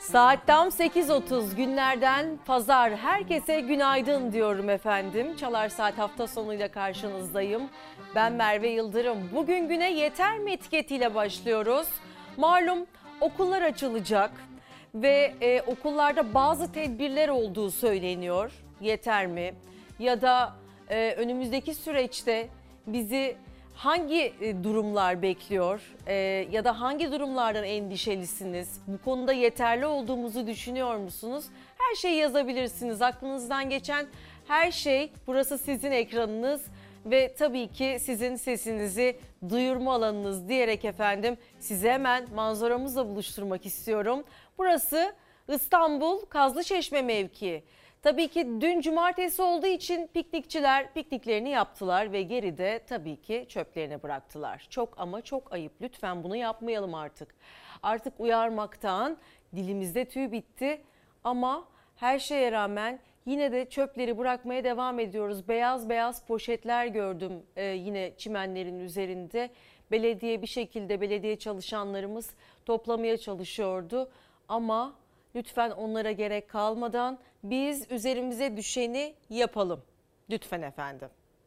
Saat tam 8.30, günlerden pazar. Herkese günaydın diyorum efendim. Çalar Saat hafta sonuyla karşınızdayım. Ben Merve Yıldırım. Bugün güne yeter mi etiketiyle başlıyoruz. Malum okullar açılacak ve okullarda bazı tedbirler olduğu söyleniyor. Yeter mi? Ya da önümüzdeki süreçte bizi hangi durumlar bekliyor ya da hangi durumlardan endişelisiniz? Bu konuda yeterli olduğumuzu düşünüyor musunuz? Her şeyi yazabilirsiniz. Aklınızdan geçen her şey, burası sizin ekranınız ve tabii ki sizin sesinizi duyurma alanınız diyerek efendim sizi hemen manzaramızla buluşturmak istiyorum. Burası İstanbul Kazlıçeşme mevkii. Tabii ki dün cumartesi olduğu için piknikçiler pikniklerini yaptılar ve geride tabii ki çöplerini bıraktılar. Çok ama çok ayıp. Lütfen bunu yapmayalım artık. Artık uyarmaktan dilimizde tüy bitti ama her şeye rağmen yine de çöpleri bırakmaya devam ediyoruz. Beyaz beyaz poşetler gördüm yine çimenlerin üzerinde. Belediye bir şekilde belediye çalışanlarımız toplamaya çalışıyordu ama lütfen onlara gerek kalmadan biz üzerimize düşeni yapalım. Lütfen efendim.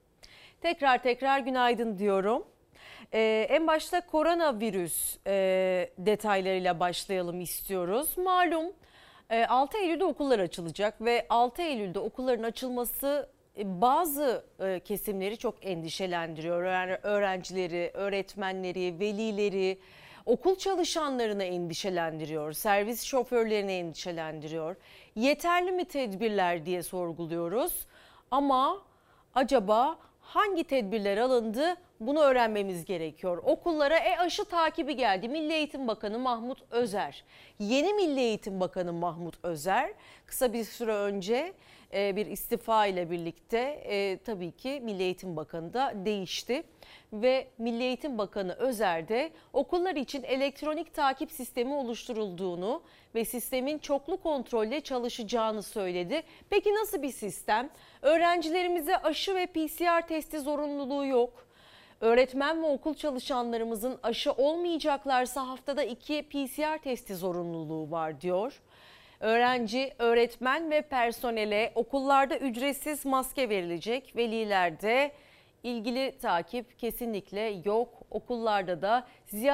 Tekrar günaydın diyorum. En başta koronavirüs detaylarıyla başlayalım istiyoruz. Malum 6 Eylül'de okullar açılacak ve 6 Eylül'de okulların açılması bazı kesimleri çok endişelendiriyor. Yani öğrencileri, öğretmenleri, velileri, okul çalışanlarını endişelendiriyor, servis şoförlerini endişelendiriyor. Yeterli mi tedbirler diye sorguluyoruz. Ama acaba hangi tedbirler alındı? Bunu öğrenmemiz gerekiyor. Okullara aşı takibi geldi. Milli Eğitim Bakanı Mahmut Özer. Yeni Milli Eğitim Bakanı Mahmut Özer kısa bir süre önce bir istifa ile birlikte tabii ki Milli Eğitim Bakanı da değişti. Ve Milli Eğitim Bakanı Özer de okullar için elektronik takip sistemi oluşturulduğunu ve sistemin çoklu kontrolle çalışacağını söyledi. Peki nasıl bir sistem? Öğrencilerimize aşı ve PCR testi zorunluluğu yok. Öğretmen ve okul çalışanlarımızın aşı olmayacaklarsa haftada 2 PCR testi zorunluluğu var diyor. Öğrenci, öğretmen ve personele okullarda ücretsiz maske verilecek. Velilerde ilgili takip kesinlikle yok. Okullarda da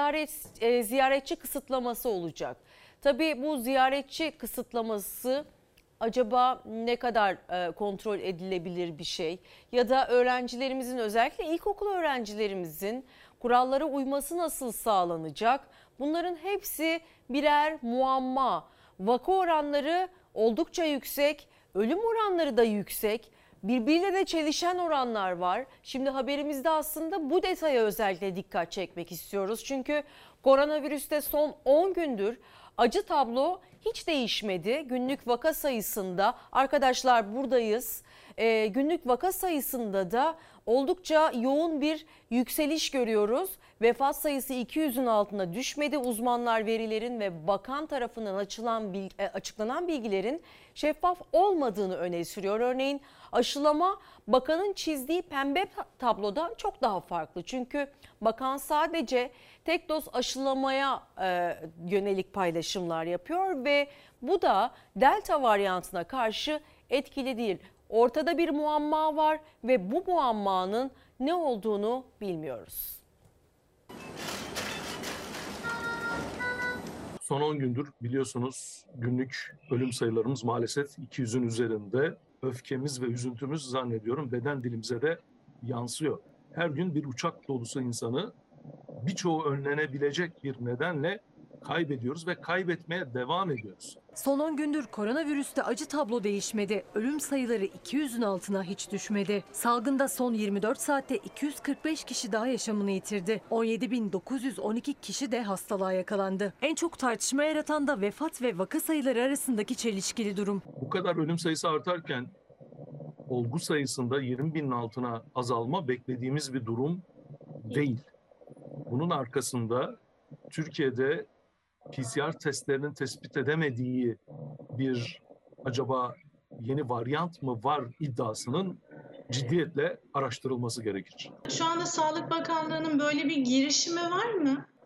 ziyaretçi kısıtlaması olacak. Tabii bu ziyaretçi kısıtlaması acaba ne kadar kontrol edilebilir bir şey? Ya da öğrencilerimizin, özellikle ilkokul öğrencilerimizin kurallara uyması nasıl sağlanacak? Bunların hepsi birer muamma. Vaka oranları oldukça yüksek, ölüm oranları da yüksek. Birbiriyle de çelişen oranlar var. Şimdi haberimizde aslında bu detaya özellikle dikkat çekmek istiyoruz. Çünkü koronavirüste son 10 gündür acı tablo hiç değişmedi. Günlük vaka sayısında arkadaşlar buradayız. Günlük vaka sayısında da oldukça yoğun bir yükseliş görüyoruz. Vefat sayısı 200'ün altına düşmedi. Uzmanlar verilerin ve bakan tarafından açıklanan bilgilerin şeffaf olmadığını öne sürüyor. Örneğin aşılama bakanın çizdiği pembe tablodan çok daha farklı. Çünkü bakan sadece tek doz aşılamaya yönelik paylaşımlar yapıyor ve bu da delta varyantına karşı etkili değil. Ortada bir muamma var ve bu muammanın ne olduğunu bilmiyoruz. Son 10 gündür biliyorsunuz günlük ölüm sayılarımız maalesef 200'ün üzerinde. Öfkemiz ve üzüntümüz zannediyorum beden dilimize de yansıyor. Her gün bir uçak dolusu insanı birçoğu önlenebilecek bir nedenle kaybediyoruz ve kaybetmeye devam ediyoruz. Son 10 gündür koronavirüste acı tablo değişmedi. Ölüm sayıları 200'ün altına hiç düşmedi. Salgında son 24 saatte 245 kişi daha yaşamını yitirdi. 17.912 kişi de hastalığa yakalandı. En çok tartışma yaratan da vefat ve vaka sayıları arasındaki çelişkili durum. Bu kadar ölüm sayısı artarken olgu sayısında 20.000'in altına azalma beklediğimiz bir durum değil. Bunun arkasında Türkiye'de PCR testlerinin tespit edemediği bir acaba yeni varyant mı var iddiasının ciddiyetle araştırılması gerekir. Şu anda Sağlık Bakanlığı'nın böyle bir girişimi var mı?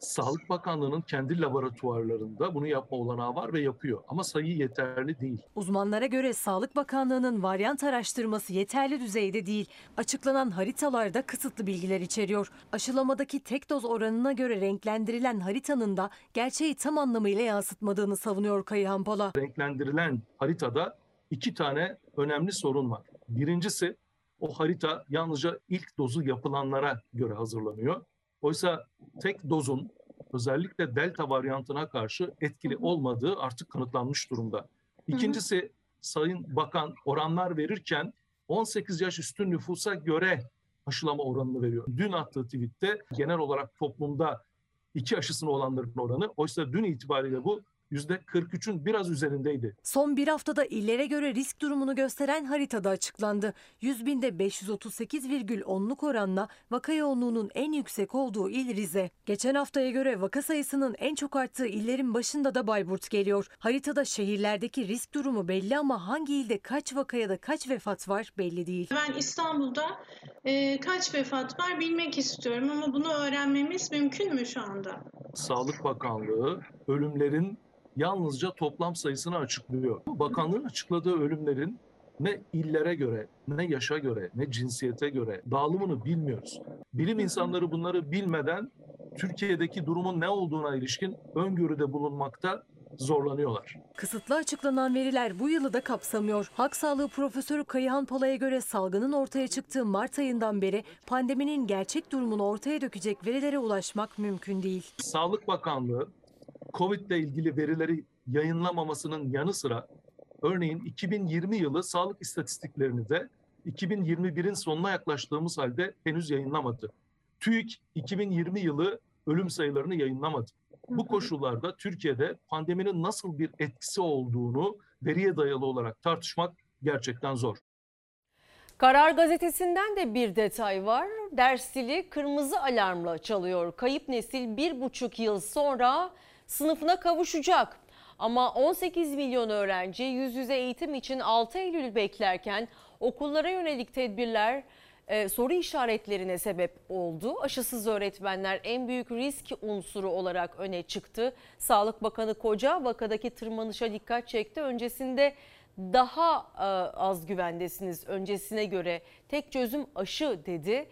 Sağlık Bakanlığı'nın kendi laboratuvarlarında bunu yapma olanağı var ve yapıyor. Ama sayı yeterli değil. Uzmanlara göre Sağlık Bakanlığı'nın varyant araştırması yeterli düzeyde değil. Açıklanan haritalarda kısıtlı bilgiler içeriyor. Aşılamadaki tek doz oranına göre renklendirilen haritanın da gerçeği tam anlamıyla yansıtmadığını savunuyor Kayıhan Pala. Renklendirilen haritada 2 tane önemli sorun var. Birincisi, o harita yalnızca ilk dozu yapılanlara göre hazırlanıyor. Oysa tek dozun özellikle delta varyantına karşı etkili olmadığı artık kanıtlanmış durumda. İkincisi, Sayın Bakan oranlar verirken 18 yaş üstü nüfusa göre aşılama oranını veriyor. Dün attığı tweette genel olarak toplumda 2 aşısını olanların oranı, oysa dün itibariyle bu %43'ün biraz üzerindeydi. Son bir haftada illere göre risk durumunu gösteren haritada açıklandı. 100 binde 538,10'luk oranla vaka yoğunluğunun en yüksek olduğu il Rize. Geçen haftaya göre vaka sayısının en çok arttığı illerin başında da Bayburt geliyor. Haritada şehirlerdeki risk durumu belli ama hangi ilde kaç vaka ya da kaç vefat var belli değil. Ben İstanbul'da kaç vefat var bilmek istiyorum ama bunu öğrenmemiz mümkün mü şu anda? Sağlık Bakanlığı ölümlerin yalnızca toplam sayısını açıklıyor. Bakanlığın açıkladığı ölümlerin ne illere göre, ne yaşa göre, ne cinsiyete göre dağılımını bilmiyoruz. Bilim insanları bunları bilmeden Türkiye'deki durumun ne olduğuna ilişkin öngörüde bulunmakta zorlanıyorlar. Kısıtlı açıklanan veriler bu yılı da kapsamıyor. Halk Sağlığı Profesörü Kayıhan Pala'ya göre salgının ortaya çıktığı Mart ayından beri pandeminin gerçek durumunu ortaya dökecek verilere ulaşmak mümkün değil. Sağlık Bakanlığı COVID ile ilgili verileri yayınlamamasının yanı sıra örneğin 2020 yılı sağlık istatistiklerini de 2021'in sonuna yaklaştığımız halde henüz yayınlamadı. TÜİK 2020 yılı ölüm sayılarını yayınlamadı. Bu koşullarda Türkiye'de pandeminin nasıl bir etkisi olduğunu veriye dayalı olarak tartışmak gerçekten zor. Karar Gazetesi'nden de bir detay var. Ders zili kırmızı alarmla çalıyor. Kayıp nesil 1,5 yıl sonra sınıfına kavuşacak. Ama 18 milyon öğrenci yüz yüze eğitim için 6 Eylül beklerken okullara yönelik tedbirler soru işaretlerine sebep oldu. Aşısız öğretmenler en büyük risk unsuru olarak öne çıktı. Sağlık Bakanı Koca vakadaki tırmanışa dikkat çekti. Öncesinde daha az güvendesiniz öncesine göre, tek çözüm aşı dedi.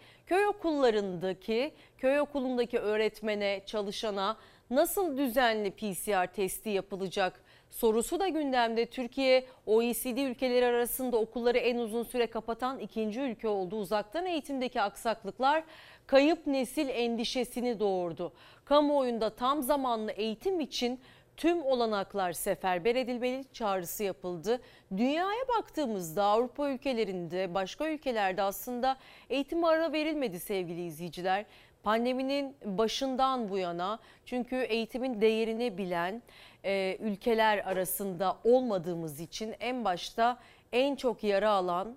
Köy okulundaki öğretmene, çalışana nasıl düzenli PCR testi yapılacak sorusu da gündemde. Türkiye OECD ülkeleri arasında okulları en uzun süre kapatan ikinci ülke oldu. Uzaktan eğitimdeki aksaklıklar kayıp nesil endişesini doğurdu. Kamuoyunda tam zamanlı eğitim için tüm olanaklar seferber edilmeli çağrısı yapıldı. Dünyaya baktığımızda Avrupa ülkelerinde, başka ülkelerde aslında eğitime ara verilmedi sevgili izleyiciler. Pandeminin başından bu yana, çünkü eğitimin değerini bilen ülkeler arasında olmadığımız için en başta en çok yara alan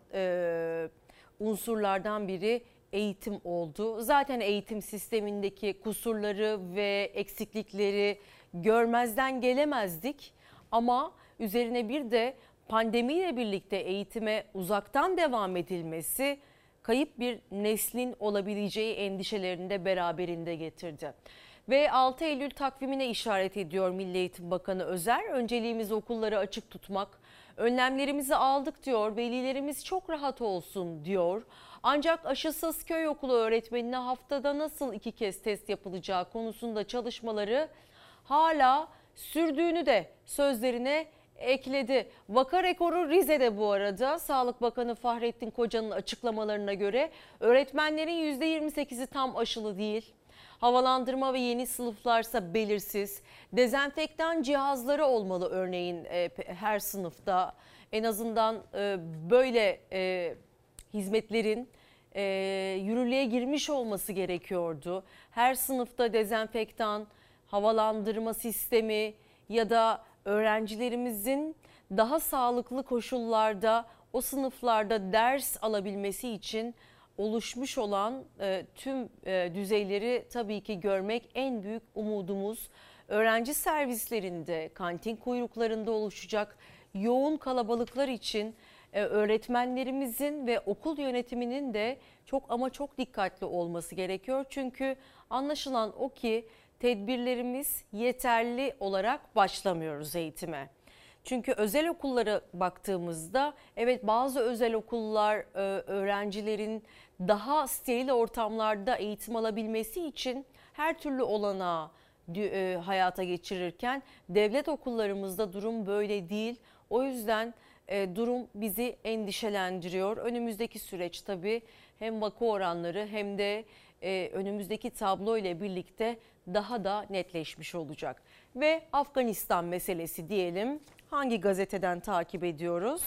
unsurlardan biri eğitim oldu. Zaten eğitim sistemindeki kusurları ve eksiklikleri görmezden gelemezdik ama üzerine bir de pandemiyle birlikte eğitime uzaktan devam edilmesi kayıp bir neslin olabileceği endişelerini de beraberinde getirdi. Ve 6 Eylül takvimine işaret ediyor Milli Eğitim Bakanı Özer. Önceliğimiz okulları açık tutmak. Önlemlerimizi aldık diyor. Velilerimiz çok rahat olsun diyor. Ancak aşısız köy okulu öğretmenine haftada nasıl 2 kez test yapılacağı konusunda çalışmaları hala sürdüğünü de sözlerine ekledi. Vaka rekoru Rize'de bu arada. Sağlık Bakanı Fahrettin Koca'nın açıklamalarına göre öğretmenlerin %28'i tam aşılı değil. Havalandırma ve yeni sınıflarsa belirsiz. Dezenfektan cihazları olmalı örneğin her sınıfta. En azından böyle hizmetlerin yürürlüğe girmiş olması gerekiyordu. Her sınıfta dezenfektan, havalandırma sistemi ya da öğrencilerimizin daha sağlıklı koşullarda o sınıflarda ders alabilmesi için oluşmuş olan tüm düzeyleri tabii ki görmek en büyük umudumuz. Öğrenci servislerinde, kantin kuyruklarında oluşacak yoğun kalabalıklar için öğretmenlerimizin ve okul yönetiminin de çok ama çok dikkatli olması gerekiyor. Çünkü anlaşılan o ki tedbirlerimiz yeterli olarak başlamıyoruz eğitime. Çünkü özel okullara baktığımızda evet bazı özel okullar öğrencilerin daha steril ortamlarda eğitim alabilmesi için her türlü olanağı hayata geçirirken devlet okullarımızda durum böyle değil. O yüzden durum bizi endişelendiriyor. Önümüzdeki süreç tabii hem vaka oranları hem de önümüzdeki tablo ile birlikte daha da netleşmiş olacak. Ve Afganistan meselesi diyelim. Hangi gazeteden takip ediyoruz?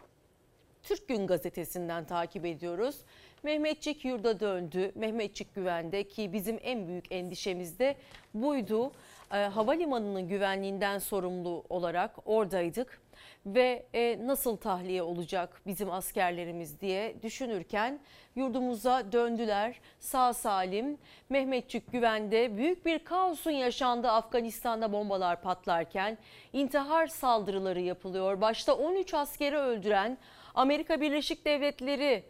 Türk Gün gazetesinden takip ediyoruz. Mehmetçik yurda döndü. Mehmetçik güvende ki bizim en büyük endişemiz de buydu. Havalimanının güvenliğinden sorumlu olarak oradaydık. Ve nasıl tahliye olacak bizim askerlerimiz diye düşünürken yurdumuza döndüler sağ salim. Mehmetçik güvende. Büyük bir kaosun yaşandığı Afganistan'da bombalar patlarken intihar saldırıları yapılıyor. Başta 13 askeri öldüren Amerika Birleşik Devletleri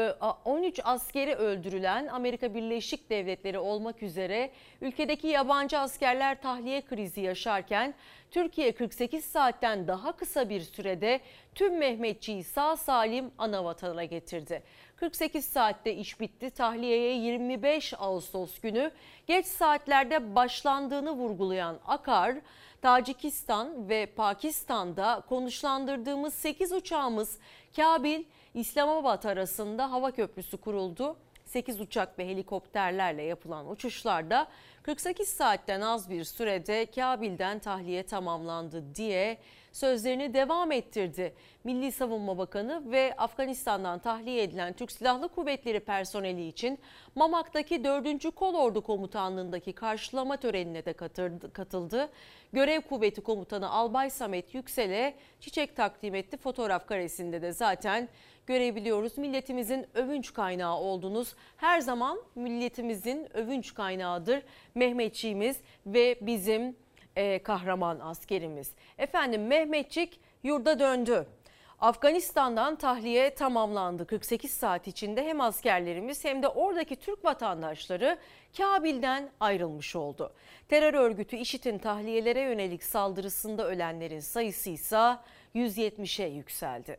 13 askeri öldürülen Amerika Birleşik Devletleri olmak üzere ülkedeki yabancı askerler tahliye krizi yaşarken Türkiye 48 saatten daha kısa bir sürede tüm Mehmetçiği sağ salim ana vatana getirdi. 48 saatte iş bitti. Tahliyeye 25 Ağustos günü geç saatlerde başlandığını vurgulayan Akar, Tacikistan ve Pakistan'da konuşlandırdığımız 8 uçağımız Kabil, İslamabad arasında hava köprüsü kuruldu. 8 uçak ve helikopterlerle yapılan uçuşlarda 48 saatten az bir sürede Kabil'den tahliye tamamlandı diye sözlerini devam ettirdi. Milli Savunma Bakanı ve Afganistan'dan tahliye edilen Türk Silahlı Kuvvetleri personeli için Mamak'taki 4. Kolordu Komutanlığı'ndaki karşılama törenine de katıldı. Görev Kuvveti Komutanı Albay Samet Yüksel'e çiçek takdim etti. Fotoğraf karesinde de zaten görebiliyoruz. Milletimizin övünç kaynağı oldunuz. Her zaman milletimizin övünç kaynağıdır Mehmetçiğimiz ve bizim kahraman askerimiz. Efendim Mehmetçik yurda döndü. Afganistan'dan tahliye tamamlandı. 48 saat içinde hem askerlerimiz hem de oradaki Türk vatandaşları Kabil'den ayrılmış oldu. Terör örgütü IŞİD'in tahliyelere yönelik saldırısında ölenlerin sayısı ise 170'e yükseldi.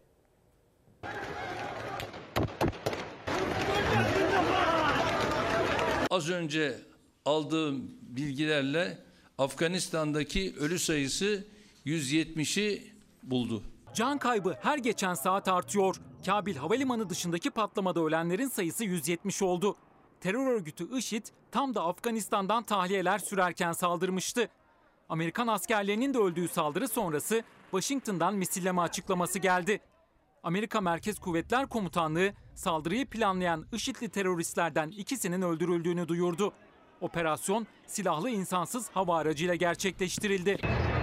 Az önce aldığım bilgilerle Afganistan'daki ölü sayısı 170'i buldu. Can kaybı her geçen saat artıyor. Kabil Havalimanı dışındaki patlamada ölenlerin sayısı 170 oldu. Terör örgütü IŞİD tam da Afganistan'dan tahliyeler sürerken saldırmıştı. Amerikan askerlerinin de öldüğü saldırı sonrası Washington'dan misilleme açıklaması geldi. Amerika Merkez Kuvvetler Komutanlığı saldırıyı planlayan IŞİD'li teröristlerden ikisinin öldürüldüğünü duyurdu. Operasyon silahlı insansız hava aracıyla gerçekleştirildi.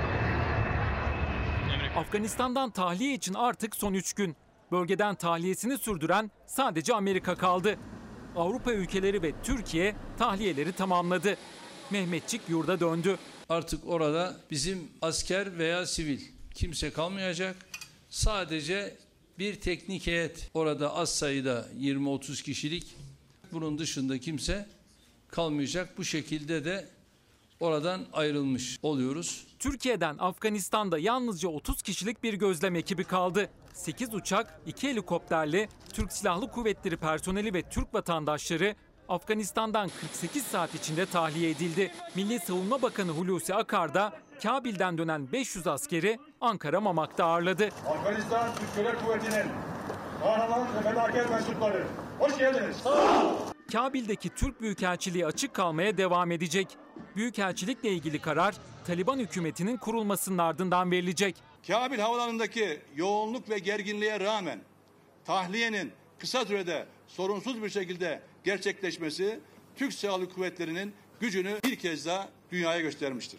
Afganistan'dan tahliye için artık son 3 gün. Bölgeden tahliyesini sürdüren sadece Amerika kaldı. Avrupa ülkeleri ve Türkiye tahliyeleri tamamladı. Mehmetçik yurda döndü. Artık orada bizim asker veya sivil kimse kalmayacak. Sadece bir teknik heyet orada az sayıda 20-30 kişilik, bunun dışında kimse kalmayacak. Bu şekilde de oradan ayrılmış oluyoruz. Türkiye'den Afganistan'da yalnızca 30 kişilik bir gözlem ekibi kaldı. 8 uçak, 2 helikopterle Türk Silahlı Kuvvetleri personeli ve Türk vatandaşları Afganistan'dan 48 saat içinde tahliye edildi. Milli Savunma Bakanı Hulusi Akar da Kabil'den dönen 500 askeri Ankara Mamak'ta ağırladı. Afganistan Türk Silahlı Kuvvetleri'nin kahraman ve fedakar mensupları, hoş geldiniz. Kabil'deki Türk Büyükelçiliği açık kalmaya devam edecek. Büyükelçilikle ilgili karar Taliban hükümetinin kurulmasının ardından verilecek. Kabil havalarındaki yoğunluk ve gerginliğe rağmen tahliyenin kısa sürede sorunsuz bir şekilde gerçekleşmesi Türk Silahlı Kuvvetleri'nin gücünü bir kez daha dünyaya göstermiştir.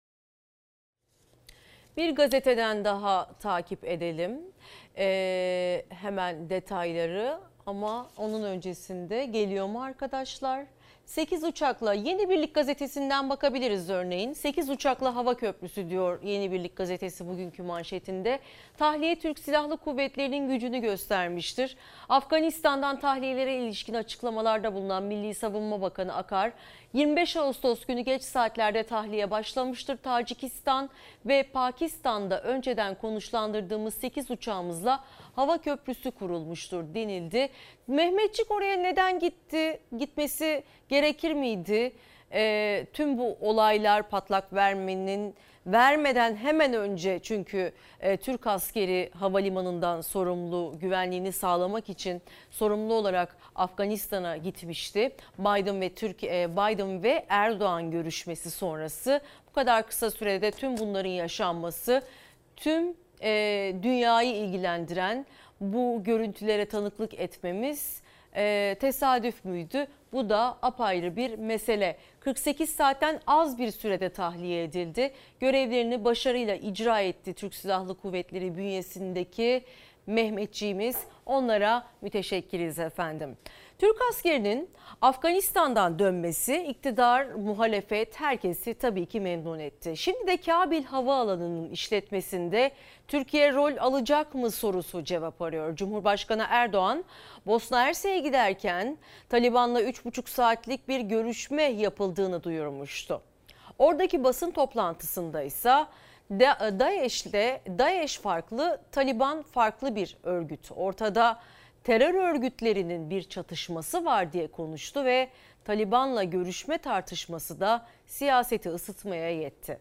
Bir gazeteden daha takip edelim hemen detayları ama onun öncesinde geliyor mu arkadaşlar? 8 uçakla Yeni Birlik gazetesinden bakabiliriz örneğin. 8 uçakla hava köprüsü diyor Yeni Birlik gazetesi bugünkü manşetinde. Tahliye Türk Silahlı Kuvvetleri'nin gücünü göstermiştir. Afganistan'dan tahliyelere ilişkin açıklamalarda bulunan Milli Savunma Bakanı Akar, 25 Ağustos günü geç saatlerde tahliye başlamıştır. Tacikistan ve Pakistan'da önceden konuşlandırdığımız 8 uçağımızla hava köprüsü kurulmuştur denildi. Mehmetçik oraya neden gitti? Gitmesi gerekir miydi? Tüm bu olaylar patlak vermeden hemen önce, çünkü Türk askeri havalimanından sorumlu, güvenliğini sağlamak için sorumlu olarak Afganistan'a gitmişti. Biden ve Erdoğan görüşmesi sonrası bu kadar kısa sürede tüm bunların yaşanması, tüm dünyayı ilgilendiren bu görüntülere tanıklık etmemiz tesadüf müydü? Bu da apayrı bir mesele. 48 saatten az bir sürede tahliye edildi. Görevlerini başarıyla icra etti Türk Silahlı Kuvvetleri bünyesindeki Mehmetçiğimiz. Onlara müteşekkiriz efendim. Türk askerinin Afganistan'dan dönmesi iktidar, muhalefet herkesi tabii ki memnun etti. Şimdi de Kabil Havaalanı'nın işletmesinde Türkiye rol alacak mı sorusu cevap arıyor. Cumhurbaşkanı Erdoğan Bosna Hersek'e giderken Taliban'la 3,5 saatlik bir görüşme yapıldığını duyurmuştu. Oradaki basın toplantısında ise DAEŞ farklı, Taliban farklı bir örgüt. Ortada terör örgütlerinin bir çatışması var diye konuştu ve Taliban'la görüşme tartışması da siyaseti ısıtmaya yetti.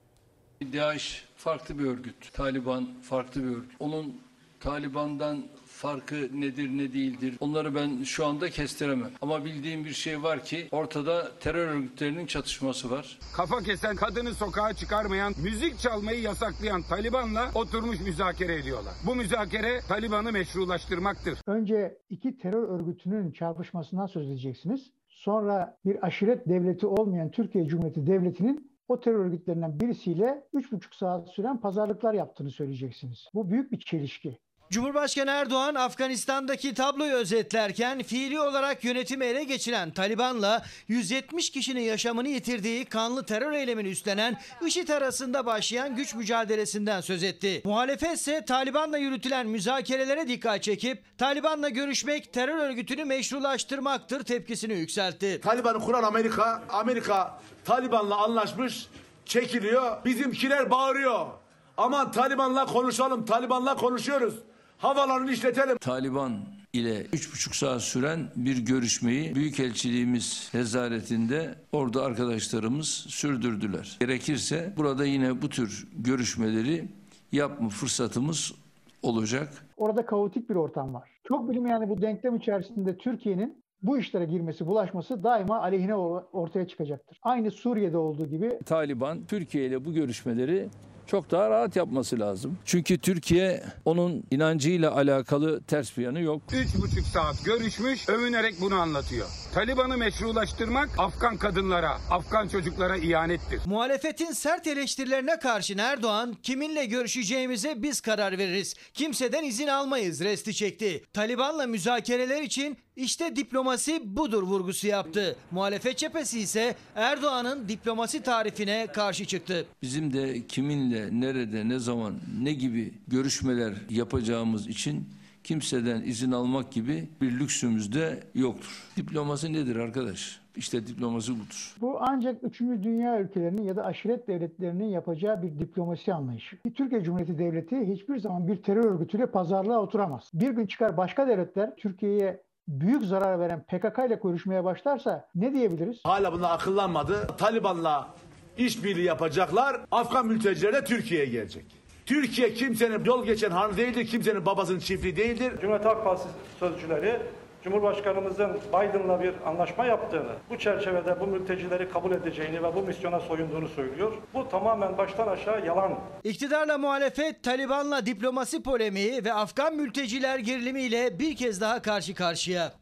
DAEŞ farklı bir örgüt, Taliban farklı bir örgüt. Onun Taliban'dan farkı nedir ne değildir onları ben şu anda kestiremem. Ama bildiğim bir şey var ki ortada terör örgütlerinin çatışması var. Kafa kesen, kadını sokağa çıkarmayan, müzik çalmayı yasaklayan Taliban'la oturmuş müzakere ediyorlar. Bu müzakere Taliban'ı meşrulaştırmaktır. Önce iki terör örgütünün çarpışmasından söz edeceksiniz. Sonra bir aşiret devleti olmayan Türkiye Cumhuriyeti Devleti'nin o terör örgütlerinden birisiyle 3,5 saat süren pazarlıklar yaptığını söyleyeceksiniz. Bu büyük bir çelişki. Cumhurbaşkanı Erdoğan Afganistan'daki tabloyu özetlerken fiili olarak yönetimi ele geçiren Taliban'la 170 kişinin yaşamını yitirdiği kanlı terör eylemini üstlenen IŞİD arasında başlayan güç mücadelesinden söz etti. Muhalefet ise Taliban'la yürütülen müzakerelere dikkat çekip Taliban'la görüşmek terör örgütünü meşrulaştırmaktır tepkisini yükseltti. Taliban'ı kuran Amerika Taliban'la anlaşmış, çekiliyor. Bizimkiler bağırıyor. Aman Taliban'la konuşalım, Taliban'la konuşuyoruz. Havalarını işletelim. Taliban ile 3,5 saat süren bir görüşmeyi Büyükelçiliğimiz nezaretinde orada arkadaşlarımız sürdürdüler. Gerekirse burada yine bu tür görüşmeleri yapma fırsatımız olacak. Orada kaotik bir ortam var. Çok bilinmeyen bu denklem içerisinde Türkiye'nin bu işlere girmesi, bulaşması daima aleyhine ortaya çıkacaktır. Aynı Suriye'de olduğu gibi. Taliban Türkiye ile bu görüşmeleri çok daha rahat yapması lazım. Çünkü Türkiye onun inancıyla alakalı ters bir yanı yok. 3,5 saat görüşmüş, övünerek bunu anlatıyor. Taliban'ı meşrulaştırmak Afgan kadınlara, Afgan çocuklara ihanettir. Muhalefetin sert eleştirilerine karşın Erdoğan, kiminle görüşeceğimize biz karar veririz. Kimseden izin almayız resti çekti. Taliban'la müzakereler için işte diplomasi budur vurgusu yaptı. Muhalefet cephesi ise Erdoğan'ın diplomasi tarifine karşı çıktı. Bizim de kiminle, nerede, ne zaman, ne gibi görüşmeler yapacağımız için kimseden izin almak gibi bir lüksümüz de yoktur. Diplomasi nedir arkadaş? İşte diplomasi budur. Bu ancak 3. dünya ülkelerinin ya da aşiret devletlerinin yapacağı bir diplomasi anlayışı. Bir Türkiye Cumhuriyeti Devleti hiçbir zaman bir terör örgütüyle pazarlığa oturamaz. Bir gün çıkar başka devletler Türkiye'ye büyük zarar veren PKK ile görüşmeye başlarsa ne diyebiliriz? Hala bunlar akıllanmadı. Taliban'la işbirliği yapacaklar. Afgan mülteciler de Türkiye'ye gelecek. Türkiye kimsenin yol geçen hanı değildir. Kimsenin babasının çiftliği değildir. Cumhuriyet Halk Partisi sözcüleri Cumhurbaşkanımızın Biden'la bir anlaşma yaptığını, bu çerçevede bu mültecileri kabul edeceğini ve bu misyona soyunduğunu söylüyor. Bu tamamen baştan aşağı yalan. İktidarla muhalefet Taliban'la diplomasi polemiği ve Afgan mülteciler gerilimiyle bir kez daha karşı karşıya.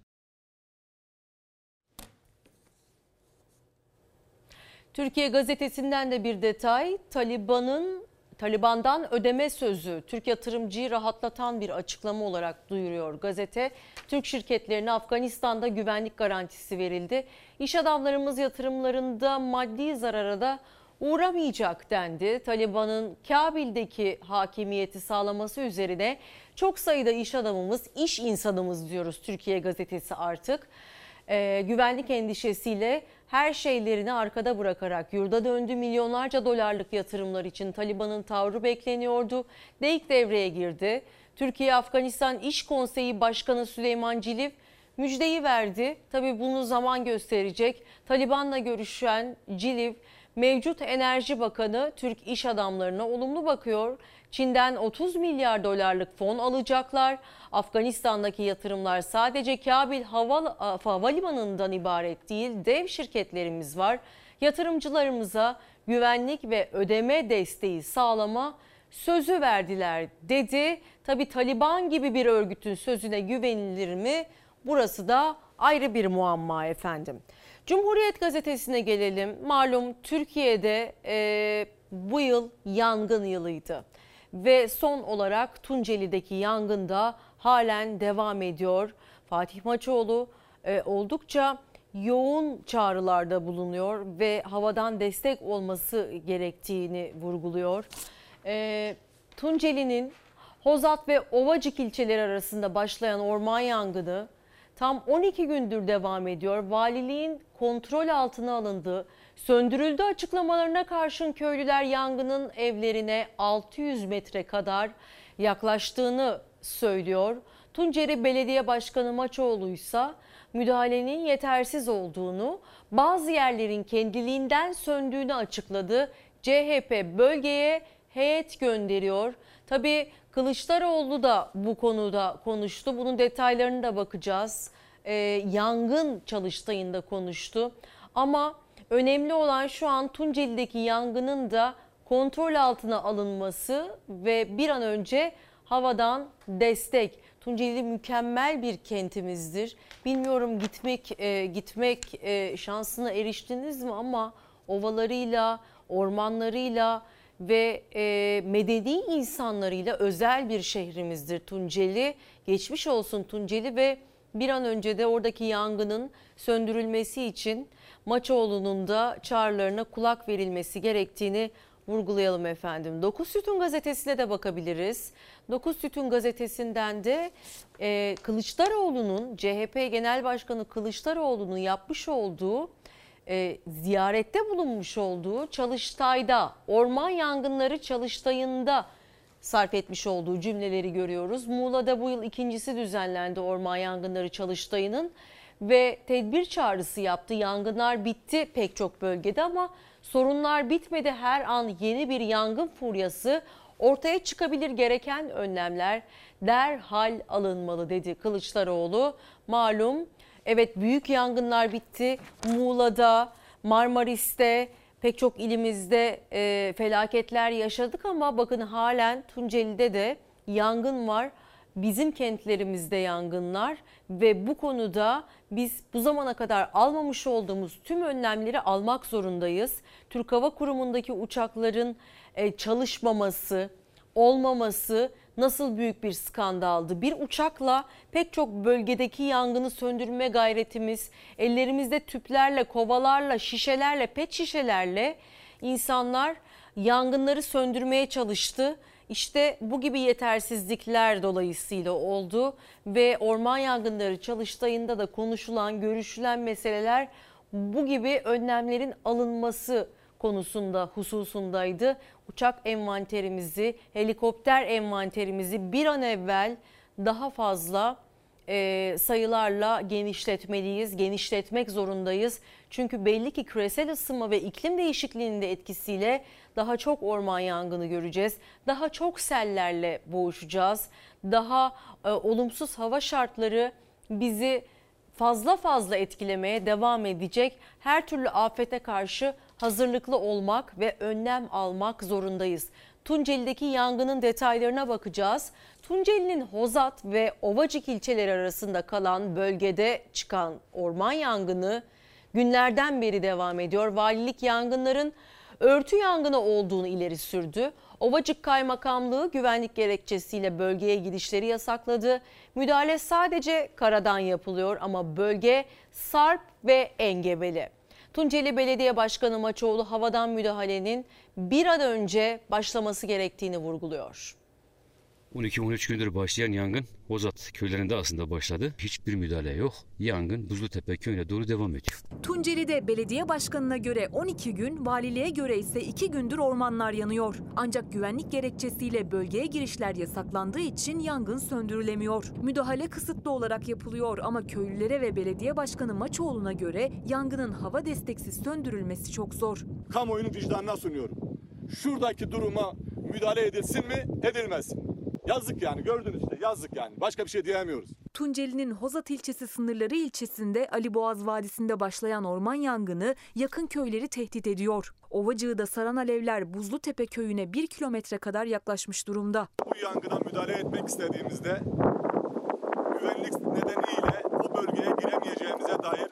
Türkiye Gazetesi'nden de bir detay. Taliban'dan ödeme sözü Türk yatırımcıyı rahatlatan bir açıklama olarak duyuruyor gazete. Türk şirketlerine Afganistan'da güvenlik garantisi verildi. İş adamlarımız yatırımlarında maddi zarara da uğramayacak dendi. Taliban'ın Kabil'deki hakimiyeti sağlaması üzerine çok sayıda iş adamımız, iş insanımız diyoruz Türkiye Gazetesi artık. Güvenlik endişesiyle her şeylerini arkada bırakarak yurda döndü. Milyonlarca dolarlık yatırımlar için Taliban'ın tavrı bekleniyordu. DEİK devreye girdi. Türkiye-Afganistan İş Konseyi Başkanı Süleyman Ciliv müjdeyi verdi. Tabii bunu zaman gösterecek. Taliban'la görüşen Ciliv, mevcut Enerji Bakanı Türk iş adamlarına olumlu bakıyor. Çin'den 30 milyar dolarlık fon alacaklar. Afganistan'daki yatırımlar sadece Kabil Havalimanı'ndan ibaret değil. Dev şirketlerimiz var. Yatırımcılarımıza güvenlik ve ödeme desteği sağlama sözü verdiler dedi. Tabii Taliban gibi bir örgütün sözüne güvenilir mi? Burası da ayrı bir muamma efendim. Cumhuriyet Gazetesi'ne gelelim. Malum Türkiye'de bu yıl yangın yılıydı. Ve son olarak Tunceli'deki yangın da halen devam ediyor. Fatih Maçoğlu oldukça yoğun çağrılarda bulunuyor ve havadan destek olması gerektiğini vurguluyor. Tunceli'nin Hozat ve Ovacık ilçeleri arasında başlayan orman yangını tam 12 gündür devam ediyor. Valiliğin kontrol altına alındığı, söndürüldü açıklamalarına karşın köylüler yangının evlerine 600 metre kadar yaklaştığını söylüyor. Tunceli Belediye Başkanı Maçoğlu ise müdahalenin yetersiz olduğunu, bazı yerlerin kendiliğinden söndüğünü açıkladı. CHP bölgeye heyet gönderiyor. Tabii Kılıçdaroğlu da bu konuda konuştu. Bunun detaylarına da bakacağız. Yangın çalıştayında konuştu. Ama önemli olan şu an Tunceli'deki yangının da kontrol altına alınması ve bir an önce havadan destek. Tunceli mükemmel bir kentimizdir. Bilmiyorum gitmek şansına eriştiniz mi ama ovalarıyla, ormanlarıyla ve medeni insanlarıyla özel bir şehrimizdir Tunceli. Geçmiş olsun Tunceli ve bir an önce de oradaki yangının söndürülmesi için Maçoğlu'nun da çağrılarına kulak verilmesi gerektiğini vurgulayalım efendim. 9 Sütun gazetesine de bakabiliriz. 9 Sütun gazetesinden de Kılıçdaroğlu'nun, CHP Genel Başkanı Kılıçdaroğlu'nun yapmış olduğu, ziyarette bulunmuş olduğu çalıştayda, orman yangınları çalıştayında sarf etmiş olduğu cümleleri görüyoruz. Muğla'da bu yıl ikincisi düzenlendi orman yangınları çalıştayının ve tedbir çağrısı yaptı. Yangınlar bitti pek çok bölgede ama sorunlar bitmedi. Her an yeni bir yangın furyası ortaya çıkabilir, gereken önlemler derhal alınmalı dedi Kılıçdaroğlu. Malum evet, büyük yangınlar bitti. Muğla'da, Marmaris'te, pek çok ilimizde felaketler yaşadık ama bakın halen Tunceli'de de yangın var. Bizim kentlerimizde yangınlar ve bu konuda biz bu zamana kadar almamış olduğumuz tüm önlemleri almak zorundayız. Türk Hava Kurumu'ndaki uçakların çalışmaması, olmaması nasıl büyük bir skandaldı. Bir uçakla pek çok bölgedeki yangını söndürme gayretimiz, ellerimizde tüplerle, kovalarla, şişelerle, pet şişelerle insanlar yangınları söndürmeye çalıştı. İşte bu gibi yetersizlikler dolayısıyla oldu ve orman yangınları çalıştayında da konuşulan, görüşülen meseleler bu gibi önlemlerin alınması konusunda, hususundaydı. Uçak envanterimizi, helikopter envanterimizi bir an evvel daha fazla sayılarla genişletmeliyiz, genişletmek zorundayız. Çünkü belli ki küresel ısınma ve iklim değişikliğinin de etkisiyle daha çok orman yangını göreceğiz. Daha çok sellerle boğuşacağız. Daha olumsuz hava şartları bizi fazla etkilemeye devam edecek. Her türlü afete karşı hazırlıklı olmak ve önlem almak zorundayız. Tunceli'deki yangının detaylarına bakacağız. Tunceli'nin Hozat ve Ovacık ilçeleri arasında kalan bölgede çıkan orman yangını günlerden beri devam ediyor. Valilik yangınların örtü yangını olduğunu ileri sürdü. Ovacık Kaymakamlığı güvenlik gerekçesiyle bölgeye gidişleri yasakladı. Müdahale sadece karadan yapılıyor ama bölge sarp ve engebeli. Tunceli Belediye Başkanı Maçoğlu havadan müdahalenin bir an önce başlaması gerektiğini vurguluyor. 12-13 gündür başlayan yangın Hozat köylerinde aslında başladı. Hiçbir müdahale yok. Yangın Buzlutepe köyüne doğru devam ediyor. Tunceli'de belediye başkanına göre 12 gün, valiliğe göre ise 2 gündür ormanlar yanıyor. Ancak güvenlik gerekçesiyle bölgeye girişler yasaklandığı için yangın söndürülemiyor. Müdahale kısıtlı olarak yapılıyor ama köylülere ve belediye başkanı Maçoğlu'na göre yangının hava desteksiz söndürülmesi çok zor. Kamuoyunun vicdanına sunuyorum. Şuradaki duruma müdahale edilsin mi, edilmesin mi? Yazık yani, gördünüz işte, yazık yani. Başka bir şey diyemiyoruz. Tunceli'nin Hozat ilçesi sınırları ilçesinde Ali Boğaz Vadisi'nde başlayan orman yangını yakın köyleri tehdit ediyor. Ovacık'ta saran alevler Buzlutepe köyüne 1 kilometre kadar yaklaşmış durumda. Bu yangına müdahale etmek istediğimizde güvenlik nedeniyle o bölgeye giremeyeceğimize dair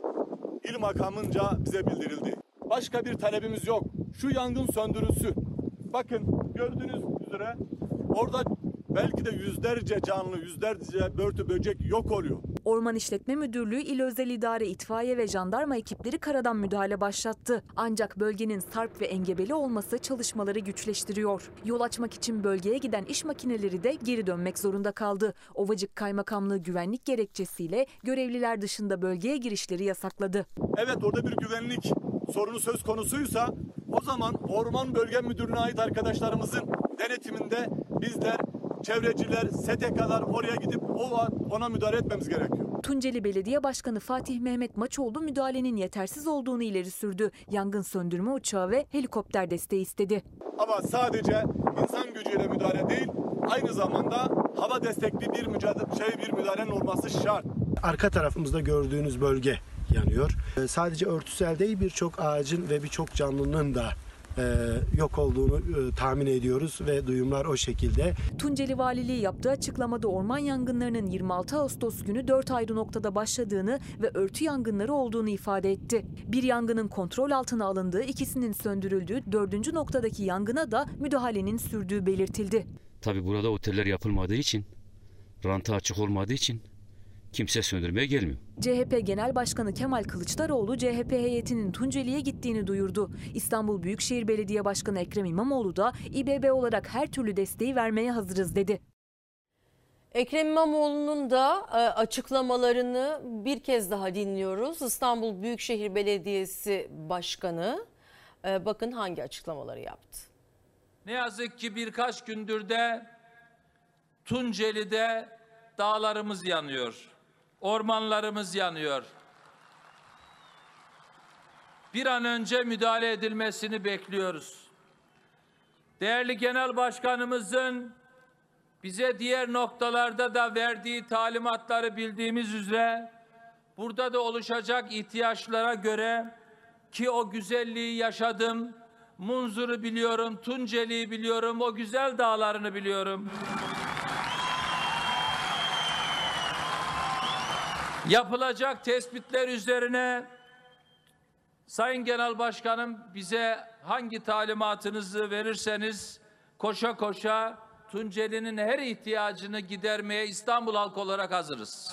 il makamınca bize bildirildi. Başka bir talebimiz yok. Şu yangın söndürülsün. Bakın gördüğünüz üzere orada belki de yüzlerce canlı, yüzlerce börtü böcek yok oluyor. Orman İşletme Müdürlüğü, İl Özel İdare, itfaiye ve jandarma ekipleri karadan müdahale başlattı. Ancak bölgenin sarp ve engebeli olması çalışmaları güçleştiriyor. Yol açmak için bölgeye giden iş makineleri de geri dönmek zorunda kaldı. Ovacık Kaymakamlığı güvenlik gerekçesiyle görevliler dışında bölgeye girişleri yasakladı. Evet, orada bir güvenlik sorunu söz konusuysa o zaman Orman Bölge Müdürlüğü'ne ait arkadaşlarımızın denetiminde bizler, çevreciler, STK'lar oraya gidip ona müdahale etmemiz gerekiyor. Tunceli Belediye Başkanı Fatih Mehmet Maçoğlu müdahalenin yetersiz olduğunu ileri sürdü. Yangın söndürme uçağı ve helikopter desteği istedi. Ama sadece insan gücüyle müdahale değil, aynı zamanda hava destekli bir müdahalenin olması şart. Arka tarafımızda gördüğünüz bölge yanıyor. Sadece örtüsel değil, birçok ağacın ve birçok canlının da yok olduğunu tahmin ediyoruz ve duyumlar o şekilde. Tunceli Valiliği yaptığı açıklamada orman yangınlarının 26 Ağustos günü 4 ayrı noktada başladığını ve örtü yangınları olduğunu ifade etti. Bir yangının kontrol altına alındığı, ikisinin söndürüldüğü 4. noktadaki yangına da müdahalenin sürdüğü belirtildi. Tabii burada oteller yapılmadığı için, ranta açık olmadığı için kimse söndürmeye gelmiyor. CHP Genel Başkanı Kemal Kılıçdaroğlu CHP heyetinin Tunceli'ye gittiğini duyurdu. İstanbul Büyükşehir Belediye Başkanı Ekrem İmamoğlu da İBB olarak her türlü desteği vermeye hazırız dedi. Ekrem İmamoğlu'nun da açıklamalarını bir kez daha dinliyoruz. İstanbul Büyükşehir Belediyesi Başkanı bakın hangi açıklamaları yaptı. Ne yazık ki birkaç gündür de Tunceli'de dağlarımız yanıyor. Ormanlarımız yanıyor. Bir an önce müdahale edilmesini bekliyoruz. Değerli Genel Başkanımızın bize diğer noktalarda da verdiği talimatları bildiğimiz üzere burada da oluşacak ihtiyaçlara göre, ki o güzelliği yaşadım, Munzur'u biliyorum, Tunceli'yi biliyorum, o güzel dağlarını biliyorum. Yapılacak tespitler üzerine Sayın Genel Başkanım, bize hangi talimatınızı verirseniz koşa koşa Tunceli'nin her ihtiyacını gidermeye İstanbul halkı olarak hazırız.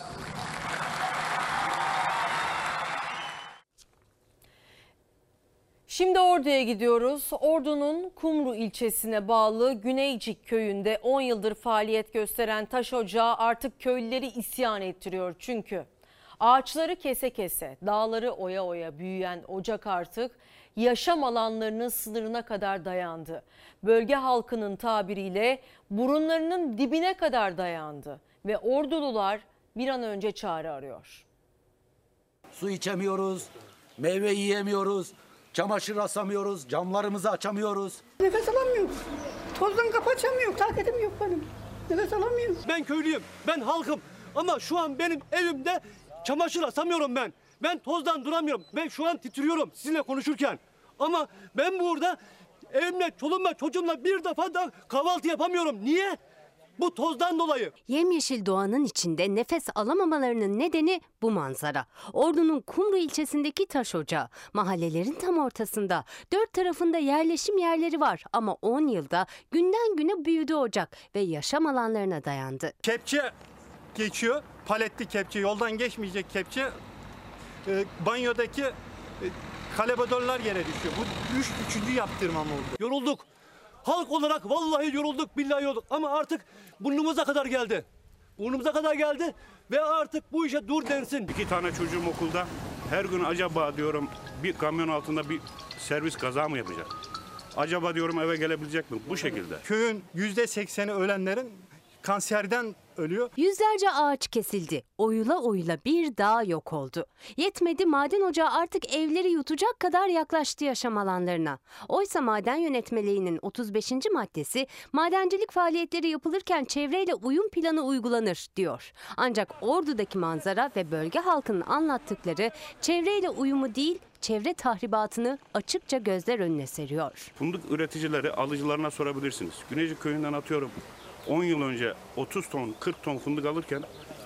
Şimdi Ordu'ya gidiyoruz. Ordu'nun Kumru ilçesine bağlı Güneycik köyünde 10 yıldır faaliyet gösteren taş ocağı artık köylüleri isyan ettiriyor. Çünkü ağaçları kese kese, dağları oya oya büyüyen ocak artık yaşam alanlarının sınırına kadar dayandı. Bölge halkının tabiriyle burunlarının dibine kadar dayandı ve Ordulular bir an önce çare arıyor. Su içemiyoruz, meyve yiyemiyoruz, çamaşır asamıyoruz, camlarımızı açamıyoruz. Nefes alamıyoruz. Tozdan kapı açamıyorum, taketim yok benim. Nefes alamıyorum. Ben köylüyüm, ben halkım ama şu an benim evimde çamaşır asamıyorum ben. Ben tozdan duramıyorum. Ben şu an titriyorum sizinle konuşurken. Ama ben burada evimle, çoluğumla, çocuğumla bir defa da kahvaltı yapamıyorum. Niye? Bu tozdan dolayı. Yemyeşil doğanın içinde nefes alamamalarının nedeni bu manzara. Ordu'nun Kumru ilçesindeki taş ocağı. Mahallelerin tam ortasında. Dört tarafında yerleşim yerleri var ama 10 yılda günden güne büyüdü ocak ve yaşam alanlarına dayandı. Kepçe geçiyor, paletli kepçe, yoldan geçmeyecek kepçe. Banyodaki kalebodorlar yere düşüyor. Bu üçüncü yaptırmam oldu. Yorulduk. Halk olarak vallahi yorulduk, billahi yorulduk. Ama artık burnumuza kadar geldi. Burnumuza kadar geldi ve artık bu işe dur densin. 2 tane çocuğum okulda. Her gün acaba diyorum bir kamyon altında bir servis kaza mı yapacak? Acaba diyorum eve gelebilecek mi? Bu şekilde. Köyün %80'i ölenlerin kanserden ölüyor. Yüzlerce ağaç kesildi. Oyula oyula bir dağ yok oldu. Yetmedi, maden ocağı artık evleri yutacak kadar yaklaştı yaşam alanlarına. Oysa maden yönetmeliğinin 35. maddesi madencilik faaliyetleri yapılırken çevreyle uyum planı uygulanır diyor. Ancak Ordu'daki manzara ve bölge halkının anlattıkları çevreyle uyumu değil, çevre tahribatını açıkça gözler önüne seriyor. Fındık üreticileri alıcılarına sorabilirsiniz. Güneycik köyünden atıyorum 10 yıl önce 30 ton, 40 ton fındık alırken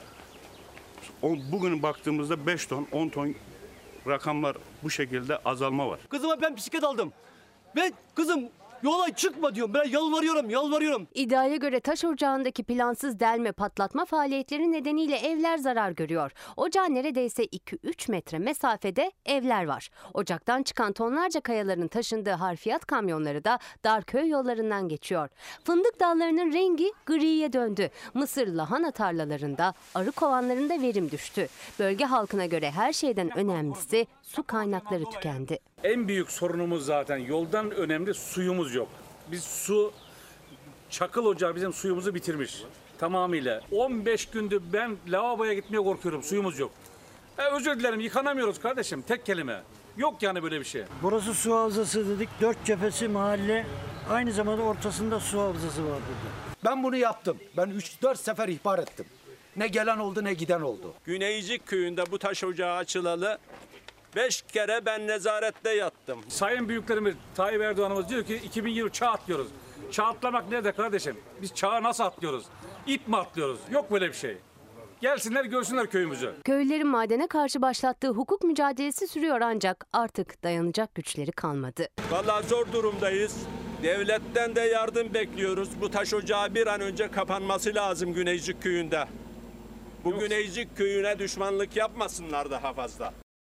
bugün baktığımızda 5 ton, 10 ton rakamlar bu şekilde azalma var. Kızıma ben bisiklet aldım ve kızım yola çıkma diyorum. Ben yalvarıyorum. İddiaya göre taş ocağındaki plansız delme patlatma faaliyetleri nedeniyle evler zarar görüyor. Ocağa neredeyse 2-3 metre mesafede evler var. Ocaktan çıkan tonlarca kayaların taşındığı harfiyat kamyonları da dar köy yollarından geçiyor. Fındık dallarının rengi griye döndü. Mısır lahana tarlalarında, arı kovanlarında verim düştü. Bölge halkına göre her şeyden önemlisi su kaynakları tükendi. En büyük sorunumuz zaten yoldan önemli suyumuz yok. Biz çakıl ocağı bizim suyumuzu bitirmiş tamamıyla. 15 gündür ben lavaboya gitmeye korkuyorum, suyumuz yok. Özür dilerim, yıkanamıyoruz kardeşim, tek kelime. Yok yani böyle bir şey. Burası su havzası dedik, 4 cephesi mahalle, aynı zamanda ortasında su havzası var burada. Ben bunu yaptım. Ben 3-4 sefer ihbar ettim. Ne gelen oldu ne giden oldu. Güneycik köyünde bu taş ocağı açılalı 5 kere ben nezarette yattım. Sayın büyüklerimiz Tayyip Erdoğan'ımız diyor ki 2020 çağ atlıyoruz. Çağ atlamak nerede kardeşim? Biz çağı nasıl atlıyoruz? İp mi atlıyoruz? Yok böyle bir şey. Gelsinler görsünler köyümüzü. Köylülerin madene karşı başlattığı hukuk mücadelesi sürüyor ancak artık dayanacak güçleri kalmadı. Vallahi zor durumdayız. Devletten de yardım bekliyoruz. Bu taş ocağı bir an önce kapanması lazım Güneycik köyünde. Bu Güneycik köyüne düşmanlık yapmasınlar daha fazla.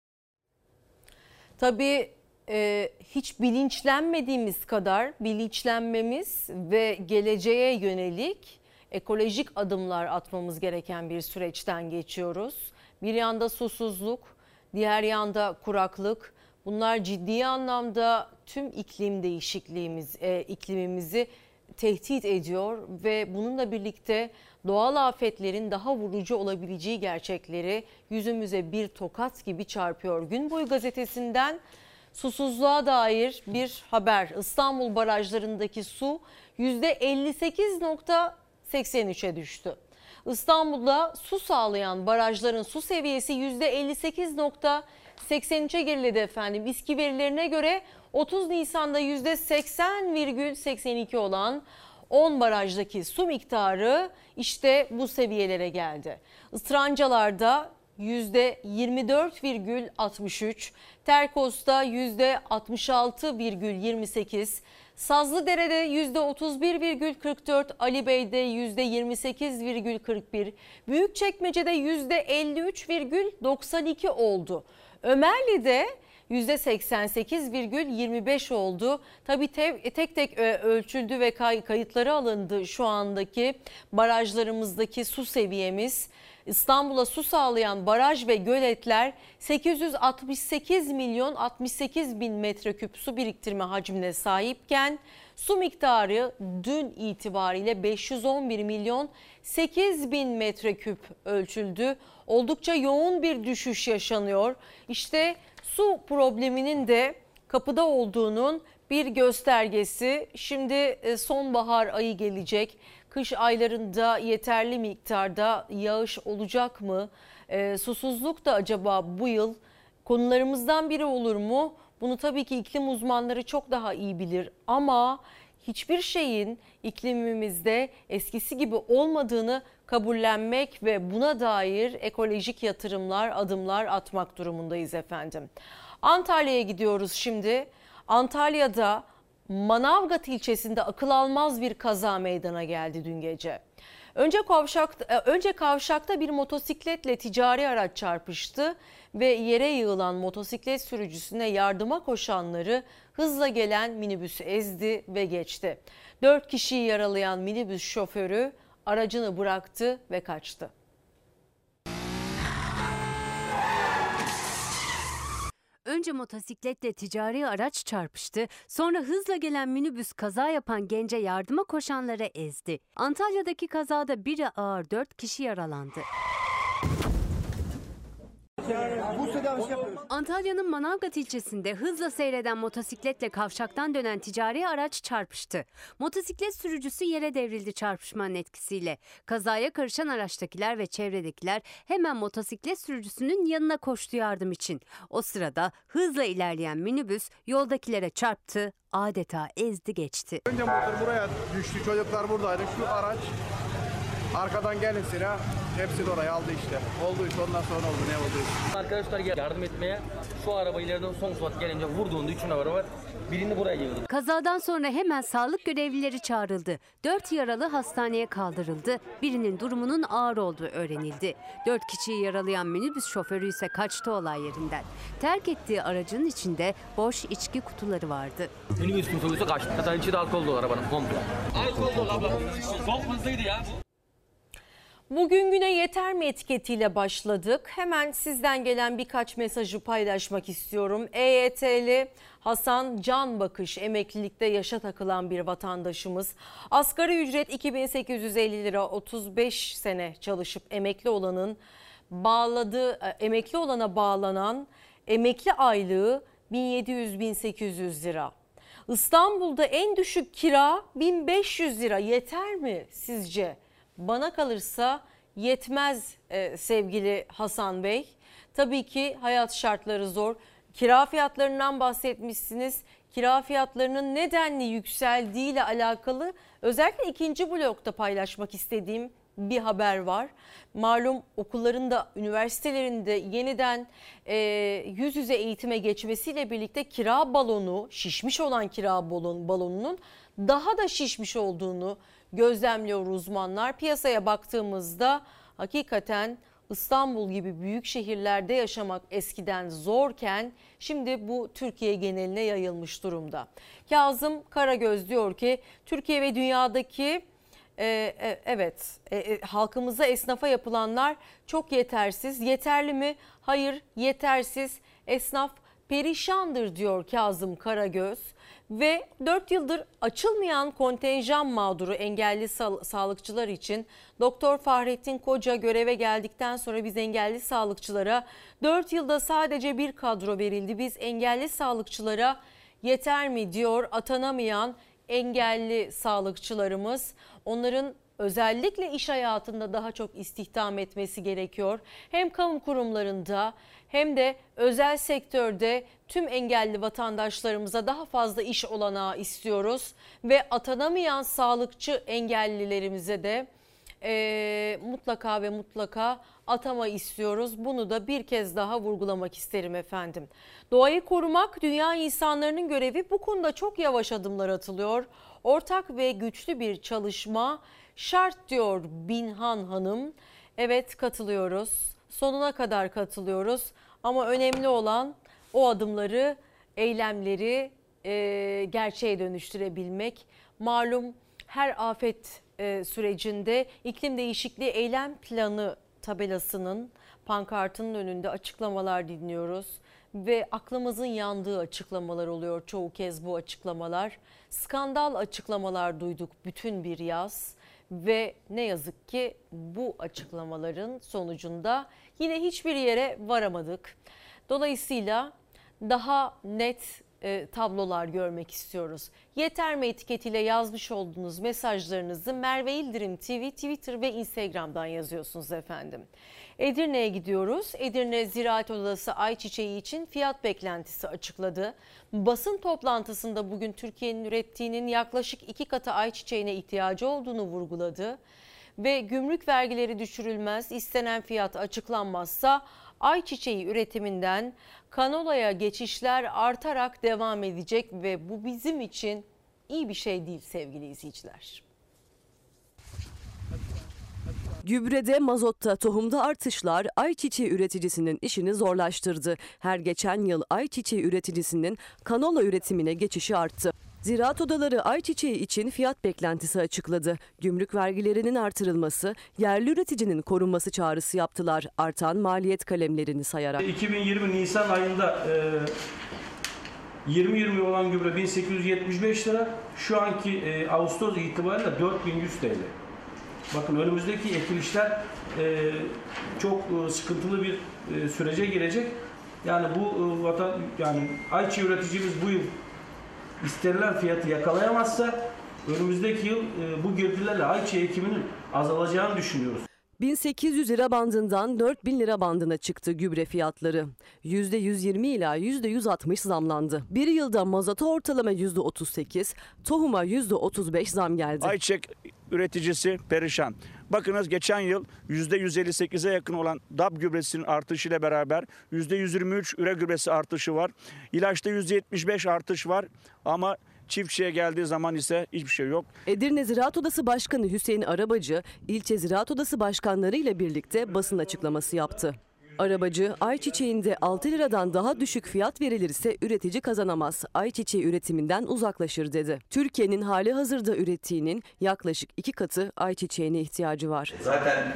Tabii hiç bilinçlenmediğimiz kadar bilinçlenmemiz ve geleceğe yönelik ekolojik adımlar atmamız gereken bir süreçten geçiyoruz. Bir yanda susuzluk, diğer yanda kuraklık. Bunlar ciddi anlamda tüm iklimimizi tehdit ediyor ve bununla birlikte doğal afetlerin daha vurucu olabileceği gerçekleri yüzümüze bir tokat gibi çarpıyor. Gün Boyu gazetesinden susuzluğa dair bir haber. İstanbul barajlarındaki su %58.83'e düştü. İstanbul'da su sağlayan barajların su seviyesi %58.83'e geriledi efendim. İSKİ verilerine göre 30 Nisan'da %80,82 olan 10 barajdaki su miktarı işte bu seviyelere geldi. Israncalar'da %24,63, Terkos'ta %66,28, Sazlıdere'de %31,44, Alibey'de %28,41, Büyükçekmece'de %53,92 oldu. Ömerli'de %88,25 oldu. Tabii tek tek ölçüldü ve kayıtları alındı şu andaki barajlarımızdaki su seviyemiz. İstanbul'a su sağlayan baraj ve göletler 868 milyon 68 bin metreküp su biriktirme hacmine sahipken su miktarı dün itibariyle 511 milyon 8 bin metreküp ölçüldü. Oldukça yoğun bir düşüş yaşanıyor. İşte su probleminin de kapıda olduğunun bir göstergesi. Şimdi sonbahar ayı gelecek. Kış aylarında yeterli miktarda yağış olacak mı? Susuzluk da acaba bu yıl konularımızdan biri olur mu? Bunu tabii ki iklim uzmanları çok daha iyi bilir. Ama hiçbir şeyin iklimimizde eskisi gibi olmadığını kabullenmek ve buna dair ekolojik adımlar atmak durumundayız efendim. Antalya'ya gidiyoruz şimdi. Antalya'da Manavgat ilçesinde akıl almaz bir kaza meydana geldi dün gece. Önce kavşakta bir motosikletle ticari araç çarpıştı ve yere yığılan motosiklet sürücüsüne yardıma koşanları hızla gelen minibüs ezdi ve geçti. 4 kişiyi yaralayan minibüs şoförü aracını bıraktı ve kaçtı. Önce motosikletle ticari araç çarpıştı, sonra hızla gelen minibüs kaza yapan gence yardıma koşanlara ezdi. Antalya'daki kazada biri ağır 4 kişi yaralandı. Antalya'nın Manavgat ilçesinde hızla seyreden motosikletle kavşaktan dönen ticari araç çarpıştı. Motosiklet sürücüsü yere devrildi çarpışmanın etkisiyle. Kazaya karışan araçtakiler ve çevredekiler hemen motosiklet sürücüsünün yanına koştu yardım için. O sırada hızla ilerleyen minibüs yoldakilere çarptı, adeta ezdi geçti. Önce motor buraya düştü, çocuklar buradaydı. Şu araç arkadan gelin sıra, hepsi de oraya aldı işte. Olduysa ondan sonra oldu, ne olduysa. Arkadaşlar yardım etmeye şu araba ileriden son suat gelince vurduğunda 3 araba var. Birini buraya yığdı. Kazadan sonra hemen sağlık görevlileri çağrıldı. 4 yaralı hastaneye kaldırıldı. Birinin durumunun ağır olduğu öğrenildi. 4 kişiyi yaralayan minibüs şoförü ise kaçtı olay yerinden. Terk ettiği aracın içinde boş içki kutuları vardı. Minibüsün sürücüsü kaçtı. Hatta içi de alkol dolu arabanın komple. Alkol dolu abla. Çok hızlıydı ya. Bugün güne yeter mi etiketiyle başladık. Hemen sizden gelen birkaç mesajı paylaşmak istiyorum. EYT'li Hasan Can Bakış emeklilikte yaşa takılan bir vatandaşımız. Asgari ücret 2850 lira, 35 sene çalışıp emekli olana bağlanan emekli aylığı 1700-1800 lira. İstanbul'da en düşük kira 1500 lira. Yeter mi sizce? Bana kalırsa yetmez sevgili Hasan Bey. Tabii ki hayat şartları zor. Kira fiyatlarından bahsetmişsiniz. Kira fiyatlarının nedenli yükseldiğiyle alakalı özellikle ikinci blokta paylaşmak istediğim bir haber var. Malum okulların da üniversitelerinde yeniden yüz yüze eğitime geçmesiyle birlikte kira balonu, şişmiş olan kira balonunun daha da şişmiş olduğunu gözlemliyor uzmanlar. Piyasaya baktığımızda hakikaten İstanbul gibi büyük şehirlerde yaşamak eskiden zorken şimdi bu Türkiye geneline yayılmış durumda. Kazım Karagöz diyor ki Türkiye ve dünyadaki halkımıza, esnafa yapılanlar çok yetersiz. Yeterli mi? Hayır, yetersiz. Esnaf perişandır diyor Kazım Karagöz. Ve 4 yıldır açılmayan kontenjan mağduru engelli sağlıkçılar için Doktor Fahrettin Koca göreve geldikten sonra biz engelli sağlıkçılara 4 yılda sadece bir kadro verildi. Biz engelli sağlıkçılara yeter mi diyor atanamayan engelli sağlıkçılarımız. Onların özellikle iş hayatında daha çok istihdam etmesi gerekiyor. Hem kamu kurumlarında hem de özel sektörde tüm engelli vatandaşlarımıza daha fazla iş olanağı istiyoruz. Ve atanamayan sağlıkçı engellilerimize de mutlaka ve mutlaka atama istiyoruz. Bunu da bir kez daha vurgulamak isterim efendim. Doğayı korumak dünya insanlarının görevi. Bu konuda çok yavaş adımlar atılıyor. Ortak ve güçlü bir çalışma şart diyor Binhan Hanım. Evet, katılıyoruz. Sonuna kadar katılıyoruz. Ama önemli olan o adımları, eylemleri gerçeğe dönüştürebilmek. Malum her afet sürecinde iklim değişikliği eylem planı tabelasının, pankartının önünde açıklamalar dinliyoruz. Ve aklımızın yandığı açıklamalar oluyor çoğu kez bu açıklamalar. Skandal açıklamalar duyduk bütün bir yaz. Ve ne yazık ki bu açıklamaların sonucunda yine hiçbir yere varamadık. Dolayısıyla daha net tablolar görmek istiyoruz. Yeter mi etiketiyle yazmış olduğunuz mesajlarınızı Merve İldirim TV, Twitter ve Instagram'dan yazıyorsunuz efendim. Edirne'ye gidiyoruz. Edirne Ziraat Odası ayçiçeği için fiyat beklentisi açıkladı. Basın toplantısında bugün Türkiye'nin ürettiğinin yaklaşık 2 katı ayçiçeğine ihtiyacı olduğunu vurguladı. Ve gümrük vergileri düşürülmez, istenen fiyat açıklanmazsa ayçiçeği üretiminden kanolaya geçişler artarak devam edecek ve bu bizim için iyi bir şey değil sevgili izleyiciler. Gübrede, mazotta, tohumda artışlar ayçiçeği üreticisinin işini zorlaştırdı. Her geçen yıl ayçiçeği üreticisinin kanola üretimine geçişi arttı. Ziraat odaları ayçiçeği için fiyat beklentisi açıkladı. Gümrük vergilerinin artırılması, yerli üreticinin korunması çağrısı yaptılar. Artan maliyet kalemlerini sayarak. 2020 Nisan ayında 2020 olan gübre 1875 lira. Şu anki Ağustos itibariyle 4100 TL. Bakın önümüzdeki ekilişler çok sıkıntılı bir sürece girecek. Yani bu ayçiçeği üreticimiz bu yıl istenilen fiyatı yakalayamazsa önümüzdeki yıl bu girdilerle ayçiçeği ekiminin azalacağını düşünüyoruz. 1800 lira bandından 4000 lira bandına çıktı gübre fiyatları. %120 ila %160 zamlandı. Bir yılda mazota ortalama %38, tohuma %35 zam geldi. Ayçiçek üreticisi perişan. Bakınız geçen yıl %158'e yakın olan DAP gübresinin artışıyla beraber %123 üre gübresi artışı var. İlaçta %75 artış var ama çiftçiye geldiği zaman ise hiçbir şey yok. Edirne Ziraat Odası Başkanı Hüseyin Arabacı, ilçe Ziraat Odası başkanları ile birlikte basın açıklaması yaptı. Arabacı, ayçiçeğinde 6 liradan daha düşük fiyat verilirse üretici kazanamaz, ayçiçeği üretiminden uzaklaşır dedi. Türkiye'nin hali hazırda ürettiğinin yaklaşık 2 katı ayçiçeğine ihtiyacı var. Zaten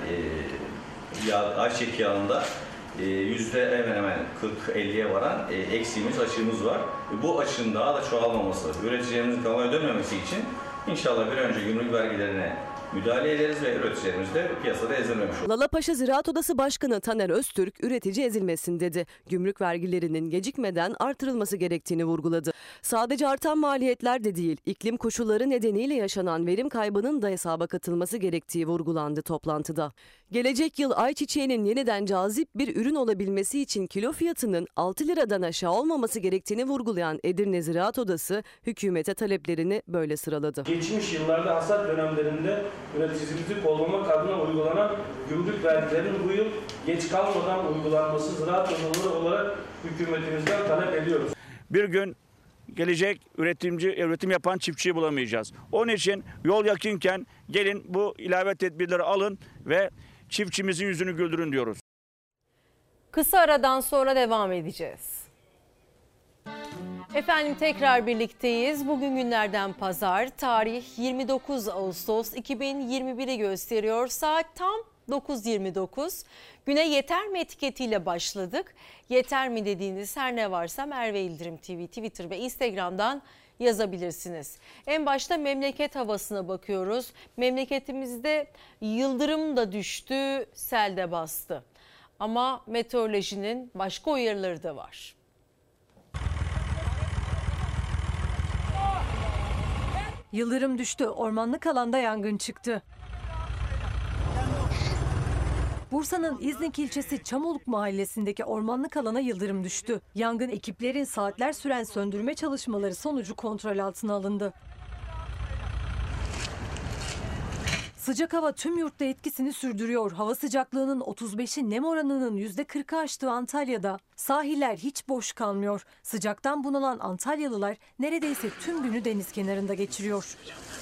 ayçiçek yağında hemen hemen 40-50'ye varan eksiğimiz, açığımız var. Bu açığın daha da çoğalmaması, üreticilerimizin kamuya dönmemesi için inşallah bir önce gümrük vergilerine müdahale ederiz ve üreticilerimiz de piyasada ezilmemiş olur. Lalapaşa Ziraat Odası Başkanı Taner Öztürk üretici ezilmesin dedi. Gümrük vergilerinin gecikmeden artırılması gerektiğini vurguladı. Sadece artan maliyetler de değil, iklim koşulları nedeniyle yaşanan verim kaybının da hesaba katılması gerektiği vurgulandı toplantıda. Gelecek yıl ayçiçeğinin yeniden cazip bir ürün olabilmesi için kilo fiyatının 6 liradan aşağı olmaması gerektiğini vurgulayan Edirne Ziraat Odası hükümete taleplerini böyle sıraladı. Geçmiş yıllarda hasat dönemlerinde üreticimizi kollamak adına uygulanan gümrük vergilerinin bu yıl geç kalmadan uygulanması ziraat odaları olarak hükümetimizden talep ediyoruz. Bir gün gelecek üretim yapan çiftçiyi bulamayacağız. Onun için yol yakınken gelin bu ilave tedbirleri alın ve çiftçimizin yüzünü güldürün diyoruz. Kısa aradan sonra devam edeceğiz. Efendim tekrar birlikteyiz. Bugün günlerden pazar. Tarih 29 Ağustos 2021'i gösteriyor. Saat tam 9.29. Güne yeter mi etiketiyle başladık. Yeter mi dediğiniz her ne varsa Merve Yıldırım TV, Twitter ve Instagram'dan yazabilirsiniz. En başta memleket havasına bakıyoruz. Memleketimizde yıldırım da düştü, sel de bastı. Ama meteorolojinin başka uyarıları da var. Yıldırım düştü, ormanlık alanda yangın çıktı. Bursa'nın İznik ilçesi Çamoluk mahallesindeki ormanlık alana yıldırım düştü. Yangın ekiplerin saatler süren söndürme çalışmaları sonucu kontrol altına alındı. Sıcak hava tüm yurtta etkisini sürdürüyor. Hava sıcaklığının 35'i, nem oranının %40'ı aştığı Antalya'da sahiller hiç boş kalmıyor. Sıcaktan bunalan Antalyalılar neredeyse tüm günü deniz kenarında geçiriyor.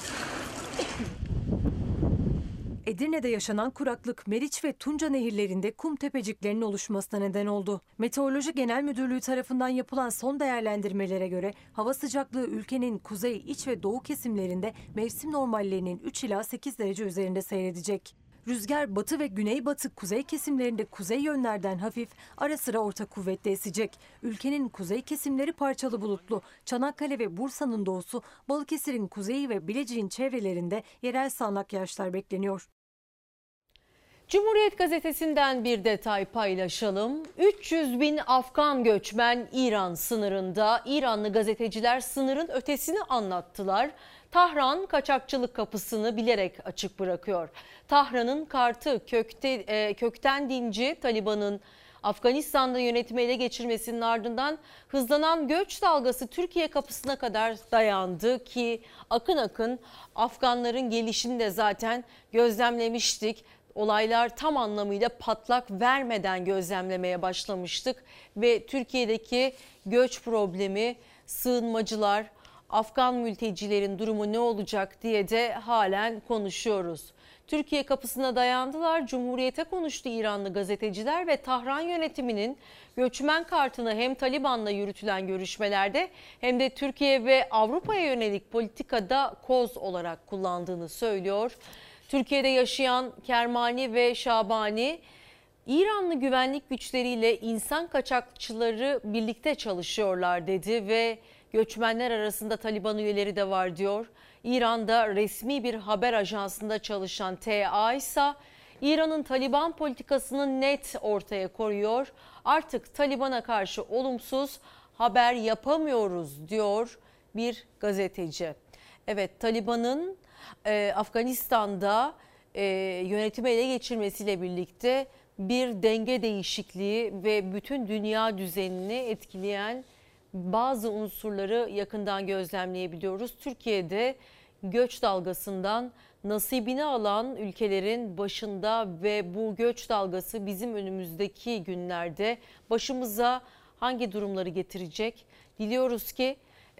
Edirne'de yaşanan kuraklık Meriç ve Tunca nehirlerinde kum tepeciklerinin oluşmasına neden oldu. Meteoroloji Genel Müdürlüğü tarafından yapılan son değerlendirmelere göre hava sıcaklığı ülkenin kuzey, iç ve doğu kesimlerinde mevsim normallerinin 3 ila 8 derece üzerinde seyredecek. Rüzgar batı ve güneybatı kuzey kesimlerinde kuzey yönlerden hafif, ara sıra orta kuvvetli esecek. Ülkenin kuzey kesimleri parçalı bulutlu. Çanakkale ve Bursa'nın doğusu, Balıkesir'in kuzeyi ve Bilecik'in çevrelerinde yerel sağanak yağışlar bekleniyor. Cumhuriyet Gazetesi'nden bir detay paylaşalım. 300 bin Afgan göçmen İran sınırında. İranlı gazeteciler sınırın ötesini anlattılar. Tahran kaçakçılık kapısını bilerek açık bırakıyor. Tahran'ın kartı kökten dinci Taliban'ın Afganistan'da yönetimi ele geçirmesinin ardından hızlanan göç dalgası Türkiye kapısına kadar dayandı ki akın akın Afganların gelişini de zaten gözlemlemiştik. Olaylar tam anlamıyla patlak vermeden gözlemlemeye başlamıştık ve Türkiye'deki göç problemi, sığınmacılar, Afgan mültecilerin durumu ne olacak diye de halen konuşuyoruz. Türkiye kapısına dayandılar. Cumhuriyete konuştu İranlı gazeteciler ve Tahran yönetiminin göçmen kartını hem Taliban'la yürütülen görüşmelerde hem de Türkiye ve Avrupa'ya yönelik politikada koz olarak kullandığını söylüyor. Türkiye'de yaşayan Kermani ve Şabani, İranlı güvenlik güçleriyle insan kaçakçıları birlikte çalışıyorlar dedi ve göçmenler arasında Taliban üyeleri de var diyor. İran'da resmi bir haber ajansında çalışan TA ise İran'ın Taliban politikasını net ortaya koyuyor. Artık Taliban'a karşı olumsuz haber yapamıyoruz diyor bir gazeteci. Evet, Taliban'ın Afganistan'da yönetimi ele geçirmesiyle birlikte bir denge değişikliği ve bütün dünya düzenini etkileyen bazı unsurları yakından gözlemleyebiliyoruz. Türkiye'de göç dalgasından nasibini alan ülkelerin başında ve bu göç dalgası bizim önümüzdeki günlerde başımıza hangi durumları getirecek? Diliyoruz ki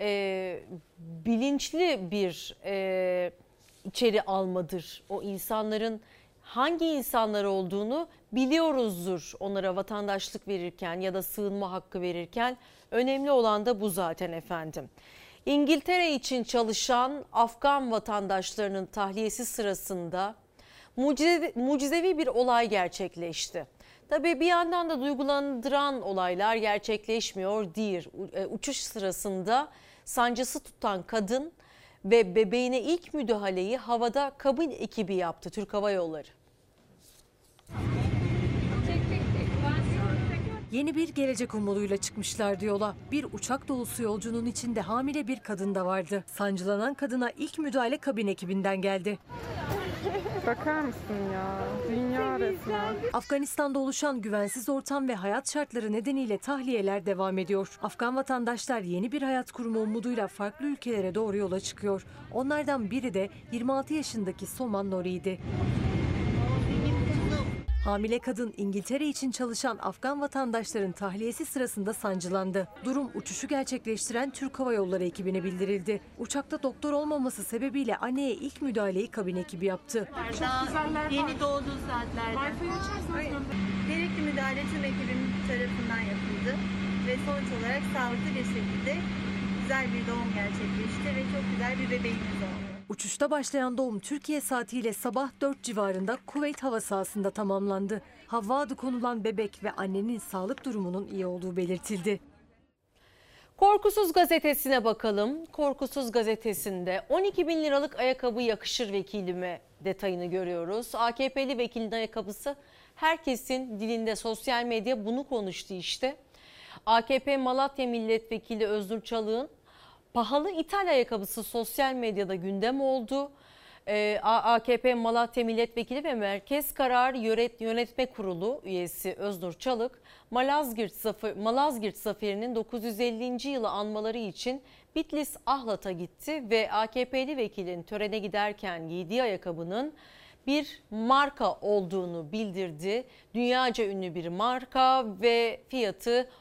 bilinçli bir içeri almadır. O insanların hangi insanlar olduğunu biliyoruzdur onlara vatandaşlık verirken ya da sığınma hakkı verirken. Önemli olan da bu zaten efendim. İngiltere için çalışan Afgan vatandaşlarının tahliyesi sırasında mucizevi bir olay gerçekleşti. Tabii bir yandan da duygulandıran olaylar gerçekleşmiyor değil. Uçuş sırasında sancısı tutan kadın ve bebeğine ilk müdahaleyi havada kabin ekibi yaptı, Türk Hava Yolları. Yeni bir gelecek umuduyla çıkmışlardı yola. Bir uçak dolusu yolcunun içinde hamile bir kadın da vardı. Sancılanan kadına ilk müdahale kabin ekibinden geldi. Bakar mısın ya? Dünya resmen. Afganistan'da oluşan güvensiz ortam ve hayat şartları nedeniyle tahliyeler devam ediyor. Afgan vatandaşlar yeni bir hayat kurma umuduyla farklı ülkelere doğru yola çıkıyor. Onlardan biri de 26 yaşındaki Soman Nori'ydi. Hamile kadın İngiltere için çalışan Afgan vatandaşların tahliyesi sırasında sancılandı. Durum uçuşu gerçekleştiren Türk Hava Yolları ekibine bildirildi. Uçakta doktor olmaması sebebiyle anneye ilk müdahaleyi kabin ekibi yaptı. Yeni doğduğu saatlerde. Gerekli müdahale tüm ekibin tarafından yapıldı ve sonuç olarak sağlıklı bir şekilde güzel bir doğum gerçekleşti ve çok güzel bir bebeğimiz oldu. Uçuşta başlayan doğum Türkiye saatiyle sabah 4 civarında Kuveyt hava sahasında tamamlandı. Havva adı konulan bebek ve annenin sağlık durumunun iyi olduğu belirtildi. Korkusuz gazetesine bakalım. Korkusuz gazetesinde 12 bin liralık ayakkabı yakışır vekilime detayını görüyoruz. AKP'li vekilin ayakkabısı herkesin dilinde, sosyal medya bunu konuştu işte. AKP Malatya Milletvekili Öznur Çalık'ın pahalı ithal ayakkabısı sosyal medyada gündem oldu. AKP Malatya Milletvekili ve Merkez Karar Yönetme Kurulu üyesi Öznur Çalık, Malazgirt Zaferi'nin 950. yılı anmaları için Bitlis Ahlat'a gitti ve AKP'li vekilin törene giderken giydiği ayakkabının bir marka olduğunu bildirdi. Dünyaca ünlü bir marka ve fiyatı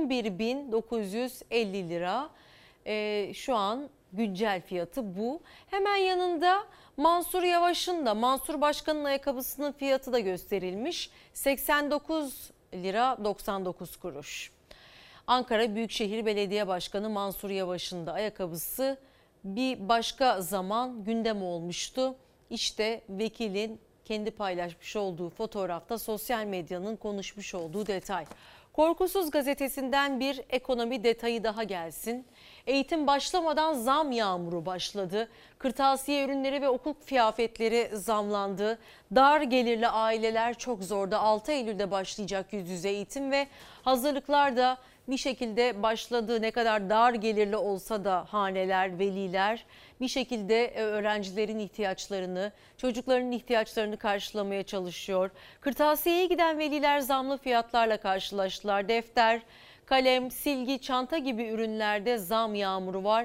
11.950 lira. Şu an güncel fiyatı bu. Hemen yanında Mansur Yavaş'ın da, Mansur Başkan'ın ayakkabısının fiyatı da gösterilmiş. 89 lira 99 kuruş. Ankara Büyükşehir Belediye Başkanı Mansur Yavaş'ın da ayakkabısı bir başka zaman gündem olmuştu. İşte vekilin kendi paylaşmış olduğu fotoğrafta sosyal medyanın konuşmuş olduğu detay. Korkusuz gazetesinden bir ekonomi detayı daha gelsin. Eğitim başlamadan zam yağmuru başladı. Kırtasiye ürünleri ve okul kıyafetleri zamlandı. Dar gelirli aileler çok zorda. 6 Eylül'de başlayacak yüz yüze eğitim ve hazırlıklar da bir şekilde başladı. Ne kadar dar gelirli olsa da haneler, veliler bir şekilde öğrencilerin ihtiyaçlarını, çocukların ihtiyaçlarını karşılamaya çalışıyor. Kırtasiyeye giden veliler zamlı fiyatlarla karşılaştılar. Defter, kalem, silgi, çanta gibi ürünlerde zam yağmuru var.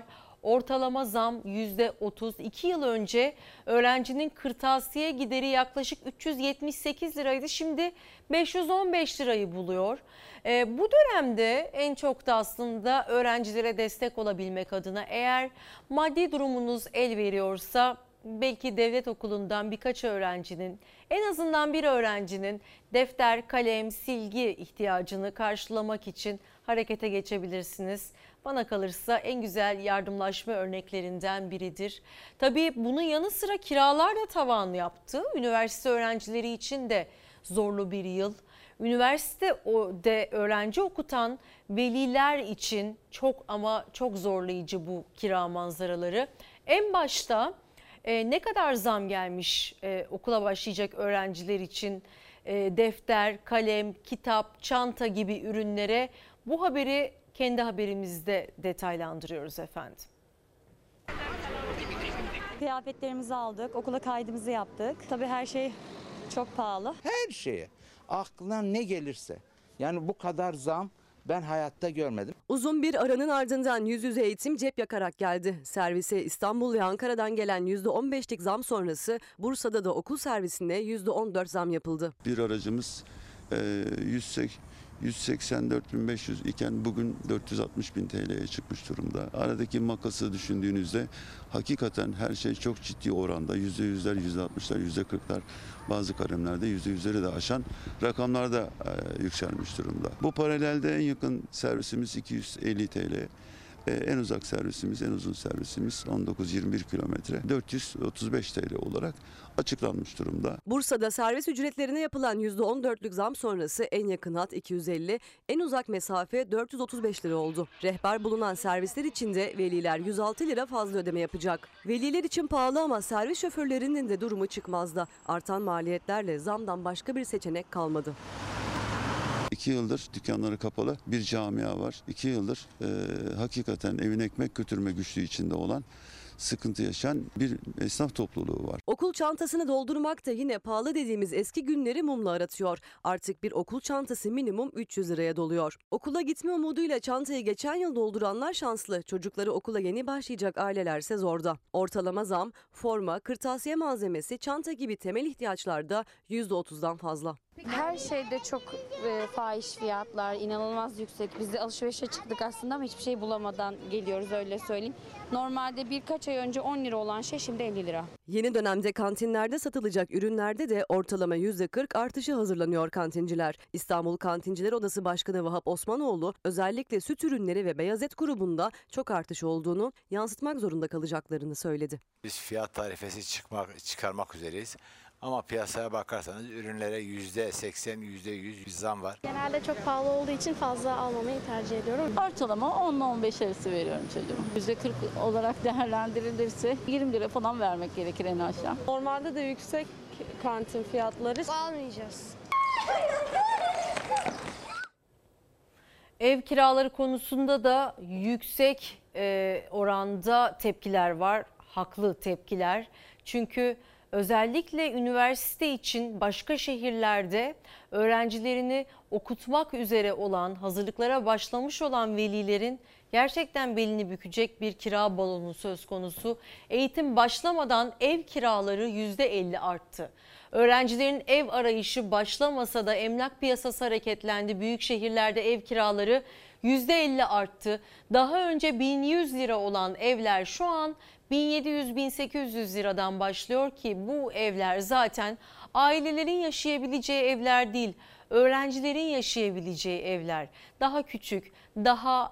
Ortalama zam %30. 2 yıl önce öğrencinin kırtasiye gideri yaklaşık 378 liraydı. Şimdi 515 lirayı buluyor. Bu dönemde en çok da aslında öğrencilere destek olabilmek adına, eğer maddi durumunuz el veriyorsa, belki devlet okulundan birkaç öğrencinin, en azından bir öğrencinin defter, kalem, silgi ihtiyacını karşılamak için harekete geçebilirsiniz. Bana kalırsa en güzel yardımlaşma örneklerinden biridir. Tabii bunun yanı sıra kiralar da tavan yaptı. Üniversite öğrencileri için de zorlu bir yıl. Üniversitede öğrenci okutan veliler için çok ama çok zorlayıcı bu kira manzaraları. En başta ne kadar zam gelmiş okula başlayacak öğrenciler için defter, kalem, kitap, çanta gibi ürünlere, bu haberi kendi haberimizde detaylandırıyoruz efendim. Kıyafetlerimizi aldık, okula kaydımızı yaptık. Tabii her şey çok pahalı. Her şeye, aklına ne gelirse. Yani bu kadar zam ben hayatta görmedim. Uzun bir aranın ardından yüz yüze eğitim cep yakarak geldi. Servise İstanbul ve Ankara'dan gelen %15'lik zam sonrası Bursa'da da okul servisine %14 zam yapıldı. Bir aracımız 184.500 iken bugün 460.000 TL'ye çıkmış durumda. Aradaki makası düşündüğünüzde hakikaten her şey çok ciddi oranda %100'ler, %60'lar, %40'lar, bazı kalemlerde %100'leri de aşan rakamlarda yükselmiş durumda. Bu paralelde en yakın servisimiz 250 TL. En uzak servisimiz, en uzun servisimiz 19-21 kilometre 435 TL olarak açıklanmış durumda. Bursa'da servis ücretlerine yapılan %14'lük zam sonrası en yakın hat 250, en uzak mesafe 435 lira oldu. Rehber bulunan servisler için de veliler 106 lira fazla ödeme yapacak. Veliler için pahalı ama servis şoförlerinin de durumu çıkmazda. Artan maliyetlerle zamdan başka bir seçenek kalmadı. 2 yıldır dükkanları kapalı bir camia var. 2 yıldır hakikaten evine ekmek götürme güçlüğü içinde olan, sıkıntı yaşayan bir esnaf topluluğu var. Okul çantasını doldurmak da yine pahalı dediğimiz eski günleri mumla aratıyor. Artık bir okul çantası minimum 300 liraya doluyor. Okula gitme umuduyla çantayı geçen yıl dolduranlar şanslı. Çocukları okula yeni başlayacak ailelerse zorda. Ortalama zam, forma, kırtasiye malzemesi, çanta gibi temel ihtiyaçlarda %30'dan fazla. Her şeyde çok fahiş fiyatlar, inanılmaz yüksek. Biz de alışverişe çıktık aslında ama hiçbir şey bulamadan geliyoruz, öyle söyleyeyim. Normalde birkaç ay önce 10 lira olan şey şimdi 50 lira. Yeni dönemde kantinlerde satılacak ürünlerde de ortalama %40 artışı hazırlanıyor kantinciler. İstanbul Kantinciler Odası Başkanı Vahap Osmanoğlu özellikle süt ürünleri ve beyaz et grubunda çok artış olduğunu, yansıtmak zorunda kalacaklarını söyledi. Biz fiyat tarifesi çıkarmak üzereyiz. Ama piyasaya bakarsanız ürünlere %80, %100 bir zam var. Genelde çok pahalı olduğu için fazla almamayı tercih ediyorum. Ortalama 10 ile 15 arası veriyorum çocuğuma. %40 olarak değerlendirilirse 20 lira falan vermek gerekir en aşağı. Normalde de yüksek kantin fiyatları. Almayacağız. Ev kiraları konusunda da yüksek oranda tepkiler var. Haklı tepkiler. Çünkü özellikle üniversite için başka şehirlerde öğrencilerini okutmak üzere olan, hazırlıklara başlamış olan velilerin gerçekten belini bükecek bir kira balonu söz konusu. Eğitim başlamadan ev kiraları %50 arttı. Öğrencilerin ev arayışı başlamasa da emlak piyasası hareketlendi. Büyük şehirlerde ev kiraları %50 arttı. Daha önce 1100 lira olan evler şu an 1700-1800 liradan başlıyor ki bu evler zaten ailelerin yaşayabileceği evler değil, öğrencilerin yaşayabileceği evler. Daha küçük, daha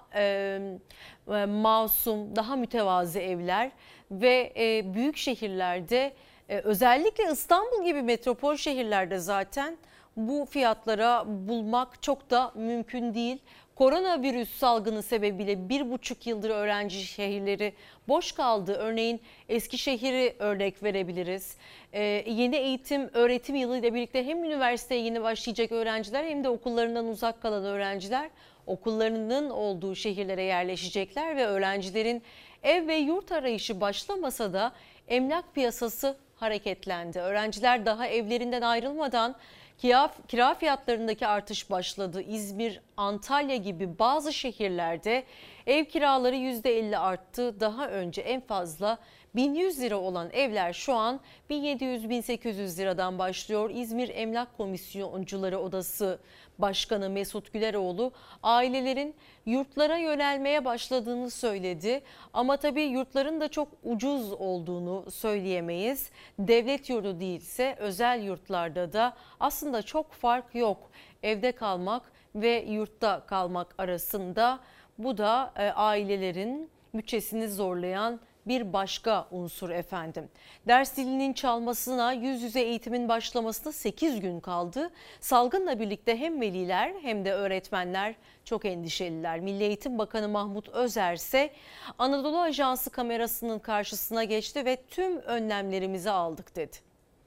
masum, daha mütevazı evler ve büyük şehirlerde, özellikle İstanbul gibi metropol şehirlerde zaten bu fiyatlara bulmak çok da mümkün değil. Koronavirüs salgını sebebiyle 1,5 yıldır öğrenci şehirleri boş kaldı. Örneğin Eskişehir'i örnek verebiliriz. Yeni eğitim öğretim yılı ile birlikte hem üniversiteye yeni başlayacak öğrenciler hem de okullarından uzak kalan öğrenciler okullarının olduğu şehirlere yerleşecekler ve öğrencilerin ev ve yurt arayışı başlamasa da emlak piyasası hareketlendi. Öğrenciler daha evlerinden ayrılmadan kira fiyatlarındaki artış başladı. İzmir, Antalya gibi bazı şehirlerde ev kiraları %50 arttı. Daha önce en fazla 1100 lira olan evler şu an 1700-1800 liradan başlıyor. İzmir Emlak Komisyoncuları Odası Başkanı Mesut Güleroğlu ailelerin yurtlara yönelmeye başladığını söyledi. Ama tabii yurtların da çok ucuz olduğunu söyleyemeyiz. Devlet yurdu değilse özel yurtlarda da aslında çok fark yok. Evde kalmak ve yurtta kalmak arasında, bu da ailelerin bütçesini zorlayan bir başka unsur efendim. Ders dilinin çalmasına, yüz yüze eğitimin başlamasına 8 gün kaldı. Salgınla birlikte hem veliler hem de öğretmenler çok endişeliler. Milli Eğitim Bakanı Mahmut Özer ise Anadolu Ajansı kamerasının karşısına geçti ve tüm önlemlerimizi aldık dedi.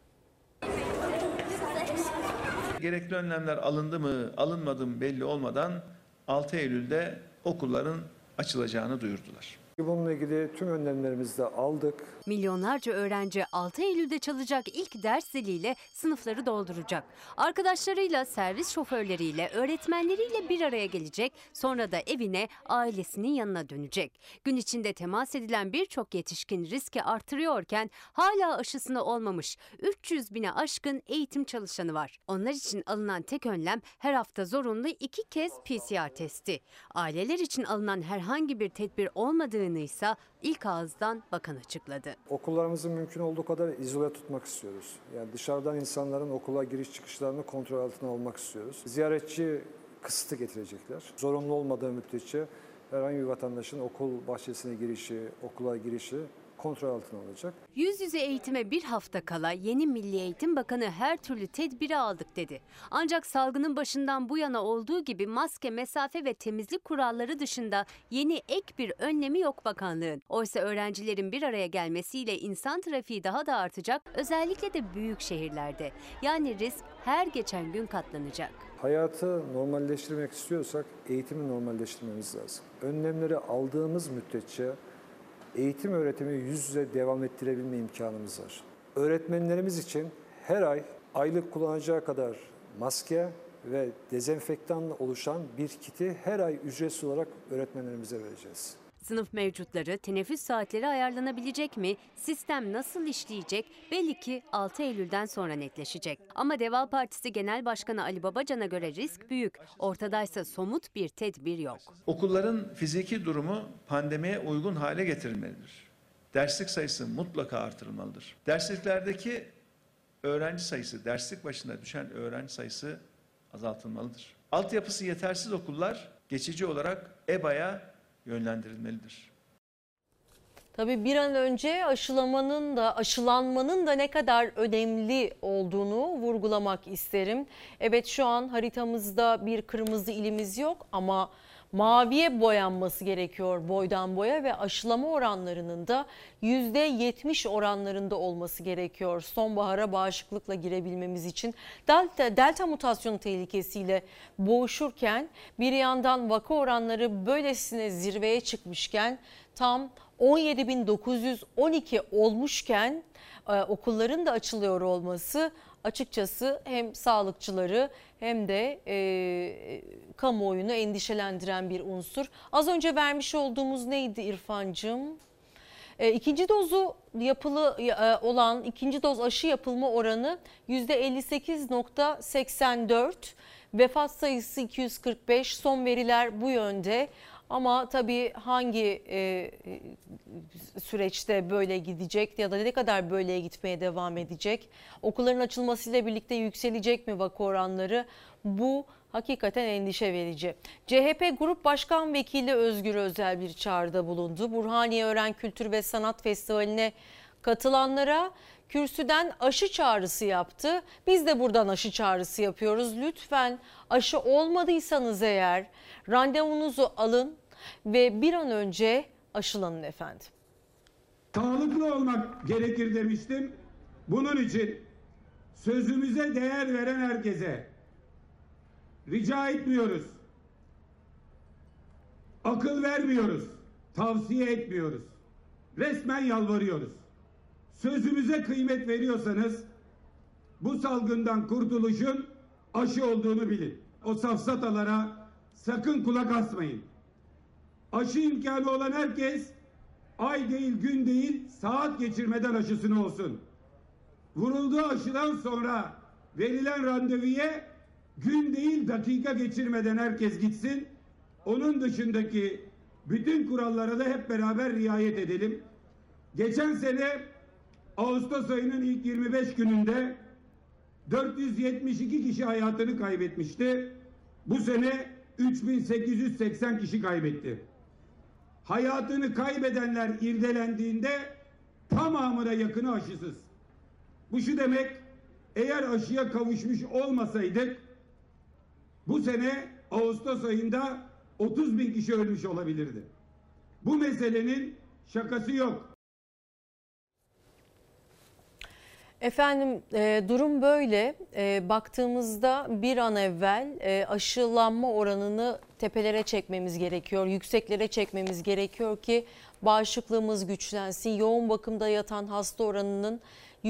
Gerekli önlemler alındı mı, alınmadı mı belli olmadan 6 Eylül'de okulların açılacağını duyurdular. Bununla ilgili tüm önlemlerimizi de aldık. Milyonlarca öğrenci 6 Eylül'de çalacak ilk ders ziliyle sınıfları dolduracak. Arkadaşlarıyla, servis şoförleriyle, öğretmenleriyle bir araya gelecek. Sonra da evine, ailesinin yanına dönecek. Gün içinde temas edilen birçok yetişkin riski artırıyorken hala aşısını olmamış 300 bine aşkın eğitim çalışanı var. Onlar için alınan tek önlem her hafta zorunlu 2 kez PCR testi. Aileler için alınan herhangi bir tedbir olmadığını ise ilk ağızdan bakan açıkladı. Okullarımızı mümkün olduğu kadar izole tutmak istiyoruz. Yani dışarıdan insanların okula giriş çıkışlarını kontrol altına almak istiyoruz. Ziyaretçi kısıtı getirecekler. Zorunlu olmadığı müddetçe herhangi bir vatandaşın okul bahçesine girişi, okula girişi kontrol altına alacak. Yüz yüze eğitime bir hafta kala yeni Milli Eğitim Bakanı her türlü tedbiri aldık dedi. Ancak salgının başından bu yana olduğu gibi maske, mesafe ve temizlik kuralları dışında yeni ek bir önlemi yok bakanlığın. Oysa öğrencilerin bir araya gelmesiyle insan trafiği daha da artacak, özellikle de büyük şehirlerde. Yani risk her geçen gün katlanacak. Hayatı normalleştirmek istiyorsak eğitimi normalleştirmemiz lazım. Önlemleri aldığımız müddetçe eğitim öğretimi yüz yüze devam ettirebilme imkanımız var. Öğretmenlerimiz için her ay aylık kullanacağı kadar maske ve dezenfektanla oluşan bir kiti her ay ücretsiz olarak öğretmenlerimize vereceğiz. Sınıf mevcutları, teneffüs saatleri ayarlanabilecek mi? Sistem nasıl işleyecek? Belli ki 6 Eylül'den sonra netleşecek. Ama Deva Partisi Genel Başkanı Ali Babacan'a göre risk büyük. Ortadaysa somut bir tedbir yok. Okulların fiziki durumu pandemiye uygun hale getirilmelidir. Derslik sayısı mutlaka artırılmalıdır. Dersliklerdeki öğrenci sayısı, derslik başına düşen öğrenci sayısı azaltılmalıdır. Altyapısı yetersiz okullar geçici olarak EBA'ya yönlendirilmelidir. Tabii bir an önce aşılanmanın da ne kadar önemli olduğunu vurgulamak isterim. Evet, şu an haritamızda bir kırmızı ilimiz yok ama maviye boyanması gerekiyor boydan boya ve aşılama oranlarının da %70 oranlarında olması gerekiyor. Sonbahara bağışıklıkla girebilmemiz için delta mutasyonu tehlikesiyle boğuşurken bir yandan vaka oranları böylesine zirveye çıkmışken tam 17.912 olmuşken okulların da açılıyor olması açıkçası hem sağlıkçıları hem de kamuoyunu endişelendiren bir unsur. Az önce vermiş olduğumuz neydi İrfancığım? İkinci dozu olan ikinci doz aşı yapılma oranı %58.84, vefat sayısı 245, son veriler bu yönde. Ama tabii hangi süreçte böyle gidecek ya da ne kadar böyle gitmeye devam edecek? Okulların açılmasıyla birlikte yükselecek mi vaka oranları? Bu hakikaten endişe verici. CHP Grup Başkan Vekili Özgür Özel bir çağrıda bulundu. Burhaniye Öğren Kültür ve Sanat Festivali'ne katılanlara kürsüden aşı çağrısı yaptı. Biz de buradan aşı çağrısı yapıyoruz. Lütfen aşı olmadıysanız eğer randevunuzu alın ve bir an önce aşılanın efendim. Sağlıklı olmak gerekir demiştim. Bunun için sözümüze değer veren herkese rica etmiyoruz. Akıl vermiyoruz. Tavsiye etmiyoruz. Resmen yalvarıyoruz. Sözümüze kıymet veriyorsanız bu salgından kurtuluşun aşı olduğunu bilin. O safsatalara sakın kulak asmayın. Aşı imkanı olan herkes ay değil, gün değil, saat geçirmeden aşısını olsun. Vurulduğu aşıdan sonra verilen randevuya gün değil, dakika geçirmeden herkes gitsin. Onun dışındaki bütün kurallara da hep beraber riayet edelim. Geçen sene Ağustos ayının ilk 25 gününde 472 kişi hayatını kaybetmişti. Bu sene 3880 kişi kaybetti. Hayatını kaybedenler irdelendiğinde tamamına yakını aşısız. Bu şu demek, eğer aşıya kavuşmuş olmasaydık bu sene Ağustos ayında 30 bin kişi ölmüş olabilirdi. Bu meselenin şakası yok. Efendim durum böyle. Baktığımızda bir an evvel aşılanma oranını tepelere çekmemiz gerekiyor. Yükseklere çekmemiz gerekiyor ki bağışıklığımız güçlensin. Yoğun bakımda yatan hasta oranının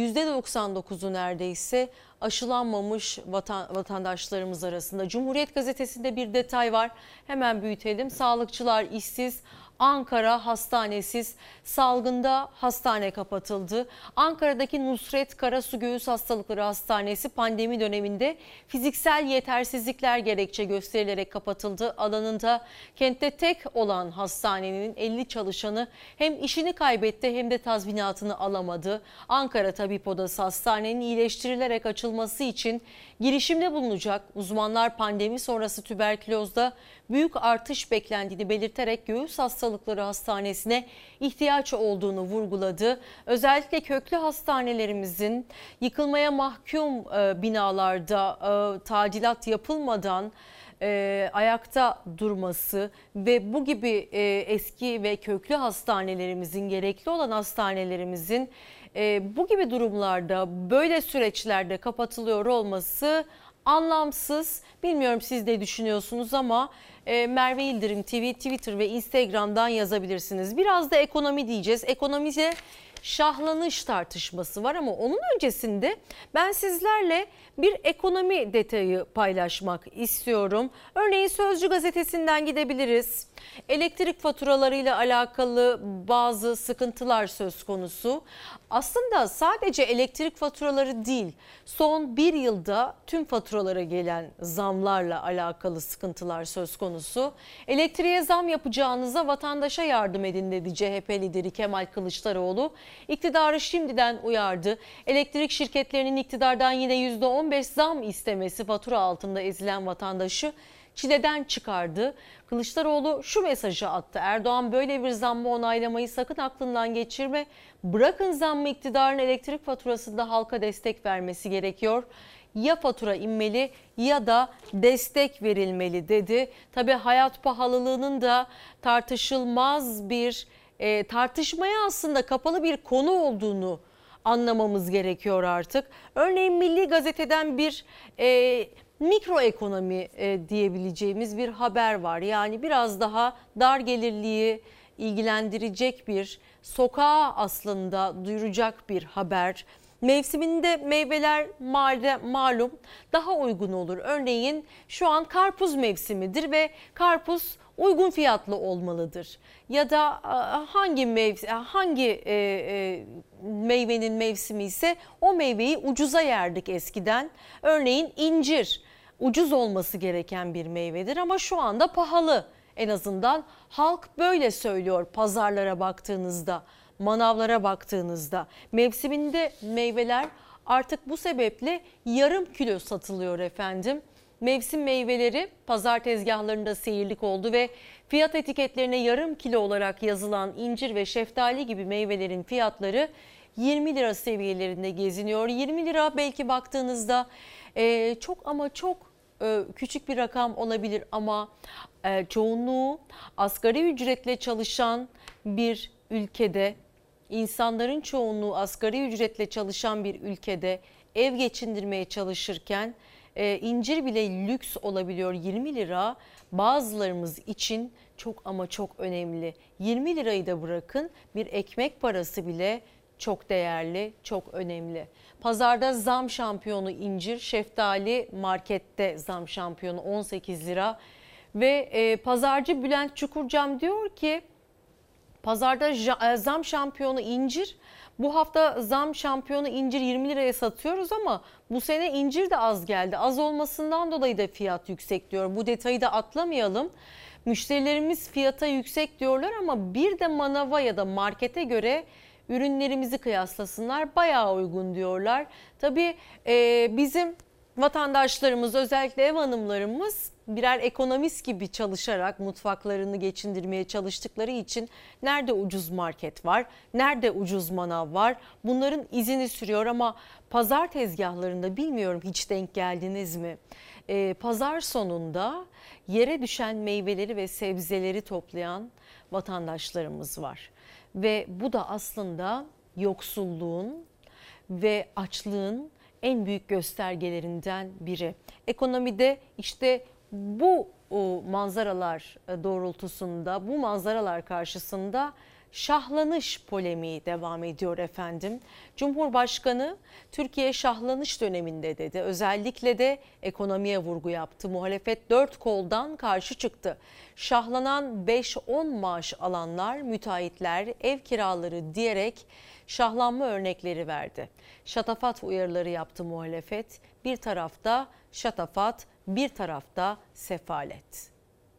%99'u neredeyse aşılanmamış vatandaşlarımız arasında. Cumhuriyet Gazetesi'nde bir detay var. Hemen büyütelim. Sağlıkçılar işsiz. Ankara hastanesiz, salgında hastane kapatıldı. Ankara'daki Nusret Karasu Göğüs Hastalıkları Hastanesi pandemi döneminde fiziksel yetersizlikler gerekçe gösterilerek kapatıldı. Alanında kentte tek olan hastanenin 50 çalışanı hem işini kaybetti hem de tazminatını alamadı. Ankara Tabip Odası hastanenin iyileştirilerek açılması için girişimde bulunacak. Uzmanlar pandemi sonrası tüberkülozda büyük artış beklendiğini belirterek Göğüs Hastalıkları Hastanesi'ne ihtiyaç olduğunu vurguladı. Özellikle köklü hastanelerimizin yıkılmaya mahkum binalarda tadilat yapılmadan ayakta durması ve bu gibi eski ve köklü hastanelerimizin, gerekli olan hastanelerimizin bu gibi durumlarda, böyle süreçlerde kapatılıyor olması anlamsız. Bilmiyorum siz ne düşünüyorsunuz ama Merve Yıldırım TV, Twitter ve Instagram'dan yazabilirsiniz. Biraz da ekonomi diyeceğiz. Ekonomize şahlanış tartışması var ama onun öncesinde ben sizlerle bir ekonomi detayı paylaşmak istiyorum. Örneğin Sözcü gazetesinden gidebiliriz. Elektrik faturalarıyla alakalı bazı sıkıntılar söz konusu. Aslında sadece elektrik faturaları değil, son bir yılda tüm faturalara gelen zamlarla alakalı sıkıntılar söz konusu. Elektriğe zam yapacağınıza vatandaşa yardım edin dedi CHP lideri Kemal Kılıçdaroğlu. İktidarı şimdiden uyardı. Elektrik şirketlerinin iktidardan yine %15 zam istemesi fatura altında ezilen vatandaşı çileden çıkardı. Kılıçdaroğlu şu mesajı attı: Erdoğan böyle bir zammı onaylamayı sakın aklından geçirme. Bırakın zammı, iktidarın elektrik faturasında halka destek vermesi gerekiyor. Ya fatura inmeli ya da destek verilmeli dedi. Tabii hayat pahalılığının da tartışılmaz bir tartışmaya aslında kapalı bir konu olduğunu anlamamız gerekiyor artık. Örneğin Milli Gazete'den bir mikroekonomi diyebileceğimiz bir haber var. Yani biraz daha dar gelirliyi ilgilendirecek bir, sokağa aslında duyuracak bir haber. Mevsiminde meyveler malum daha uygun olur. Örneğin şu an karpuz mevsimidir ve karpuz uygun fiyatlı olmalıdır. Ya da hangi meyvenin mevsimi ise o meyveyi ucuza yerdik eskiden. Örneğin incir ucuz olması gereken bir meyvedir ama şu anda pahalı. En azından halk böyle söylüyor pazarlara baktığınızda, manavlara baktığınızda. Mevsiminde meyveler artık bu sebeple yarım kilo satılıyor efendim. Mevsim meyveleri pazar tezgahlarında seyirlik oldu ve fiyat etiketlerine yarım kilo olarak yazılan incir ve şeftali gibi meyvelerin fiyatları 20 lira seviyelerinde geziniyor. 20 lira belki baktığınızda çok ama çok küçük bir rakam olabilir ama çoğunluğu asgari ücretle çalışan bir ülkede, insanların çoğunluğu asgari ücretle çalışan bir ülkede ev geçindirmeye çalışırken incir bile lüks olabiliyor. 20 lira bazılarımız için çok ama çok önemli. 20 lirayı da bırakın, bir ekmek parası bile çok değerli, çok önemli. Pazarda zam şampiyonu incir, şeftali markette zam şampiyonu 18 lira. Ve pazarcı Bülent Çukurcam diyor ki pazarda zam şampiyonu incir. Bu hafta zam şampiyonu incir 20 liraya satıyoruz ama bu sene incir de az geldi. Az olmasından dolayı da fiyat yüksek diyor. Bu detayı da atlamayalım. Müşterilerimiz fiyata yüksek diyorlar ama bir de manava ya da markete göre ürünlerimizi kıyaslasınlar. Bayağı uygun diyorlar. Tabii bizim vatandaşlarımız, özellikle ev hanımlarımız birer ekonomist gibi çalışarak mutfaklarını geçindirmeye çalıştıkları için nerede ucuz market var, nerede ucuz manav var, bunların izini sürüyor ama pazar tezgahlarında bilmiyorum hiç denk geldiniz mi? Pazar sonunda yere düşen meyveleri ve sebzeleri toplayan vatandaşlarımız var. Ve bu da aslında yoksulluğun ve açlığın en büyük göstergelerinden biri. Ekonomide işte bu manzaralar doğrultusunda, bu manzaralar karşısında şahlanış polemiği devam ediyor efendim. Cumhurbaşkanı Türkiye şahlanış döneminde dedi. Özellikle de ekonomiye vurgu yaptı. Muhalefet dört koldan karşı çıktı. Şahlanan 5-10 maaş alanlar, müteahhitler, ev kiraları diyerek şahlanma örnekleri verdi. Şatafat uyarıları yaptı muhalefet. Bir tarafta şatafat, bir tarafta sefalet.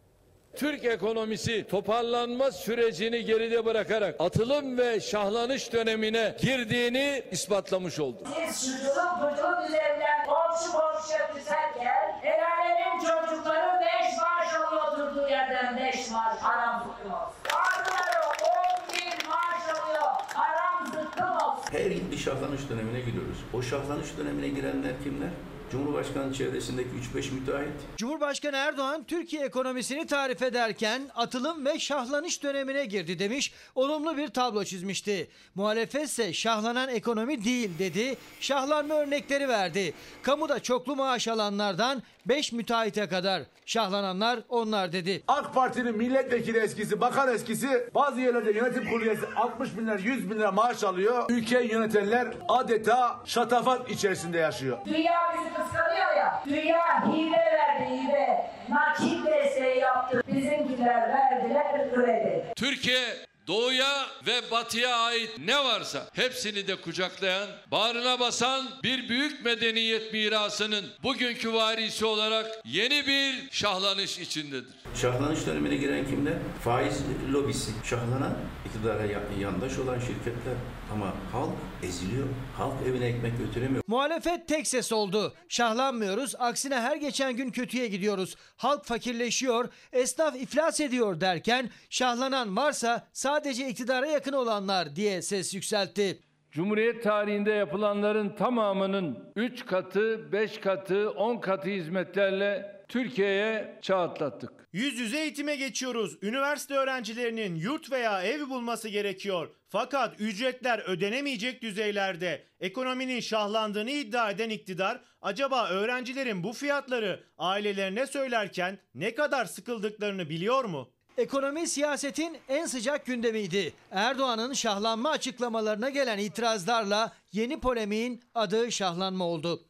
Türk ekonomisi toparlanma sürecini geride bırakarak atılım ve şahlanış dönemine girdiğini ispatlamış oldu. Biz şuculuk buculuk üzerinden komşu komşuya küserken el alemin çocukları 5 maaş alıyor durduğu yerden 5 maaş haram zıkkım olsun. Bazıları 10 bin maaş alıyor haram zıkkım olsun. Her yıl bir şahlanış dönemine giriyoruz. O şahlanış dönemine girenler kimler? Cumhurbaşkanı çevresindeki 3-5 müteahhit. Cumhurbaşkanı Erdoğan Türkiye ekonomisini tarif ederken atılım ve şahlanış dönemine girdi demiş, olumlu bir tablo çizmişti. Muhalefetse şahlanan ekonomi değil dedi, şahlanma örnekleri verdi. Kamuda çoklu maaş alanlardan 5 müteahhite kadar şahlananlar onlar dedi. AK Parti'nin milletvekili eskisi, bakan eskisi bazı yerlerde yönetim kurulu üyesi 60 bin lira, 100 bin lira maaş alıyor. Ülkeyi yönetenler adeta şatafat içerisinde yaşıyor. Dünya bizi kıskanıyor ya. Dünya hibe verdi hibe. Nakit desteği yaptı. Bizimkiler verdiler kredi. Türkiye doğuya ve batıya ait ne varsa hepsini de kucaklayan, bağrına basan bir büyük medeniyet mirasının bugünkü varisi olarak yeni bir şahlanış içindedir. Şahlanış dönemine giren kimler? Faiz lobisi. Şahlanan iktidara yandaş olan şirketler. Ama halk eziliyor. Halk evine ekmek götüremiyor. Muhalefet tek ses oldu. Şahlanmıyoruz. Aksine her geçen gün kötüye gidiyoruz. Halk fakirleşiyor. Esnaf iflas ediyor derken şahlanan varsa sadece iktidara yakın olanlar diye ses yükseltti. Cumhuriyet tarihinde yapılanların tamamının 3 katı, 5 katı, 10 katı hizmetlerle Türkiye'ye çağ atlattık. Yüz yüze eğitime geçiyoruz. Üniversite öğrencilerinin yurt veya ev bulması gerekiyor. Fakat ücretler ödenemeyecek düzeylerde. Ekonominin şahlandığını iddia eden iktidar, acaba öğrencilerin bu fiyatları ailelerine söylerken ne kadar sıkıldıklarını biliyor mu? Ekonomi siyasetin en sıcak gündemiydi. Erdoğan'ın şahlanma açıklamalarına gelen itirazlarla yeni polemiğin adı şahlanma oldu.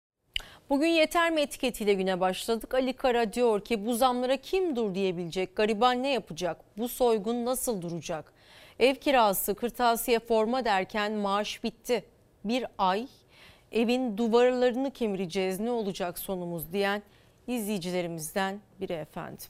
Bugün yeter mi etiketiyle güne başladık. Ali Kara diyor ki bu zamlara kim dur diyebilecek? Gariban ne yapacak? Bu soygun nasıl duracak? Ev kirası, kırtasiye, forma derken maaş bitti. Bir ay evin duvarlarını kemireceğiz, ne olacak sonumuz diyen izleyicilerimizden biri efendim.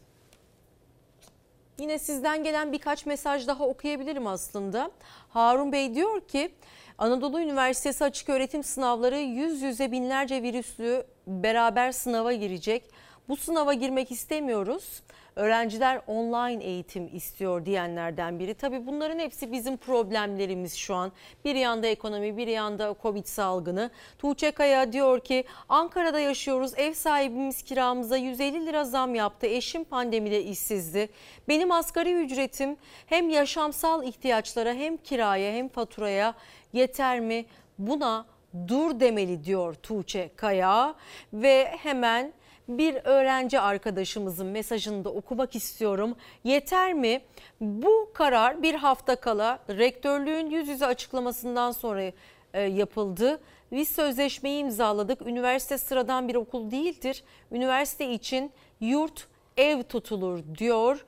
Yine sizden gelen birkaç mesaj daha okuyabilirim aslında. Harun Bey diyor ki Anadolu Üniversitesi açık öğretim sınavları yüz yüze binlerce virüslü beraber sınava girecek. Bu sınava girmek istemiyoruz. Öğrenciler online eğitim istiyor diyenlerden biri. Tabii bunların hepsi bizim problemlerimiz şu an. Bir yanda ekonomi, bir yanda Covid salgını. Tuğçe Kaya diyor ki Ankara'da yaşıyoruz. Ev sahibimiz kiramıza 150 lira zam yaptı. Eşim pandemide işsizdi. Benim asgari ücretim hem yaşamsal ihtiyaçlara hem kiraya hem faturaya yeter mi? Buna dur demeli diyor Tuğçe Kaya ve hemen bir öğrenci arkadaşımızın mesajını da okumak istiyorum. Yeter mi? Bu karar bir hafta kala rektörlüğün yüz yüze açıklamasından sonra yapıldı. Biz sözleşmeyi imzaladık. Üniversite sıradan bir okul değildir. Üniversite için yurt, ev tutulur diyor.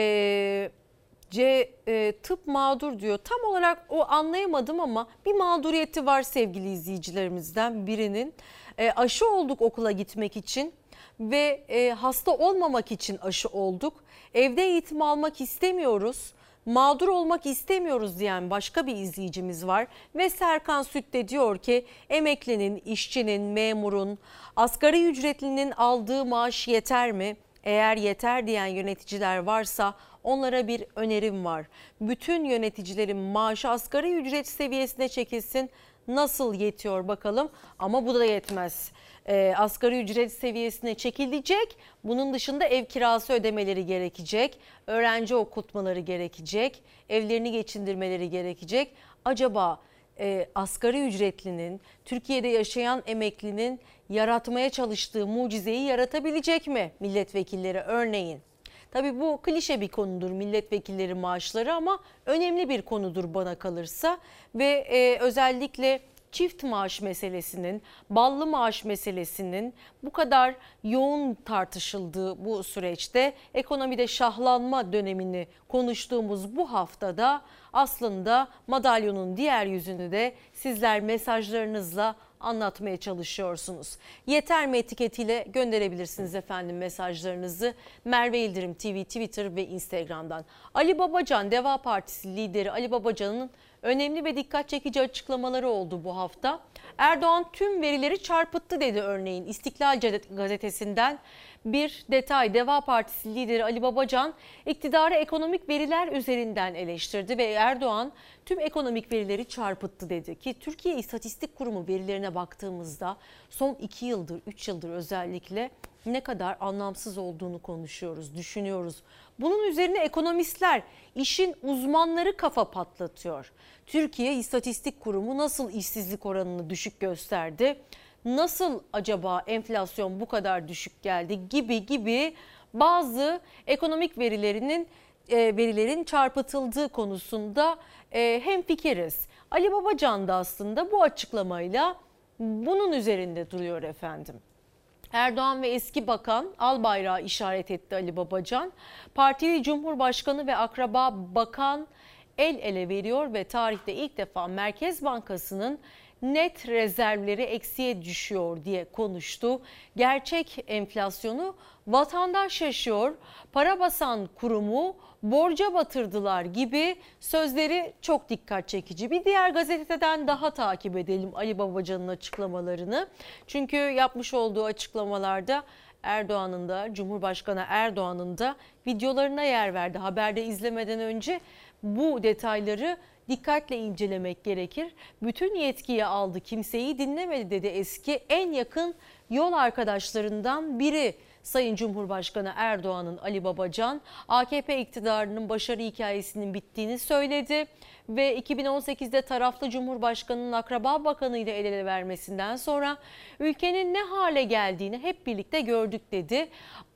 Tıp mağdur diyor. Tam olarak o anlayamadım ama bir mağduriyeti var sevgili izleyicilerimizden birinin. Aşı olduk okula gitmek için ve hasta olmamak için aşı olduk. Evde eğitim almak istemiyoruz, mağdur olmak istemiyoruz diyen başka bir izleyicimiz var. Ve Serkan Süt de diyor ki emeklinin, işçinin, memurun, asgari ücretlinin aldığı maaş yeter mi? Eğer yeter diyen yöneticiler varsa onlara bir önerim var. Bütün yöneticilerin maaşı asgari ücret seviyesine çekilsin. Nasıl yetiyor bakalım, ama bu da yetmez. Asgari ücret seviyesine çekilecek. Bunun dışında ev kirası ödemeleri gerekecek. Öğrenci okutmaları gerekecek. Evlerini geçindirmeleri gerekecek. Acaba asgari ücretlinin, Türkiye'de yaşayan emeklinin yaratmaya çalıştığı mucizeyi yaratabilecek mi milletvekilleri örneğin? Tabii bu klişe bir konudur milletvekilleri maaşları, ama önemli bir konudur bana kalırsa. Ve özellikle çift maaş meselesinin, ballı maaş meselesinin bu kadar yoğun tartışıldığı bu süreçte, ekonomide şahlanma dönemini konuştuğumuz bu haftada aslında madalyonun diğer yüzünü de sizler mesajlarınızla anlatmaya çalışıyorsunuz. Yeter mi etiketiyle gönderebilirsiniz efendim mesajlarınızı. Merve Yıldırım TV Twitter ve Instagram'dan. Ali Babacan, Deva Partisi lideri Ali Babacan'ın önemli ve dikkat çekici açıklamaları oldu bu hafta. Erdoğan tüm verileri çarpıttı dedi örneğin. İstiklal gazetesinden bir detay. Deva Partisi lideri Ali Babacan iktidarı ekonomik veriler üzerinden eleştirdi ve Erdoğan tüm ekonomik verileri çarpıttı dedi. Ki Türkiye İstatistik Kurumu verilerine baktığımızda son 2 yıldır, 3 yıldır özellikle ne kadar anlamsız olduğunu konuşuyoruz, düşünüyoruz. Bunun üzerine ekonomistler, işin uzmanları kafa patlatıyor. Türkiye İstatistik Kurumu nasıl işsizlik oranını düşük gösterdi? Nasıl acaba enflasyon bu kadar düşük geldi gibi bazı ekonomik verilerin çarpıtıldığı konusunda hemfikiriz. Ali Babacan da aslında bu açıklamayla bunun üzerinde duruyor efendim. Erdoğan ve eski bakan Albayrak'ı işaret etti Ali Babacan. Partili Cumhurbaşkanı ve akraba bakan el ele veriyor ve tarihte ilk defa Merkez Bankası'nın net rezervleri eksiye düşüyor diye konuştu. Gerçek enflasyonu vatandaş yaşıyor. Para basan kurumu borca batırdılar gibi sözleri çok dikkat çekici. Bir diğer gazeteden daha takip edelim Ali Babacan'ın açıklamalarını. Çünkü yapmış olduğu açıklamalarda Erdoğan'ın da, Cumhurbaşkanı Erdoğan'ın da videolarına yer verdi. Haberde izlemeden önce bu detayları dikkatle incelemek gerekir. Bütün yetkiyi aldı, kimseyi dinlemedi dedi eski en yakın yol arkadaşlarından biri Sayın Cumhurbaşkanı Erdoğan'ın Ali Babacan. AKP iktidarının başarı hikayesinin bittiğini söyledi ve 2018'de taraflı Cumhurbaşkanı'nın akraba bakanı ile el ele vermesinden sonra ülkenin ne hale geldiğini hep birlikte gördük dedi.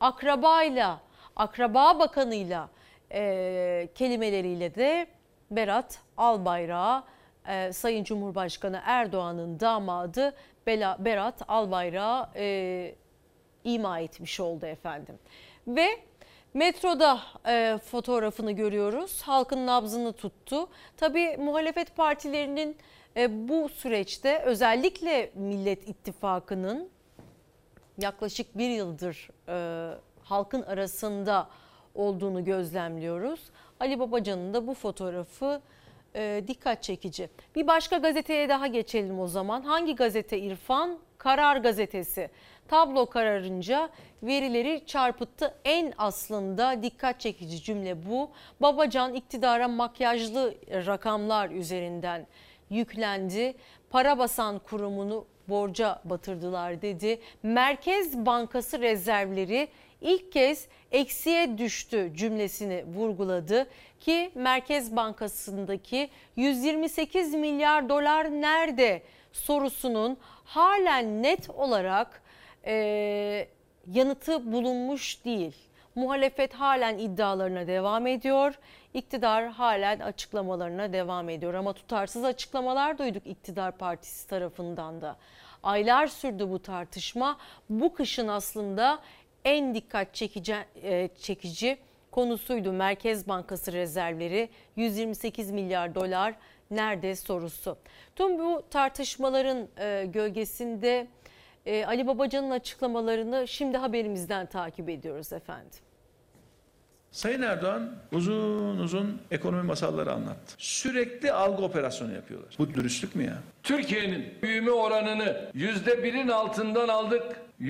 Akraba bakanıyla kelimeleriyle de Berat Albayrak'a Sayın Cumhurbaşkanı Erdoğan'ın damadı Berat Albayrak'a ima etmiş oldu efendim. Ve metroda fotoğrafını görüyoruz. Halkın nabzını tuttu. Tabii muhalefet partilerinin bu süreçte özellikle Millet İttifakı'nın yaklaşık bir yıldır halkın arasında olduğunu gözlemliyoruz. Ali Babacan'ın da bu fotoğrafı dikkat çekici. Bir başka gazeteye daha geçelim o zaman. Hangi gazete İrfan? Karar Gazetesi. Tablo kararınca verileri çarpıttı. En aslında dikkat çekici cümle bu. Babacan iktidara makyajlı rakamlar üzerinden yüklendi. Para basan kurumunu borca batırdılar dedi. Merkez Bankası rezervleri ilk kez eksiye düştü cümlesini vurguladı ki Merkez Bankası'ndaki 128 milyar dolar nerede sorusunun halen net olarak yanıtı bulunmuş değil. Muhalefet halen iddialarına devam ediyor. İktidar halen açıklamalarına devam ediyor ama tutarsız açıklamalar duyduk iktidar partisi tarafından da. Aylar sürdü bu tartışma. Bu kışın aslında en dikkat çekici konusuydu. Merkez Bankası rezervleri 128 milyar dolar nerede sorusu. Tüm bu tartışmaların gölgesinde Ali Babacan'ın açıklamalarını şimdi haberimizden takip ediyoruz efendim. Sayın Erdoğan uzun uzun ekonomi masalları anlattı. Sürekli algı operasyonu yapıyorlar. Bu dürüstlük mü ya? Türkiye'nin büyüme oranını %1'in altından aldık.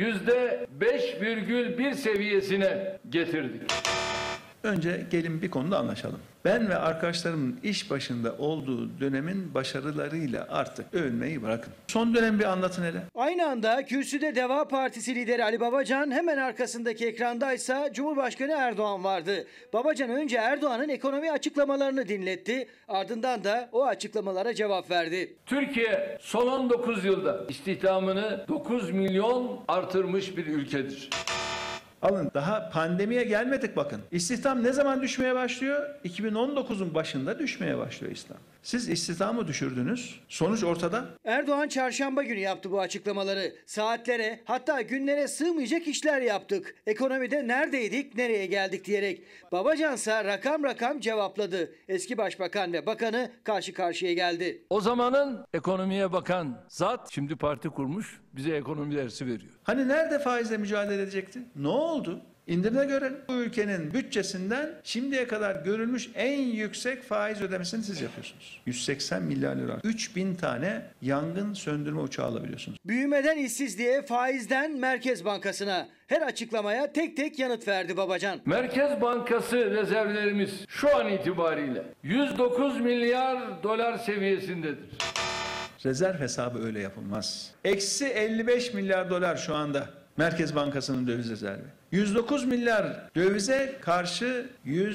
%5,1 seviyesine getirdik. Önce gelin bir konuda anlaşalım. Ben ve arkadaşlarımın iş başında olduğu dönemin başarılarıyla artık övünmeyi bırakın. Son dönem bir anlatın hele. Aynı anda kürsüde Deva Partisi lideri Ali Babacan, hemen arkasındaki ekrandaysa Cumhurbaşkanı Erdoğan vardı. Babacan önce Erdoğan'ın ekonomi açıklamalarını dinletti, ardından da o açıklamalara cevap verdi. Türkiye son 19 yılda istihdamını 9 milyon artırmış bir ülkedir. Alın, daha pandemiye gelmedik bakın. İstihdam ne zaman düşmeye başlıyor? 2019'un başında düşmeye başlıyor istihdam. Siz istihdamı düşürdünüz. Sonuç ortada. Erdoğan çarşamba günü yaptı bu açıklamaları. Saatlere, hatta günlere sığmayacak işler yaptık. Ekonomide neredeydik, nereye geldik diyerek. Babacansa rakam rakam cevapladı. Eski başbakan ve bakanı karşı karşıya geldi. O zamanın ekonomiye bakan zat şimdi parti kurmuş, bize ekonomi dersi veriyor. Hani nerede faizle mücadele edecekti? Ne oldu? İndirine görelim. Bu ülkenin bütçesinden şimdiye kadar görülmüş en yüksek faiz ödemesini siz yapıyorsunuz. 180 milyar lira. 3000 tane yangın söndürme uçağı alabiliyorsunuz. Büyümeden işsizliğe, faizden Merkez Bankası'na. Her açıklamaya tek tek yanıt verdi Babacan. Merkez Bankası rezervlerimiz şu an itibariyle 109 milyar dolar seviyesindedir. Rezerv hesabı öyle yapılmaz. Eksi 55 milyar dolar şu anda Merkez Bankası'nın döviz rezervi. 109 milyar dövize karşı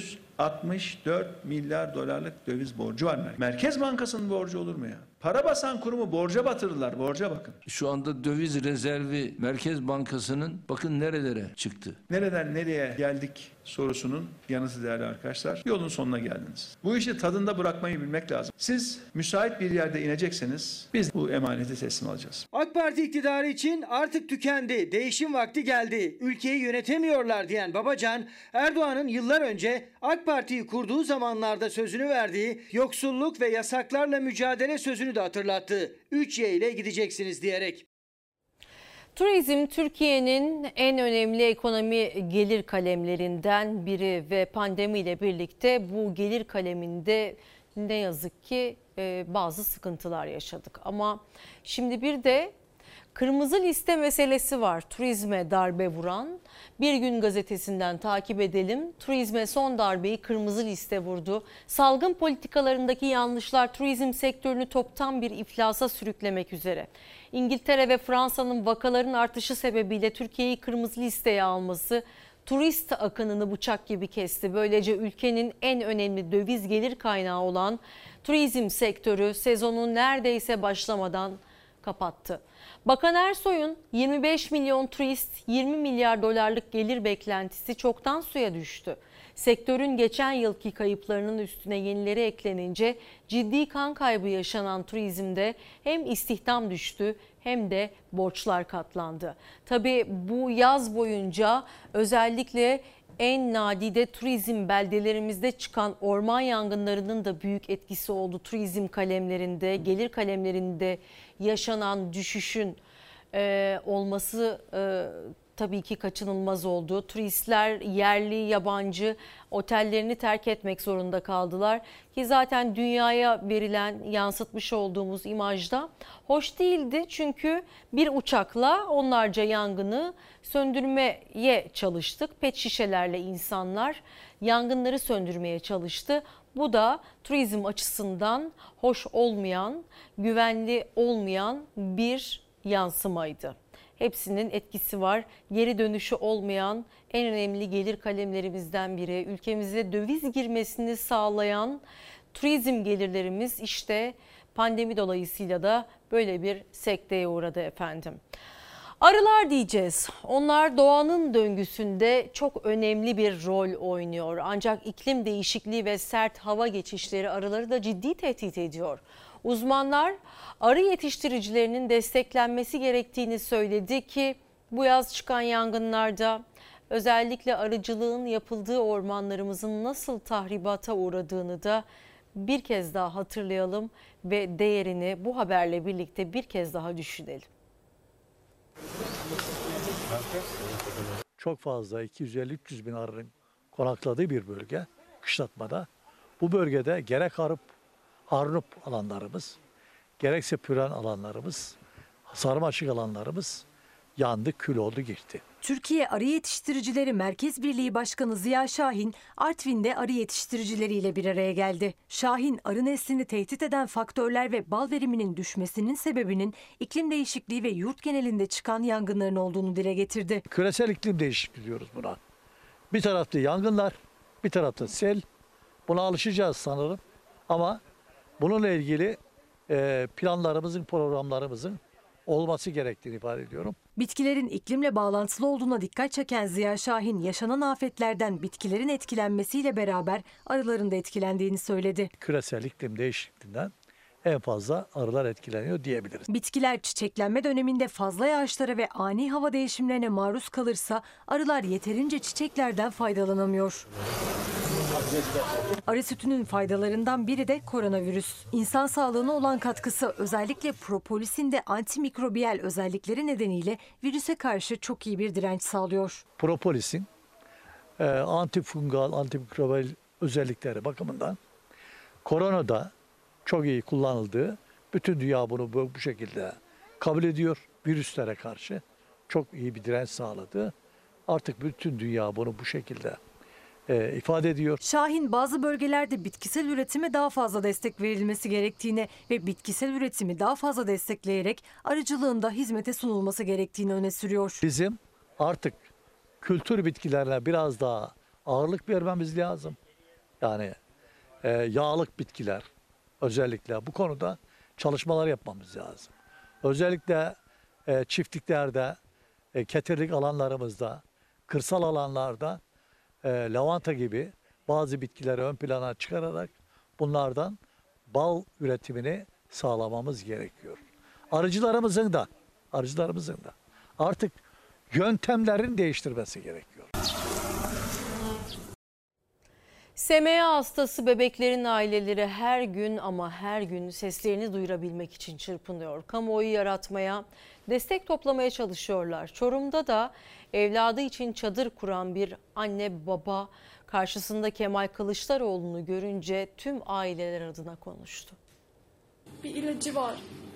164 milyar dolarlık döviz borcu var. Merkez Bankası'nın borcu olur mu ya? Para basan kurumu borca batırdılar. Borca bakın. Şu anda döviz rezervi Merkez Bankası'nın bakın nerelere çıktı. Nereden nereye geldik sorusunun yanıtı değerli arkadaşlar. Yolun sonuna geldiniz. Bu işi tadında bırakmayı bilmek lazım. Siz müsait bir yerde inecekseniz biz bu emaneti teslim alacağız. AK Parti iktidarı için artık tükendi, değişim vakti geldi, ülkeyi yönetemiyorlar diyen Babacan, Erdoğan'ın yıllar önce AK Parti'yi kurduğu zamanlarda sözünü verdiği yoksulluk ve yasaklarla mücadele sözünü de hatırlattı. 3Y ile gideceksiniz diyerek. Turizm Türkiye'nin en önemli ekonomi gelir kalemlerinden biri ve pandemiyle birlikte bu gelir kaleminde ne yazık ki bazı sıkıntılar yaşadık. Ama şimdi bir de kırmızı liste meselesi var. Turizme darbe vuran. Bir Gün Gazetesi'nden takip edelim. Turizme son darbeyi kırmızı liste vurdu. Salgın politikalarındaki yanlışlar turizm sektörünü toptan bir iflasa sürüklemek üzere. İngiltere ve Fransa'nın vakaların artışı sebebiyle Türkiye'yi kırmızı listeye alması turist akınını bıçak gibi kesti. Böylece ülkenin en önemli döviz gelir kaynağı olan turizm sektörü sezonun neredeyse başlamadan kapattı. Bakan Ersoy'un 25 milyon turist, 20 milyar dolarlık gelir beklentisi çoktan suya düştü. Sektörün geçen yılki kayıplarının üstüne yenileri eklenince ciddi kan kaybı yaşanan turizmde hem istihdam düştü hem de borçlar katlandı. Tabii bu yaz boyunca özellikle en nadide turizm beldelerimizde çıkan orman yangınlarının da büyük etkisi oldu. Turizm kalemlerinde, gelir kalemlerinde yaşanan düşüşün olması tabii ki kaçınılmaz oldu. Turistler yerli, yabancı otellerini terk etmek zorunda kaldılar. Ki zaten dünyaya verilen, yansıtmış olduğumuz imajda hoş değildi. Çünkü bir uçakla onlarca yangını söndürmeye çalıştık. Pet şişelerle insanlar yangınları söndürmeye çalıştı. Bu da turizm açısından hoş olmayan, güvenli olmayan bir yansımaydı. Hepsinin etkisi var. Geri dönüşü olmayan en önemli gelir kalemlerimizden biri. Ülkemize döviz girmesini sağlayan turizm gelirlerimiz işte pandemi dolayısıyla da böyle bir sekteye uğradı efendim. Arılar diyeceğiz. Onlar doğanın döngüsünde çok önemli bir rol oynuyor. Ancak iklim değişikliği ve sert hava geçişleri arıları da ciddi tehdit ediyor. Uzmanlar arı yetiştiricilerinin desteklenmesi gerektiğini söyledi ki bu yaz çıkan yangınlarda Özellikle arıcılığın yapıldığı ormanlarımızın nasıl tahribata uğradığını da bir kez daha hatırlayalım ve değerini bu haberle birlikte bir kez daha düşünelim. Çok fazla 250-300 bin arının konakladığı bir bölge kışlatmada. Bu bölgede gerek harnup alanlarımız, gerekse püren alanlarımız, sarmaşık alanlarımız yandı, kül oldu, gitti. Türkiye Arı Yetiştiricileri Merkez Birliği Başkanı Ziya Şahin, Artvin'de arı yetiştiricileriyle bir araya geldi. Şahin, arı neslini tehdit eden faktörler ve bal veriminin düşmesinin sebebinin iklim değişikliği ve yurt genelinde çıkan yangınların olduğunu dile getirdi. Küresel iklim değişikliği diyoruz buna. Bir tarafta yangınlar, bir tarafta sel. Buna alışacağız sanırım. Ama bununla ilgili planlarımızın, programlarımızın olması gerektiğini ifade ediyorum. Bitkilerin iklimle bağlantılı olduğuna dikkat çeken Ziya Şahin, yaşanan afetlerden bitkilerin etkilenmesiyle beraber arıların da etkilendiğini söyledi. Küresel iklim değişikliğinden en fazla arılar etkileniyor diyebiliriz. Bitkiler çiçeklenme döneminde fazla yağışlara ve ani hava değişimlerine maruz kalırsa arılar yeterince çiçeklerden faydalanamıyor. Arı sütünün faydalarından biri de koronavirüs. İnsan sağlığına olan katkısı, özellikle propolisin de antimikrobiyal özellikleri nedeniyle virüse karşı çok iyi bir direnç sağlıyor. Propolisin antifungal, antimikrobiyal özellikleri bakımından koronada çok iyi kullanıldığı, bütün dünya bunu bu şekilde kabul ediyor. Virüslere karşı çok iyi bir direnç sağladı. Artık bütün dünya bunu bu şekilde ifade ediyor. Şahin, bazı bölgelerde bitkisel üretime daha fazla destek verilmesi gerektiğini ve bitkisel üretimi daha fazla destekleyerek arıcılığın da hizmete sunulması gerektiğini öne sürüyor. Bizim artık kültür bitkilerine biraz daha ağırlık vermemiz lazım. Yani yağlık bitkiler özellikle bu konuda çalışmalar yapmamız lazım. Özellikle çiftliklerde, ketirlik alanlarımızda, kırsal alanlarda lavanta gibi bazı bitkileri ön plana çıkararak bunlardan bal üretimini sağlamamız gerekiyor. Arıcılarımızın da artık yöntemlerini değiştirmesi gerekiyor. SMA hastası bebeklerin aileleri her gün ama her gün seslerini duyurabilmek için çırpınıyor. Kamuoyu yaratmaya, destek toplamaya çalışıyorlar. Çorum'da da evladı için çadır kuran bir anne baba karşısında Kemal Kılıçdaroğlu'nu görünce tüm aileler adına konuştu. Bir ilacı var,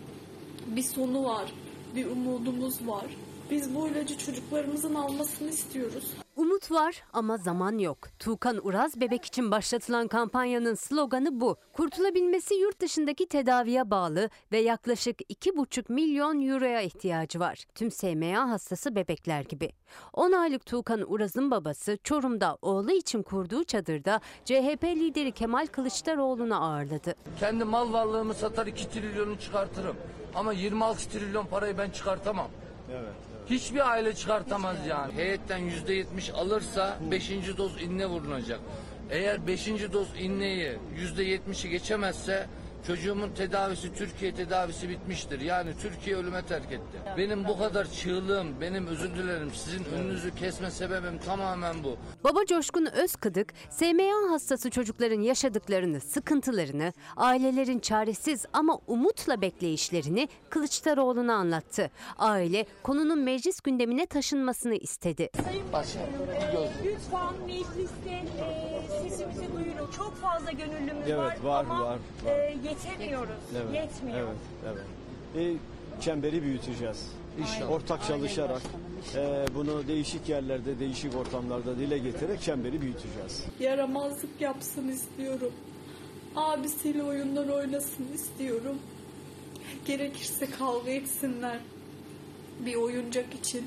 bir sonu var, bir umudumuz var. Biz bu ilacı çocuklarımızın almasını istiyoruz. Umut var ama zaman yok. Tuğkan Uraz bebek için başlatılan kampanyanın sloganı bu. Kurtulabilmesi yurt dışındaki tedaviye bağlı ve yaklaşık 2,5 milyon euroya ihtiyacı var. Tüm SMA hastası bebekler gibi. 10 aylık Tuğkan Uraz'ın babası Çorum'da oğlu için kurduğu çadırda CHP lideri Kemal Kılıçdaroğlu'nu ağırladı. Kendi mal varlığımı satar 2 trilyonu çıkartırım. Ama 26 trilyon parayı ben çıkartamam. Evet. Hiçbir aile çıkartamaz yani. Heyetten %70 alırsa 5. doz inne vurulacak. Eğer 5. doz inneyi %70'i geçemezse çocuğumun tedavisi, Türkiye tedavisi bitmiştir. Yani Türkiye ölüme terk etti. Benim bu kadar çığlığım, benim özür dilerim sizin önünüzü kesme sebebim tamamen bu. Baba Coşkun Özkıdık, SMA hastası çocukların yaşadıklarını, sıkıntılarını, ailelerin çaresiz ama umutla bekleyişlerini Kılıçdaroğlu'na anlattı. Aile konunun meclis gündemine taşınmasını istedi. Sayın Başkanım, lütfen mecliste sesimizi duyurun. Çok fazla gönüllümüz var ama yetemiyoruz. Yetmiyor. Evet. Çemberi büyüteceğiz. İnşallah. Ortak çalışarak bunu değişik yerlerde, değişik ortamlarda dile getirerek çemberi büyüteceğiz. Yaramazlık yapsın istiyorum. Abisiyle oyunlar oynasın istiyorum. Gerekirse kavga etsinler. Bir oyuncak için.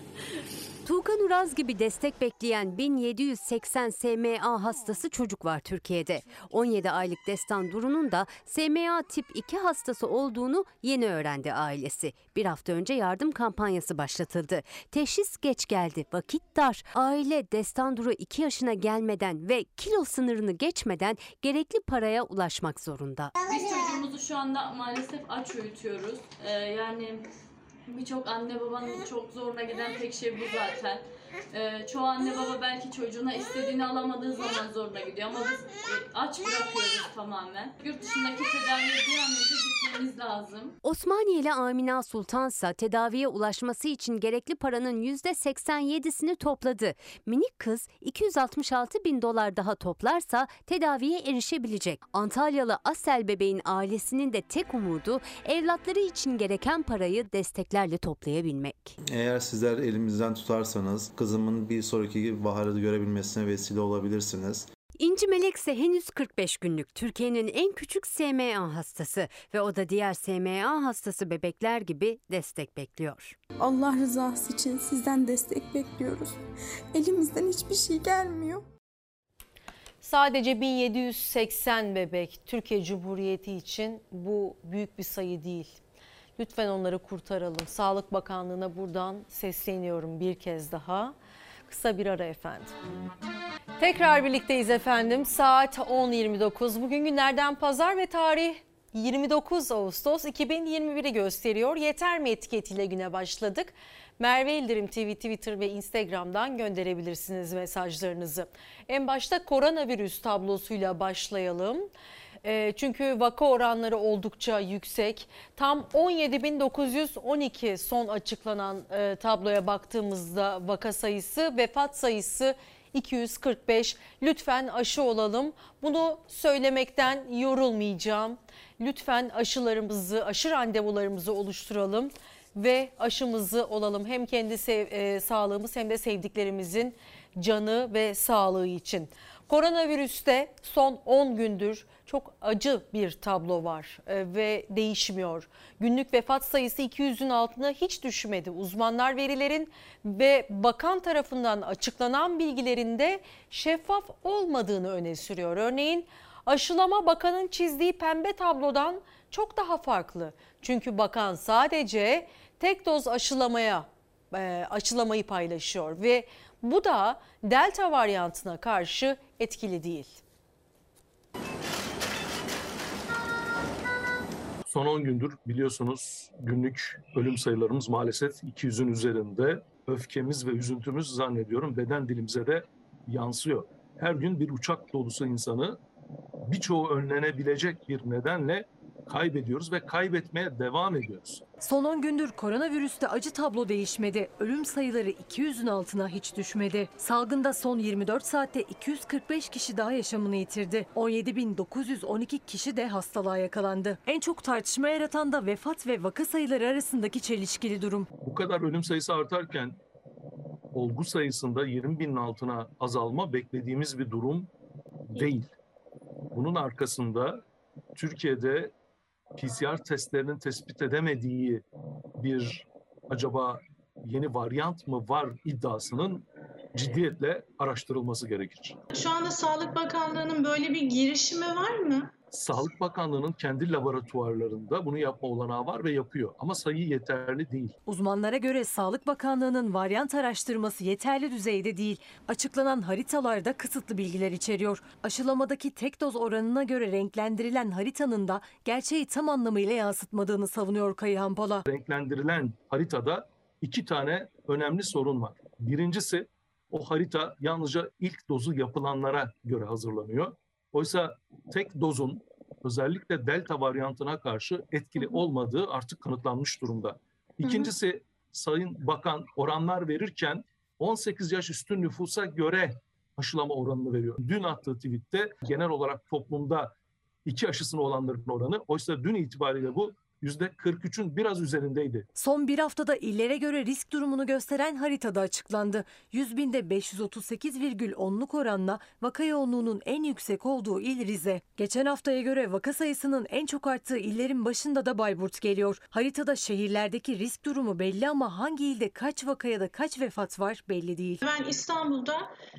Tuğkan Uraz gibi destek bekleyen 1780 SMA hastası çocuk var Türkiye'de. 17 aylık Destan Duru'nun da SMA tip 2 hastası olduğunu yeni öğrendi ailesi. Bir hafta önce yardım kampanyası başlatıldı. Teşhis geç geldi, vakit dar. Aile Destan Duru 2 yaşına gelmeden ve kilo sınırını geçmeden gerekli paraya ulaşmak zorunda. Biz çocuğumuzu şu anda maalesef aç uyutuyoruz. Yani birçok anne babanın çok zoruna giden tek şey bu zaten. Çoğu anne baba belki çocuğuna istediğini alamadığı zaman zoruna gidiyor ama biz aç bırakıyoruz tamamen. Yurt dışındaki tedaviye bir an önce gitmemiz lazım. Osmaniyeli Amina Sultansa tedaviye ulaşması için gerekli paranın %87'sini topladı. Minik kız 266.000 dolar daha toplarsa tedaviye erişebilecek. Antalyalı Asel bebeğin ailesinin de tek umudu evlatları için gereken parayı desteklerle toplayabilmek. Eğer sizler elimizden tutarsanız kızımın bir sonraki baharı görebilmesine vesile olabilirsiniz. İnci Melek ise henüz 45 günlük Türkiye'nin en küçük SMA hastası ve o da diğer SMA hastası bebekler gibi destek bekliyor. Allah rızası için sizden destek bekliyoruz. Elimizden hiçbir şey gelmiyor. Sadece 1780 bebek Türkiye Cumhuriyeti için bu büyük bir sayı değil. Lütfen onları kurtaralım. Sağlık Bakanlığı'na buradan sesleniyorum bir kez daha. Kısa bir ara efendim. Tekrar birlikteyiz efendim. Saat 10.29. Bugün günlerden pazar ve tarih 29 Ağustos 2021'i gösteriyor. Yeter mi etiketiyle güne başladık. Merve Yıldırım TV, Twitter ve Instagram'dan gönderebilirsiniz mesajlarınızı. En başta koronavirüs tablosuyla başlayalım. Çünkü vaka oranları oldukça yüksek. Tam 17.912 son açıklanan tabloya baktığımızda vaka sayısı, vefat sayısı 245. Lütfen aşı olalım. Bunu söylemekten yorulmayacağım. Lütfen aşı randevularımızı oluşturalım ve aşımızı olalım. Hem kendi sağlığımız hem de sevdiklerimizin canı ve sağlığı için. Koronavirüste son 10 gündür çok acı bir tablo var ve değişmiyor. Günlük vefat sayısı 200'ün altına hiç düşmedi. Uzmanlar verilerin ve bakan tarafından açıklanan bilgilerinde şeffaf olmadığını öne sürüyor. Örneğin aşılama bakanın çizdiği pembe tablodan çok daha farklı. Çünkü bakan sadece tek doz aşılamayı paylaşıyor ve bu da Delta varyantına karşı etkili değil. Son 10 gündür biliyorsunuz günlük ölüm sayılarımız maalesef 200'ün üzerinde. Öfkemiz ve üzüntümüz zannediyorum beden dilimize de yansıyor. Her gün bir uçak dolusu insanı birçoğu önlenebilecek bir nedenle kaybediyoruz ve kaybetmeye devam ediyoruz. Son 10 gündür koronavirüste acı tablo değişmedi. Ölüm sayıları 200'ün altına hiç düşmedi. Salgında son 24 saatte 245 kişi daha yaşamını yitirdi. 17.912 kişi de hastalığa yakalandı. En çok tartışma yaratan da vefat ve vaka sayıları arasındaki çelişkili durum. Bu kadar ölüm sayısı artarken olgu sayısında 20.000'in altına azalma beklediğimiz bir durum değil. Bunun arkasında Türkiye'de PCR testlerinin tespit edemediği bir acaba yeni varyant mı var iddiasının ciddiyetle araştırılması gerekir. Şu anda Sağlık Bakanlığı'nın böyle bir girişimi var mı? Sağlık Bakanlığı'nın kendi laboratuvarlarında bunu yapma olanağı var ve yapıyor. Ama sayı yeterli değil. Uzmanlara göre Sağlık Bakanlığı'nın varyant araştırması yeterli düzeyde değil. Açıklanan haritalarda kısıtlı bilgiler içeriyor. Aşılamadaki tek doz oranına göre renklendirilen haritanın da gerçeği tam anlamıyla yansıtmadığını savunuyor Kayıhan Pola. Renklendirilen haritada 2 tane önemli sorun var. Birincisi o harita yalnızca ilk dozu yapılanlara göre hazırlanıyor. Oysa tek dozun özellikle Delta varyantına karşı etkili olmadığı artık kanıtlanmış durumda. İkincisi Sayın Bakan oranlar verirken 18 yaş üstü nüfusa göre aşılama oranını veriyor. Dün attığı tweette genel olarak toplumda 2 aşısını olanların oranı, oysa dün itibariyle bu %43'ün biraz üzerindeydi. Son bir haftada illere göre risk durumunu gösteren haritada açıklandı. 100 binde 538,10'luk oranla vaka yoğunluğunun en yüksek olduğu il Rize. Geçen haftaya göre vaka sayısının en çok arttığı illerin başında da Bayburt geliyor. Haritada şehirlerdeki risk durumu belli ama hangi ilde kaç vaka ya da kaç vefat var belli değil. Ben İstanbul'da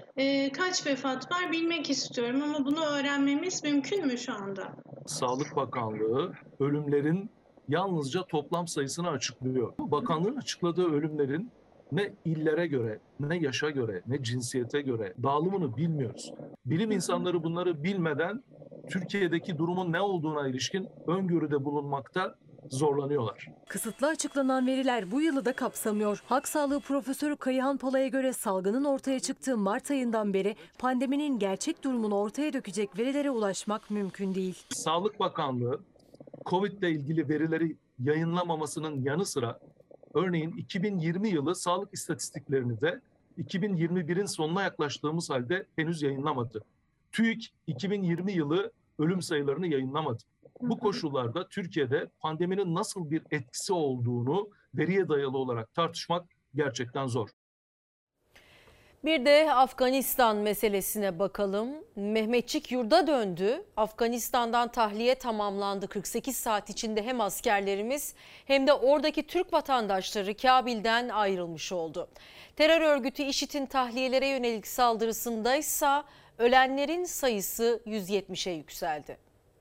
kaç vefat var bilmek istiyorum ama bunu öğrenmemiz mümkün mü şu anda? Sağlık Bakanlığı ölümlerin yalnızca toplam sayısını açıklıyor. Bakanlığın açıkladığı ölümlerin ne illere göre, ne yaşa göre, ne cinsiyete göre dağılımını bilmiyoruz. Bilim insanları bunları bilmeden Türkiye'deki durumun ne olduğuna ilişkin öngörüde bulunmakta zorlanıyorlar. Kısıtlı açıklanan veriler bu yılı da kapsamıyor. Halk Sağlığı Profesörü Kayıhan Pala'ya göre salgının ortaya çıktığı Mart ayından beri pandeminin gerçek durumunu ortaya dökecek verilere ulaşmak mümkün değil. Sağlık Bakanlığı Covid ile ilgili verileri yayınlamamasının yanı sıra örneğin 2020 yılı sağlık istatistiklerini de 2021'in sonuna yaklaştığımız halde henüz yayınlamadı. TÜİK 2020 yılı ölüm sayılarını yayınlamadı. Bu koşullarda Türkiye'de pandeminin nasıl bir etkisi olduğunu veriye dayalı olarak tartışmak gerçekten zor. Bir de Afganistan meselesine bakalım. Mehmetçik yurda döndü. Afganistan'dan tahliye tamamlandı. 48 saat içinde hem askerlerimiz hem de oradaki Türk vatandaşları Kabil'den ayrılmış oldu. Terör örgütü IŞİD'in tahliyelere yönelik saldırısındaysa ölenlerin sayısı 170'e yükseldi.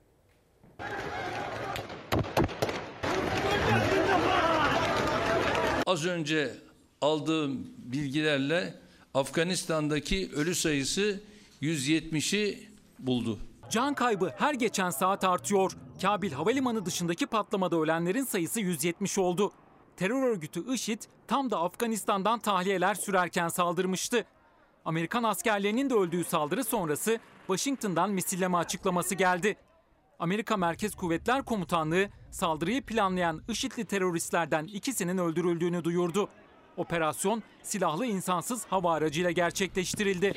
Az önce aldığım bilgilerle Afganistan'daki ölü sayısı 170'i buldu. Can kaybı her geçen saat artıyor. Kabil Havalimanı dışındaki patlamada ölenlerin sayısı 170 oldu. Terör örgütü IŞİD tam da Afganistan'dan tahliyeler sürerken saldırmıştı. Amerikan askerlerinin de öldüğü saldırı sonrası Washington'dan misilleme açıklaması geldi. Amerika Merkez Kuvvetler Komutanlığı saldırıyı planlayan IŞİD'li teröristlerden ikisinin öldürüldüğünü duyurdu. Operasyon silahlı insansız hava aracıyla gerçekleştirildi.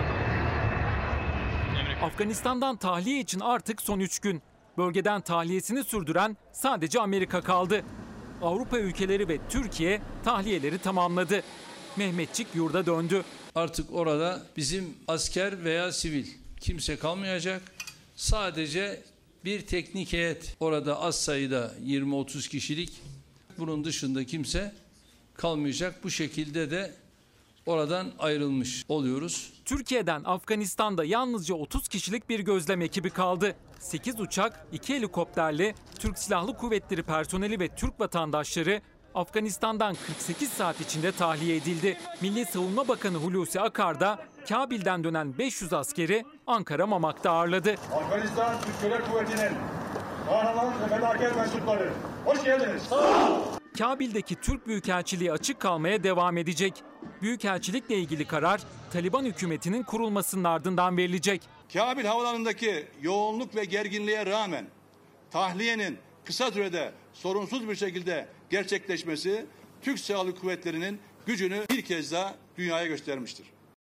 Afganistan'dan tahliye için artık son 3 gün. Bölgeden tahliyesini sürdüren sadece Amerika kaldı. Avrupa ülkeleri ve Türkiye tahliyeleri tamamladı. Mehmetçik yurda döndü. Artık orada bizim asker veya sivil kimse kalmayacak. Sadece bir teknik heyet orada az sayıda 20-30 kişilik, bunun dışında kimse kalmayacak. Bu şekilde de oradan ayrılmış oluyoruz. Türkiye'den Afganistan'da yalnızca 30 kişilik bir gözlem ekibi kaldı. 8 uçak, 2 helikopterle Türk Silahlı Kuvvetleri personeli ve Türk vatandaşları Afganistan'dan 48 saat içinde tahliye edildi. Milli Savunma Bakanı Hulusi Akar da Kabil'den dönen 500 askeri Ankara Mamak'ta ağırladı. Afganistan Türk Silahlı Kuvvetleri'nin kahraman ve felaket mensupları, hoş geldiniz. Kabil'deki Türk Büyükelçiliği açık kalmaya devam edecek. Büyükelçilikle ilgili karar Taliban hükümetinin kurulmasının ardından verilecek. Kabil havalarındaki yoğunluk ve gerginliğe rağmen tahliyenin kısa sürede sorunsuz bir şekilde gerçekleşmesi Türk Silahlı Kuvvetleri'nin gücünü bir kez daha dünyaya göstermiştir.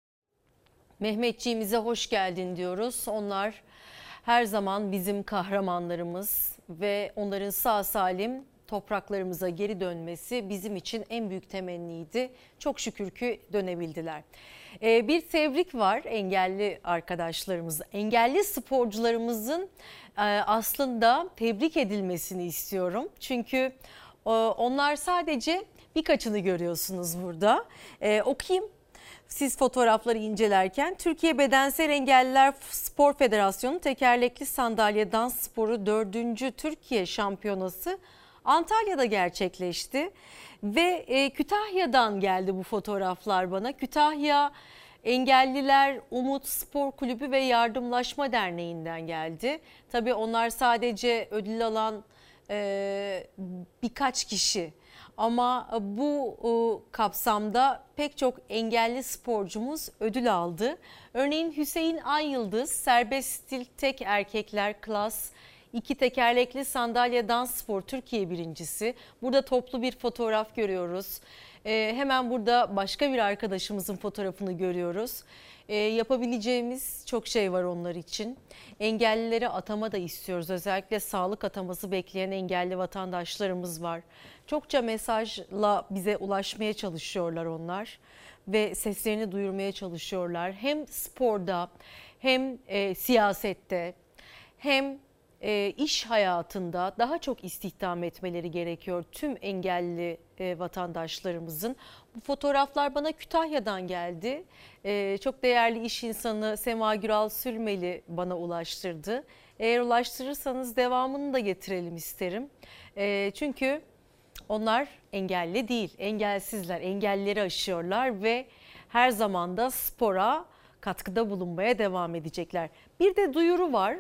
Mehmetçiğimize hoş geldin diyoruz. Onlar her zaman bizim kahramanlarımız ve onların sağ salim topraklarımıza geri dönmesi bizim için en büyük temenniydi. Çok şükür ki dönebildiler. Bir tebrik var engelli arkadaşlarımız, engelli sporcularımızın aslında tebrik edilmesini istiyorum. Çünkü onlar sadece birkaçını görüyorsunuz burada. Okuyayım. Siz fotoğrafları incelerken Türkiye Bedensel Engelliler Spor Federasyonu Tekerlekli Sandalye Dans Sporu 4. Türkiye Şampiyonası Antalya'da gerçekleşti ve Kütahya'dan geldi bu fotoğraflar bana. Kütahya Engelliler Umut Spor Kulübü ve Yardımlaşma Derneği'nden geldi. Tabii onlar sadece ödül alan birkaç kişi. Ama bu kapsamda pek çok engelli sporcumuz ödül aldı. Örneğin Hüseyin Ayyıldız serbest stil tek erkekler klas 2 tekerlekli sandalye dans spor Türkiye birincisi. Burada toplu bir fotoğraf görüyoruz. Hemen burada başka bir arkadaşımızın fotoğrafını görüyoruz. Yapabileceğimiz çok şey var onlar için. Engellilere atama da istiyoruz. Özellikle sağlık ataması bekleyen engelli vatandaşlarımız var. Çokça mesajla bize ulaşmaya çalışıyorlar onlar ve seslerini duyurmaya çalışıyorlar. Hem sporda hem siyasette hem iş hayatında daha çok istihdam etmeleri gerekiyor tüm engelli vatandaşlarımızın. Bu fotoğraflar bana Kütahya'dan geldi. Çok değerli iş insanı Sema Güral Sürmeli bana ulaştırdı. Eğer ulaştırırsanız devamını da getirelim isterim. Çünkü onlar engelli değil, engelsizler, engelleri aşıyorlar ve her zaman da spora katkıda bulunmaya devam edecekler. Bir de duyuru var.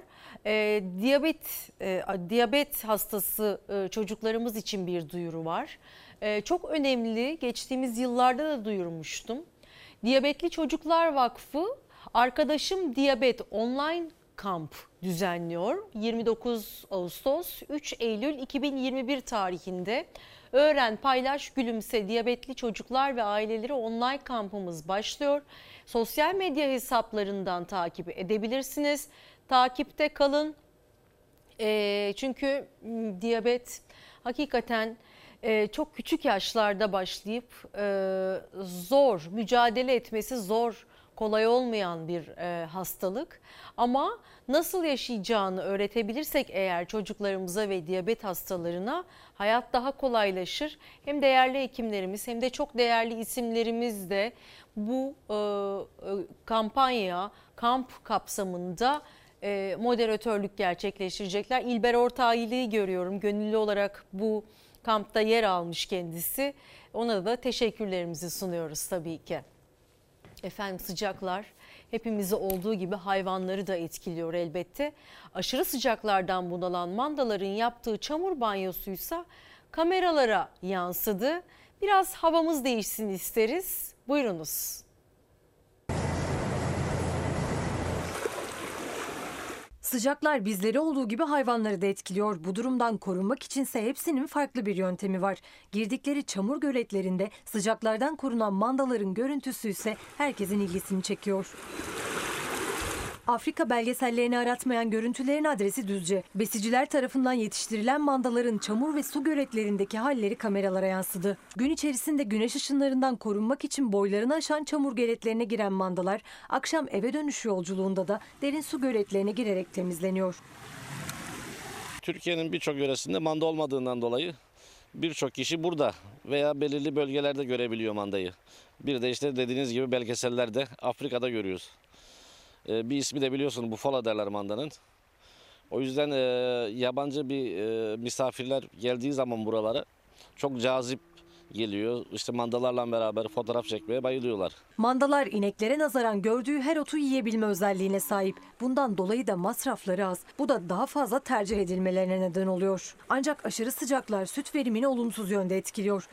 Diyabet hastası çocuklarımız için bir duyuru var. Çok önemli, geçtiğimiz yıllarda da duyurmuştum. Diyabetli Çocuklar Vakfı Arkadaşım Diyabet Online Kamp düzenliyor. 29 Ağustos 3 Eylül 2021 tarihinde Öğren, Paylaş, Gülümse Diyabetli Çocuklar ve Aileleri online kampımız başlıyor. Sosyal medya hesaplarından takip edebilirsiniz. Takipte kalın. Çünkü diyabet hakikaten çok küçük yaşlarda başlayıp zor, mücadele etmesi zor, kolay olmayan bir hastalık. Ama nasıl yaşayacağını öğretebilirsek eğer çocuklarımıza ve diyabet hastalarına hayat daha kolaylaşır. Hem değerli hekimlerimiz hem de çok değerli isimlerimiz de bu kampanya, kamp kapsamında moderatörlük gerçekleştirecekler. İlber Ortaylı'yı görüyorum. Gönüllü olarak bu kampta yer almış kendisi. Ona da teşekkürlerimizi sunuyoruz tabii ki. Efendim sıcaklar hepimizi olduğu gibi hayvanları da etkiliyor elbette. Aşırı sıcaklardan bunalan mandaların yaptığı çamur banyosuysa kameralara yansıdı. Biraz havamız değişsin isteriz. Buyurunuz. Sıcaklar bizleri olduğu gibi hayvanları da etkiliyor. Bu durumdan korunmak içinse hepsinin farklı bir yöntemi var. Girdikleri çamur göletlerinde sıcaklardan korunan mandaların görüntüsü ise herkesin ilgisini çekiyor. Afrika belgesellerini aratmayan görüntülerin adresi Düzce. Besiciler tarafından yetiştirilen mandaların çamur ve su göletlerindeki halleri kameralara yansıdı. Gün içerisinde güneş ışınlarından korunmak için boylarını aşan çamur göletlerine giren mandalar akşam eve dönüş yolculuğunda da derin su göletlerine girerek temizleniyor. Türkiye'nin birçok yöresinde manda olmadığından dolayı birçok kişi burada veya belirli bölgelerde görebiliyor mandayı. Bir de işte dediğiniz gibi belgesellerde Afrika'da görüyoruz. Bir ismi de biliyorsun bufala derler mandanın. O yüzden yabancı misafirler geldiği zaman buralara çok cazip geliyor. İşte mandalarla beraber fotoğraf çekmeye bayılıyorlar. Mandalar ineklere nazaran gördüğü her otu yiyebilme özelliğine sahip. Bundan dolayı da masrafları az. Bu da daha fazla tercih edilmelerine neden oluyor. Ancak aşırı sıcaklar süt verimini olumsuz yönde etkiliyor.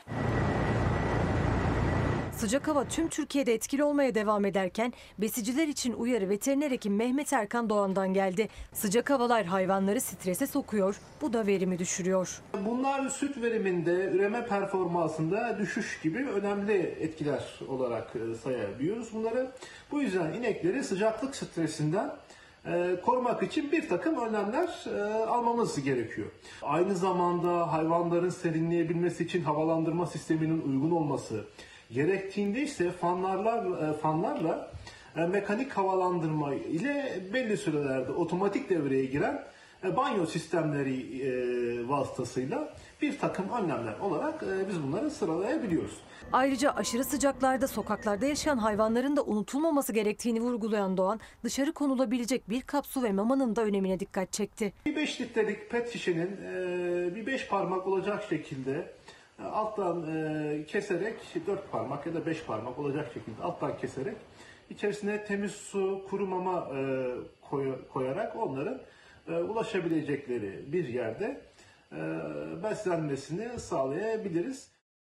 Sıcak hava tüm Türkiye'de etkili olmaya devam ederken besiciler için uyarı veteriner hekim Mehmet Erkan Doğan'dan geldi. Sıcak havalar hayvanları strese sokuyor, bu da verimi düşürüyor. Bunlar süt veriminde, üreme performansında düşüş gibi önemli etkiler olarak sayabiliyoruz bunları. Bu yüzden inekleri sıcaklık stresinden korumak için bir takım önlemler almamız gerekiyor. Aynı zamanda hayvanların serinleyebilmesi için havalandırma sisteminin uygun olması, gerektiğinde ise fanlarla mekanik havalandırma ile belli sürelerde otomatik devreye giren banyo sistemleri vasıtasıyla bir takım önlemler olarak biz bunları sıralayabiliyoruz. Ayrıca aşırı sıcaklarda sokaklarda yaşayan hayvanların da unutulmaması gerektiğini vurgulayan Doğan, dışarı konulabilecek bir kap su ve mamanın da önemine dikkat çekti. Bir 5 litrelik pet şişenin bir 5 parmak olacak şekilde alttan keserek 4 parmak ya da 5 parmak olacak şekilde alttan keserek içerisine temiz su, kuru mama koyarak onların ulaşabilecekleri bir yerde beslenmesini sağlayabiliriz.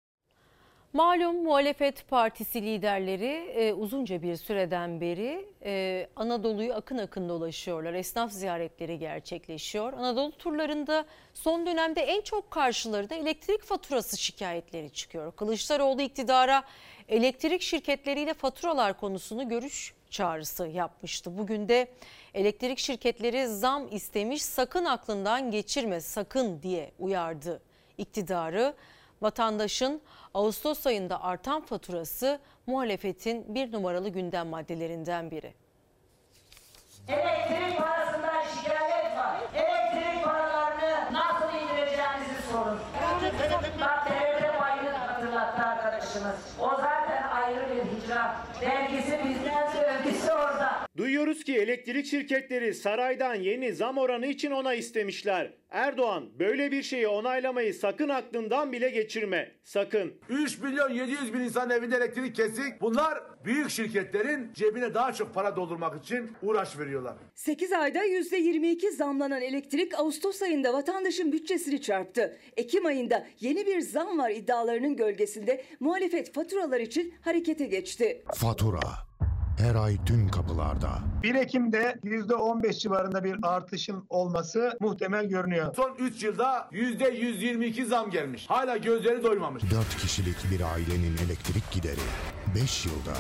Malum muhalefet partisi liderleri uzunca bir süreden beri Anadolu'yu akın akın dolaşıyorlar. Esnaf ziyaretleri gerçekleşiyor. Anadolu turlarında son dönemde en çok karşılarında elektrik faturası şikayetleri çıkıyor. Kılıçdaroğlu iktidara elektrik şirketleriyle faturalar konusunu görüş çağrısı yapmıştı. Bugün de elektrik şirketleri zam istemiş, sakın aklından geçirme sakın diye uyardı iktidarı. Vatandaşın Ağustos ayında artan faturası muhalefetin bir numaralı gündem maddelerinden biri. Elektrik parasından şikayet var. Elektrik paralarını nasıl indireceğinizi sorun. Bak TRT payını hatırlattı arkadaşımız. O zaten ayrı bir hicran. Vergisi bizden, övgüsü orada. Duyuyoruz ki elektrik şirketleri saraydan yeni zam oranı için onay istemişler. Erdoğan böyle bir şeyi onaylamayı sakın aklından bile geçirme. Sakın. 3.700.000 insanın evinde elektrik kesik. Bunlar büyük şirketlerin cebine daha çok para doldurmak için uğraş veriyorlar. 8 ayda %22 zamlanan elektrik Ağustos ayında vatandaşın bütçesini çarptı. Ekim ayında yeni bir zam var iddialarının gölgesinde muhalefet faturalar için harekete geçti. Fatura her ay tüm kapılarda. 1 Ekim'de %15 civarında bir artışın olması muhtemel görünüyor. Son 3 yılda %122 zam gelmiş. Hala gözleri doymamış. 4 kişilik bir ailenin elektrik gideri 5 yılda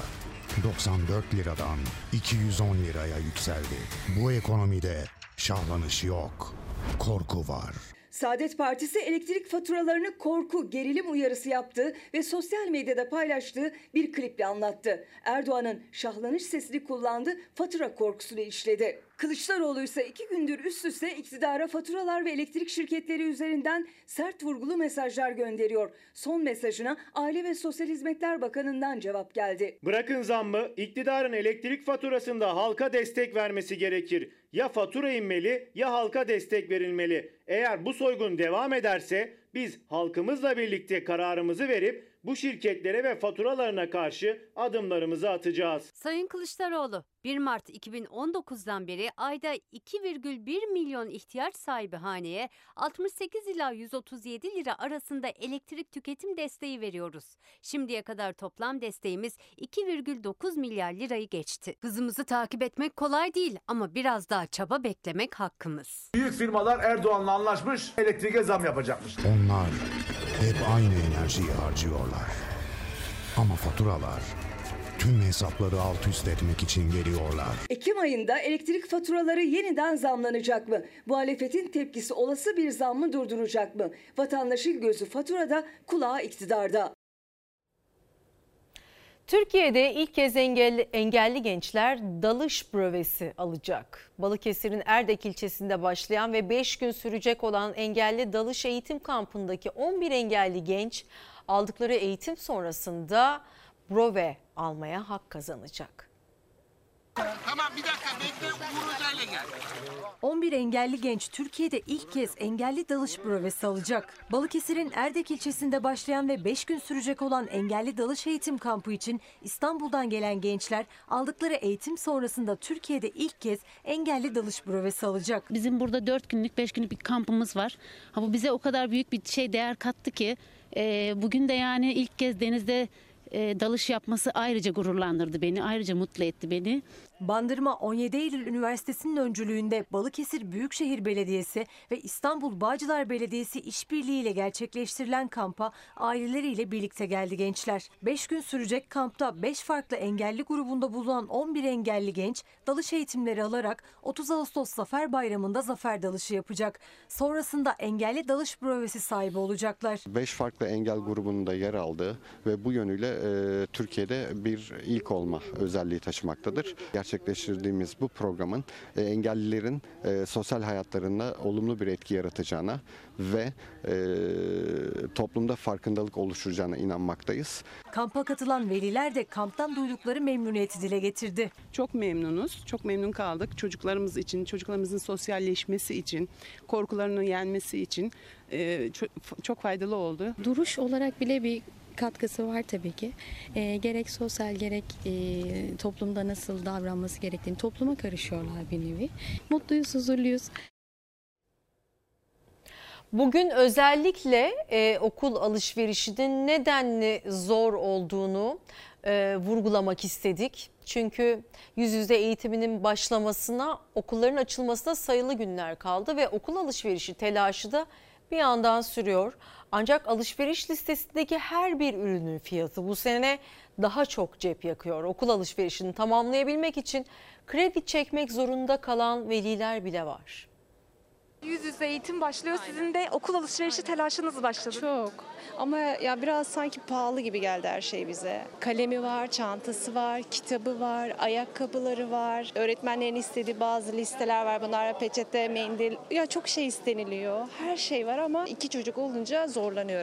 94 liradan 210 liraya yükseldi. Bu ekonomide şahlanış yok, korku var. Saadet Partisi elektrik faturalarını korku, gerilim uyarısı yaptığı ve sosyal medyada paylaştığı bir kliple anlattı. Erdoğan'ın şahlanış sesini kullandı, fatura korkusunu işledi. Kılıçdaroğlu ise 2 gündür üst üste iktidara faturalar ve elektrik şirketleri üzerinden sert vurgulu mesajlar gönderiyor. Son mesajına Aile ve Sosyal Hizmetler Bakanı'ndan cevap geldi. Bırakın zammı, iktidarın elektrik faturasında halka destek vermesi gerekir. Ya fatura inmeli ya halka destek verilmeli. Eğer bu soygun devam ederse biz halkımızla birlikte kararımızı verip bu şirketlere ve faturalarına karşı adımlarımızı atacağız. Sayın Kılıçdaroğlu, 1 Mart 2019'dan beri ayda 2,1 milyon ihtiyaç sahibi haneye 68 ila 137 lira arasında elektrik tüketim desteği veriyoruz. Şimdiye kadar toplam desteğimiz 2,9 milyar lirayı geçti. Hızımızı takip etmek kolay değil ama biraz daha çaba beklemek hakkımız. Büyük firmalar Erdoğan'la anlaşmış, elektriğe zam yapacakmış. Onlar hep aynı enerjiyi harcıyorlar. Ama faturalar tüm hesapları alt üst etmek için geliyorlar. Ekim ayında elektrik faturaları yeniden zamlanacak mı? Muhalefetin tepkisi olası bir zammı durduracak mı? Vatandaşın gözü faturada, kulağı iktidarda. Türkiye'de ilk kez engelli gençler dalış brövesi alacak. Balıkesir'in Erdek ilçesinde başlayan ve 5 gün sürecek olan engelli dalış eğitim kampındaki 11 engelli genç aldıkları eğitim sonrasında bröve almaya hak kazanacak. Tamam bir dakika bekle, Uğur Hoca'yla gel. 11 engelli genç Türkiye'de ilk kez engelli dalış brövesi alacak. Balıkesir'in Erdek ilçesinde başlayan ve 5 gün sürecek olan engelli dalış eğitim kampı için İstanbul'dan gelen gençler aldıkları eğitim sonrasında Türkiye'de ilk kez engelli dalış brövesi alacak. Bizim burada 4 günlük 5 günlük bir kampımız var. Bu bize o kadar büyük bir değer kattı ki bugün de yani ilk kez denizde dalış yapması ayrıca gururlandırdı beni, ayrıca mutlu etti beni. Bandırma 17 Eylül Üniversitesi'nin öncülüğünde Balıkesir Büyükşehir Belediyesi ve İstanbul Bağcılar Belediyesi işbirliğiyle gerçekleştirilen kampa aileleriyle birlikte geldi gençler. 5 gün sürecek kampta 5 farklı engelli grubunda bulunan 11 engelli genç dalış eğitimleri alarak 30 Ağustos Zafer Bayramı'nda zafer dalışı yapacak. Sonrasında engelli dalış brövesi sahibi olacaklar. 5 farklı engel grubunda yer aldığı ve bu yönüyle Türkiye'de bir ilk olma özelliği taşımaktadır. Gerçekleştirdiğimiz bu programın engellilerin sosyal hayatlarında olumlu bir etki yaratacağına ve toplumda farkındalık oluşturacağına inanmaktayız. Kampa katılan veliler de kamptan duydukları memnuniyeti dile getirdi. Çok memnunuz, çok memnun kaldık. Çocuklarımız için, çocuklarımızın sosyalleşmesi için, korkularını yenmesi için çok faydalı oldu. Duruş olarak bile bir katkısı var tabii ki. Gerek sosyal gerek toplumda nasıl davranması gerektiğini topluma karışıyorlar bir nevi. Mutluyuz, huzurluyuz. Bugün özellikle okul alışverişinin nedenli zor olduğunu vurgulamak istedik. Çünkü yüz yüze eğitiminin başlamasına, okulların açılmasına sayılı günler kaldı ve okul alışverişi telaşı da bir yandan sürüyor. Ancak alışveriş listesindeki her bir ürünün fiyatı bu sene daha çok cep yakıyor. Okul alışverişini tamamlayabilmek için kredi çekmek zorunda kalan veliler bile var. Yüz yüze eğitim başlıyor. Sizin de okul alışverişi telaşınız başladı. Çok. Ama ya biraz sanki pahalı gibi geldi her şey bize. Kalemi var, çantası var, kitabı var, ayakkabıları var. Öğretmenlerin istediği bazı listeler var. Bunlar peçete, mendil. Ya çok şey isteniliyor. Her şey var ama 2 çocuk olunca zorlanıyoruz.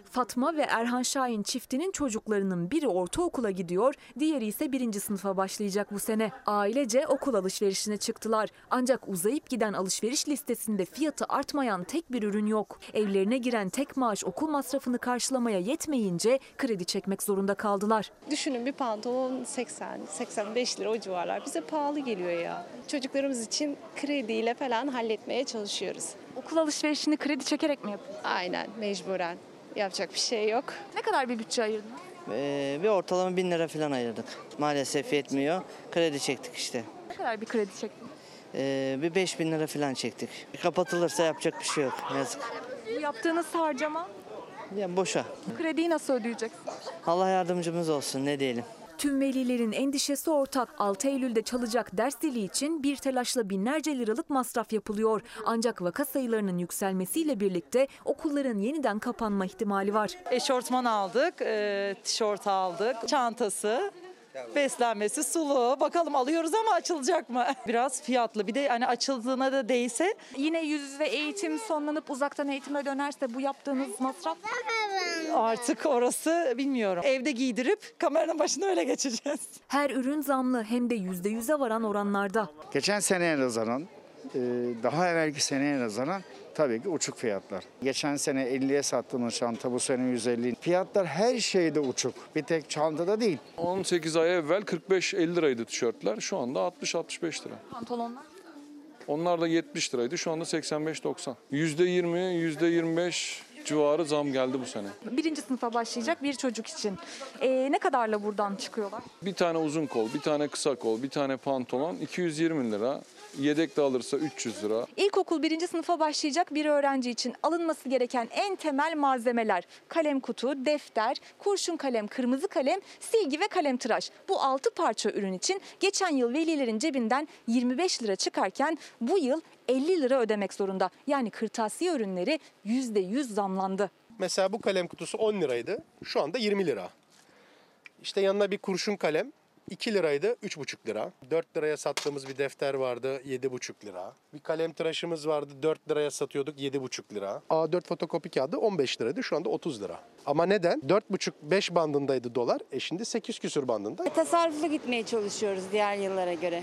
Fatma ve Erhan Şahin çiftinin çocuklarının biri ortaokula gidiyor, diğeri ise 1. sınıfa başlayacak bu sene. Ailece okul alışverişine çıktılar. Ancak uzayıp giden alışveriş listesinde fiyatı artmayan tek bir ürün yok. Evlerine giren tek maaş okul masrafını karşılamaya yetmeyince kredi çekmek zorunda kaldılar. Düşünün bir pantolon 80-85 lira o civarlar. Bize pahalı geliyor ya. Çocuklarımız için krediyle falan halletmeye çalışıyoruz. Okul alışverişini kredi çekerek mi yapıyorsunuz? Aynen, mecburen. Yapacak bir şey yok. Ne kadar bir bütçe ayırdınız? Bir ortalama 1000 lira falan ayırdık. Maalesef yetmiyor. Kredi çektik işte. Ne kadar bir kredi çektiniz? Bir 5000 lira falan çektik. Kapatılırsa yapacak bir şey yok. Yazık. Bu yaptığınız harcama? Ya boşa. Krediyi nasıl ödeyeceksiniz? Allah yardımcımız olsun, ne diyelim. Tüm velilerin endişesi ortak. 6 Eylül'de çalacak ders zili için bir telaşla binlerce liralık masraf yapılıyor. Ancak vaka sayılarının yükselmesiyle birlikte okulların yeniden kapanma ihtimali var. Eşortman aldık, tişört aldık, çantası, beslenmesi, sulu. Bakalım alıyoruz ama açılacak mı? Biraz fiyatlı. Bir de hani açıldığına da değse. Yine yüz yüze eğitim sonlanıp uzaktan eğitime dönerse bu yaptığınız masraf? Artık orası bilmiyorum. Evde giydirip kameranın başına öyle geçeceğiz. Her ürün zamlı hem de %100'e varan oranlarda. Geçen seneye nazaran, daha evvelki seneye nazaran tabii ki uçuk fiyatlar. Geçen sene 50'ye sattığımız çanta bu sene 150. Fiyatlar her şeyde uçuk. Bir tek çantada değil. 18 ay evvel 45-50 liraydı tişörtler. Şu anda 60-65 lira. Pantolonlar? Onlar da 70 liraydı. Şu anda 85-90. %20, %25 civarı zam geldi bu sene. 1. sınıfa başlayacak bir çocuk için. Ne kadarla buradan çıkıyorlar? Bir tane uzun kol, bir tane kısa kol, bir tane pantolon 220 lira. Yedek de alırsa 300 lira. İlkokul 1. sınıfa başlayacak bir öğrenci için alınması gereken en temel malzemeler: kalem kutu, defter, kurşun kalem, kırmızı kalem, silgi ve kalem tıraş. Bu 6 parça ürün için geçen yıl velilerin cebinden 25 lira çıkarken bu yıl 50 lira ödemek zorunda. Yani kırtasiye ürünleri %100 zamlandı. Mesela bu kalem kutusu 10 liraydı. Şu anda 20 lira. İşte yanına bir kurşun kalem 2 liraydı, 3,5 lira. 4 liraya sattığımız bir defter vardı, 7,5 lira. Bir kalem tıraşımız vardı, 4 liraya satıyorduk, 7,5 lira. A4 fotokopi kağıdı 15 liraydı, şu anda 30 lira. Ama neden? 4,5-5 bandındaydı dolar, şimdi 8 küsür bandında. Tasarruflu gitmeye çalışıyoruz diğer yıllara göre.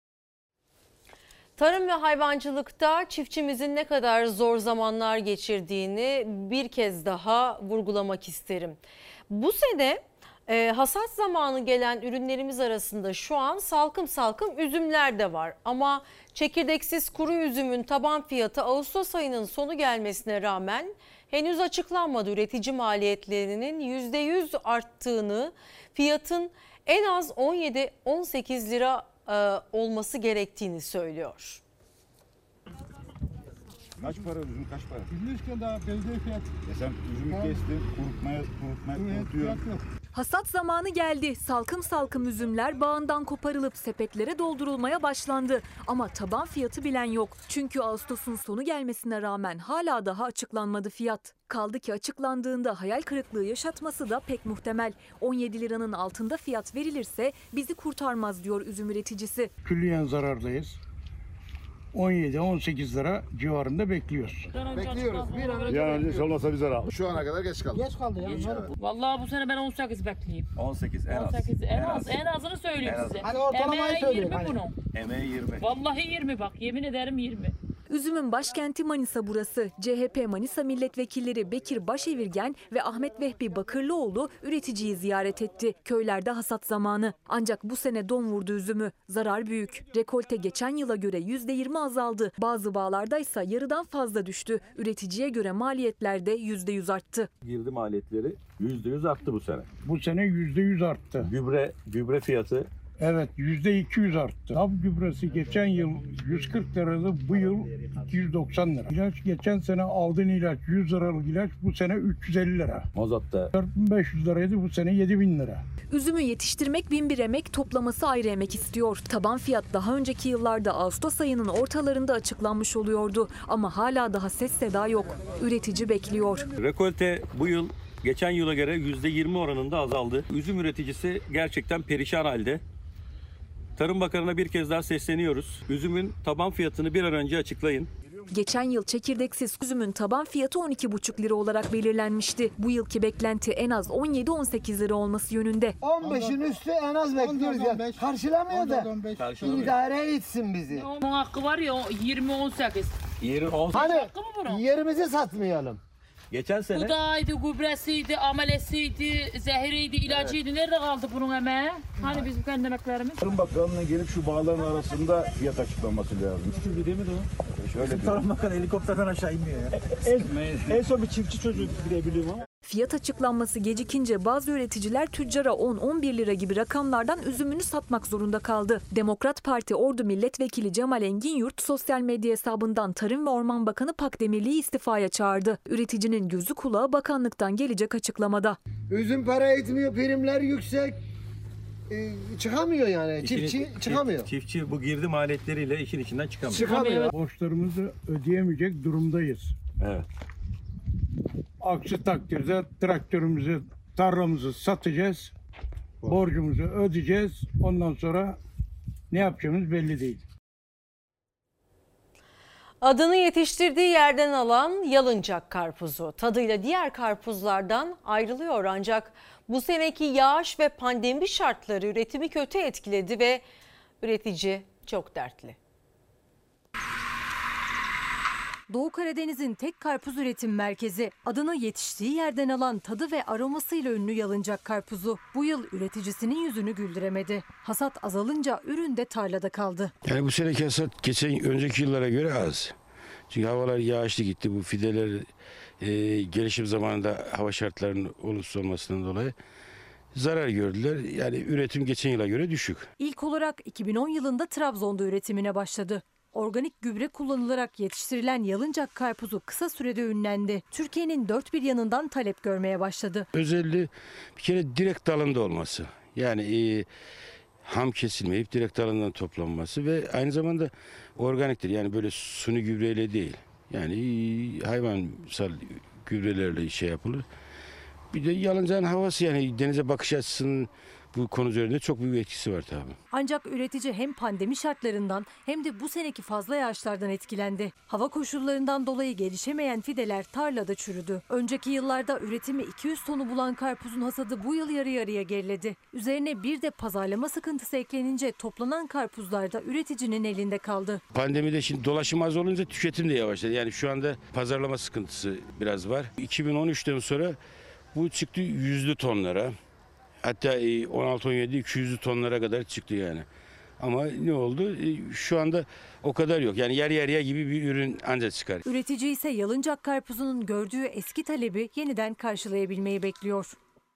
Tarım ve hayvancılıkta çiftçimizin ne kadar zor zamanlar geçirdiğini bir kez daha vurgulamak isterim. Bu sene hasat zamanı gelen ürünlerimiz arasında şu an salkım salkım üzümler de var. Ama çekirdeksiz kuru üzümün taban fiyatı Ağustos ayının sonu gelmesine rağmen henüz açıklanmadı. Üretici maliyetlerinin %100 arttığını, fiyatın en az 17-18 lira olması gerektiğini söylüyor. Kaç para üzüm, kaç para? Üzüm daha belediye fiyatı. Sen üzümü kestin, kurutuyor. Hasat zamanı geldi. Salkım salkım üzümler bağından koparılıp sepetlere doldurulmaya başlandı. Ama taban fiyatı bilen yok. Çünkü Ağustos'un sonu gelmesine rağmen hala daha açıklanmadı fiyat. Kaldı ki açıklandığında hayal kırıklığı yaşatması da pek muhtemel. 17 liranın altında fiyat verilirse bizi kurtarmaz diyor üzüm üreticisi. Külliyen zarardayız. 17-18 lira civarında bekliyoruz. Bir an önce olmasa bize al. Şu ana kadar geç kaldı. Geç kaldı ya. Vallahi bu sene ben 18 bekleyeyim. 18 en az. 18 en azını söyleyeyim size. Hani ortalamayı söyleyeyim. 20 bunun. Emeği 20. Vallahi 20 bak, yemin ederim 20. Üzümün başkenti Manisa burası. CHP Manisa milletvekilleri Bekir Başevirgen ve Ahmet Vehbi Bakırlıoğlu üreticiyi ziyaret etti. Köylerde hasat zamanı. Ancak bu sene don vurdu üzümü. Zarar büyük. Rekolte geçen yıla göre %20 azaldı. Bazı bağlardaysa yarıdan fazla düştü. Üreticiye göre maliyetler de %100 arttı. Girdi maliyetleri %100 arttı bu sene. Bu sene %100 arttı. Gübre fiyatı. Evet, %200 arttı. Hap gübresi geçen yıl 140 liraydı, bu yıl 290 lira. İlaç geçen sene aldığın ilaç 100 liralık ilaç bu sene 350 lira. Mazotta 4500 liraydı, bu sene 7000 lira. Üzümü yetiştirmek bin bir emek, toplaması ayrı emek istiyor. Taban fiyat daha önceki yıllarda Ağustos ayının ortalarında açıklanmış oluyordu. Ama hala daha ses seda yok. Üretici bekliyor. Rekolte bu yıl geçen yıla göre %20 oranında azaldı. Üzüm üreticisi gerçekten perişan halde. Tarım Bakanı'na bir kez daha sesleniyoruz. Üzümün taban fiyatını bir an önce açıklayın. Geçen yıl çekirdeksiz üzümün taban fiyatı 12,5 lira olarak belirlenmişti. Bu yılki beklenti en az 17-18 lira olması yönünde. 15'in üstü en az bekliyoruz ya. Karşılamıyor da idare etsin bizi. Onun hakkı var ya 20-18. Hani yerimizi satmayalım. Geçen sene Gıdaydı, gübresiydi, amelesiydi, zehiriydi, ilacıydı. Nerede kaldı bunun emeği? Hani bizim kendi emeklerimiz? Tarım Bakanlığı'na gelip şu bağların arasında fiyat açıklaması lazım. Çünkü değil mi o? Şöyle Tarım Bakanı helikopterden aşağı inmiyor ya. En son bir çiftçi çocuğu gidebiliyorum ama. Fiyat açıklanması gecikince bazı üreticiler tüccara 10-11 lira gibi rakamlardan üzümünü satmak zorunda kaldı. Demokrat Parti Ordu Milletvekili Cemal Enginyurt sosyal medya hesabından Tarım ve Orman Bakanı Pakdemirli'yi istifaya çağırdı. Üreticinin gözü kulağı bakanlıktan gelecek açıklamada. Üzüm para etmiyor, primler yüksek. Çıkamıyor yani. Çiftçi çıkamıyor. Çiftçi bu girdi maliyetleriyle işin içinden çıkamıyor. Borçlarımızı ödeyemeyecek durumdayız. Evet. Aksi takdirde traktörümüzü, tarlamızı satacağız. Borcumuzu ödeyeceğiz. Ondan sonra ne yapacağımız belli değil. Adını yetiştirdiği yerden alan yalıncak karpuzu tadıyla diğer karpuzlardan ayrılıyor, ancak bu seneki yağış ve pandemi şartları üretimi kötü etkiledi ve üretici çok dertli. Doğu Karadeniz'in tek karpuz üretim merkezi, adını yetiştiği yerden alan tadı ve aromasıyla ünlü yalıncak karpuzu bu yıl üreticisinin yüzünü güldüremedi. Hasat azalınca ürün de tarlada kaldı. Yani bu seneki hasat önceki yıllara göre az. Çünkü havalar yağışlı gitti. Bu fideler gelişim zamanında hava şartlarının olumsuz olmasından dolayı zarar gördüler. Yani üretim geçen yıla göre düşük. İlk olarak 2010 yılında Trabzon'da üretimine başladı. Organik gübre kullanılarak yetiştirilen yalıncak karpuzu kısa sürede ünlendi. Türkiye'nin dört bir yanından talep görmeye başladı. Özelliği bir kere direkt dalında olması. Yani ham kesilmeyip direkt dalından toplanması ve aynı zamanda organiktir. Yani böyle suni gübreyle değil. Yani hayvansal gübrelerle şey yapılır. Bir de yalıncağın havası, yani denize bakış açısının bu konu üzerinde çok büyük etkisi var tabii. Ancak üretici hem pandemi şartlarından hem de bu seneki fazla yağışlardan etkilendi. Hava koşullarından dolayı gelişemeyen fideler tarlada çürüdü. Önceki yıllarda üretimi 200 tonu bulan karpuzun hasadı bu yıl yarı yarıya geriledi. Üzerine bir de pazarlama sıkıntısı eklenince toplanan karpuzlar da üreticinin elinde kaldı. Pandemide şimdi dolaşım az olunca tüketim de yavaşladı. Yani şu anda pazarlama sıkıntısı biraz var. 2013'ten sonra bu çıktı 100'lü tonlara. Hatta 16-17 200'lü tonlara kadar çıktı yani. Ama ne oldu? Şu anda o kadar yok. Yani yarı yarıya gibi bir ürün ancak çıkar. Üretici ise yalıncak karpuzunun gördüğü eski talebi yeniden karşılayabilmeyi bekliyor.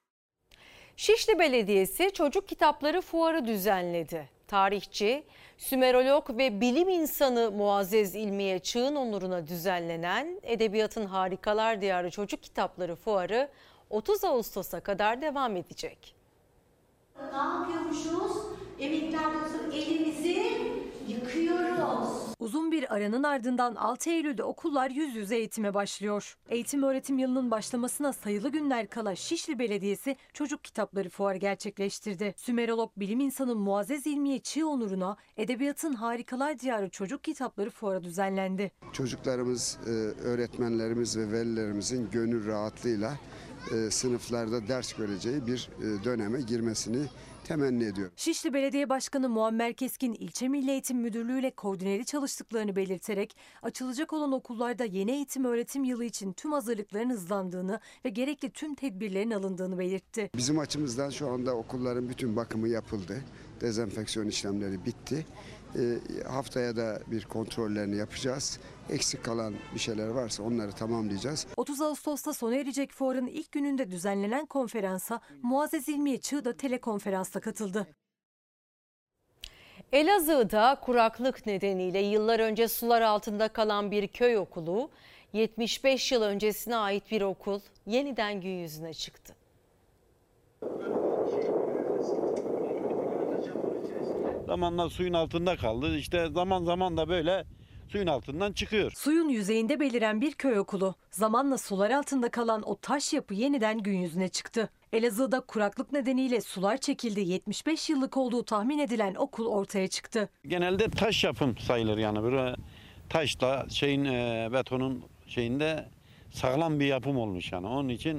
Şişli Belediyesi çocuk kitapları fuarı düzenledi. Tarihçi, Sümerolog ve bilim insanı Muazzez İlmiye Çığ'ın onuruna düzenlenen Edebiyatın Harikalar Diyarı Çocuk Kitapları Fuarı 30 Ağustos'a kadar devam edecek. Ne yapıyormuşuz? Emeklerde elimizi yıkıyoruz. Uzun bir aranın ardından 6 Eylül'de okullar yüz yüze eğitime başlıyor. Eğitim öğretim yılının başlamasına sayılı günler kala Şişli Belediyesi Çocuk Kitapları Fuarı gerçekleştirdi. Sümerolog bilim insanı Muazzez İlmiye Çığ onuruna Edebiyatın Harikalar Diyarı Çocuk Kitapları Fuarı düzenlendi. Çocuklarımız, öğretmenlerimiz ve velilerimizin gönül rahatlığıyla sınıflarda ders göreceği bir döneme girmesini temenni ediyorum. Şişli Belediye Başkanı Muammer Keskin İlçe Milli Eğitim Müdürlüğü ile koordineli çalıştıklarını belirterek açılacak olan okullarda yeni eğitim öğretim yılı için tüm hazırlıkların hızlandığını ve gerekli tüm tedbirlerin alındığını belirtti. Bizim açımızdan şu anda okulların bütün bakımı yapıldı. Dezenfeksiyon işlemleri bitti. Haftaya da bir kontrollerini yapacağız. Eksik kalan bir şeyler varsa onları tamamlayacağız. 30 Ağustos'ta sona erecek fuarın ilk gününde düzenlenen konferansa Muazzez İlmiye Çığ da telekonferansla katıldı. Elazığ'da kuraklık nedeniyle yıllar önce sular altında kalan bir köy okulu, 75 yıl öncesine ait bir okul yeniden gün yüzüne çıktı. Zamanla suyun altında kaldı. İşte zaman zaman da böyle suyun altından çıkıyor. Suyun yüzeyinde beliren bir köy okulu. Zamanla sular altında kalan o taş yapı yeniden gün yüzüne çıktı. Elazığ'da kuraklık nedeniyle sular çekildi. 75 yıllık olduğu tahmin edilen okul ortaya çıktı. Genelde taş yapım sayılır yani. Böyle taşla betonun şeyinde sağlam bir yapım olmuş yani. Onun için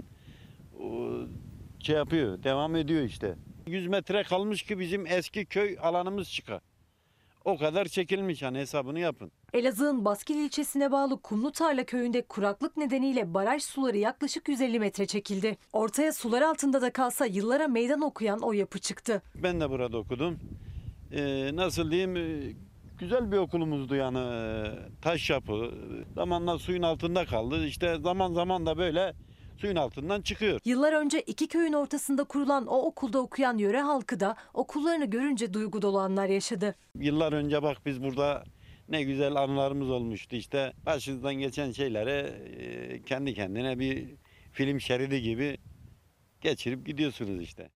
yapıyor, devam ediyor işte. 100 metre kalmış ki bizim eski köy alanımız çıkar. O kadar çekilmiş yani, hesabını yapın. Elazığ'ın Baskil ilçesine bağlı Kumlutarla köyünde kuraklık nedeniyle baraj suları yaklaşık 150 metre çekildi. Ortaya sular altında da kalsa yıllara meydan okuyan o yapı çıktı. Ben de burada okudum. Nasıl diyeyim, güzel bir okulumuzdu yani, taş yapı. Zamanla suyun altında kaldı. İşte zaman zaman da böyle suyun altından çıkıyor. Yıllar önce iki köyün ortasında kurulan o okulda okuyan yöre halkı da okullarını görünce duygu dolu anlar yaşadı. Yıllar önce bak biz burada ne güzel anılarımız olmuştu. İşte başınızdan geçen şeyleri kendi kendine bir film şeridi gibi geçirip gidiyorsunuz işte.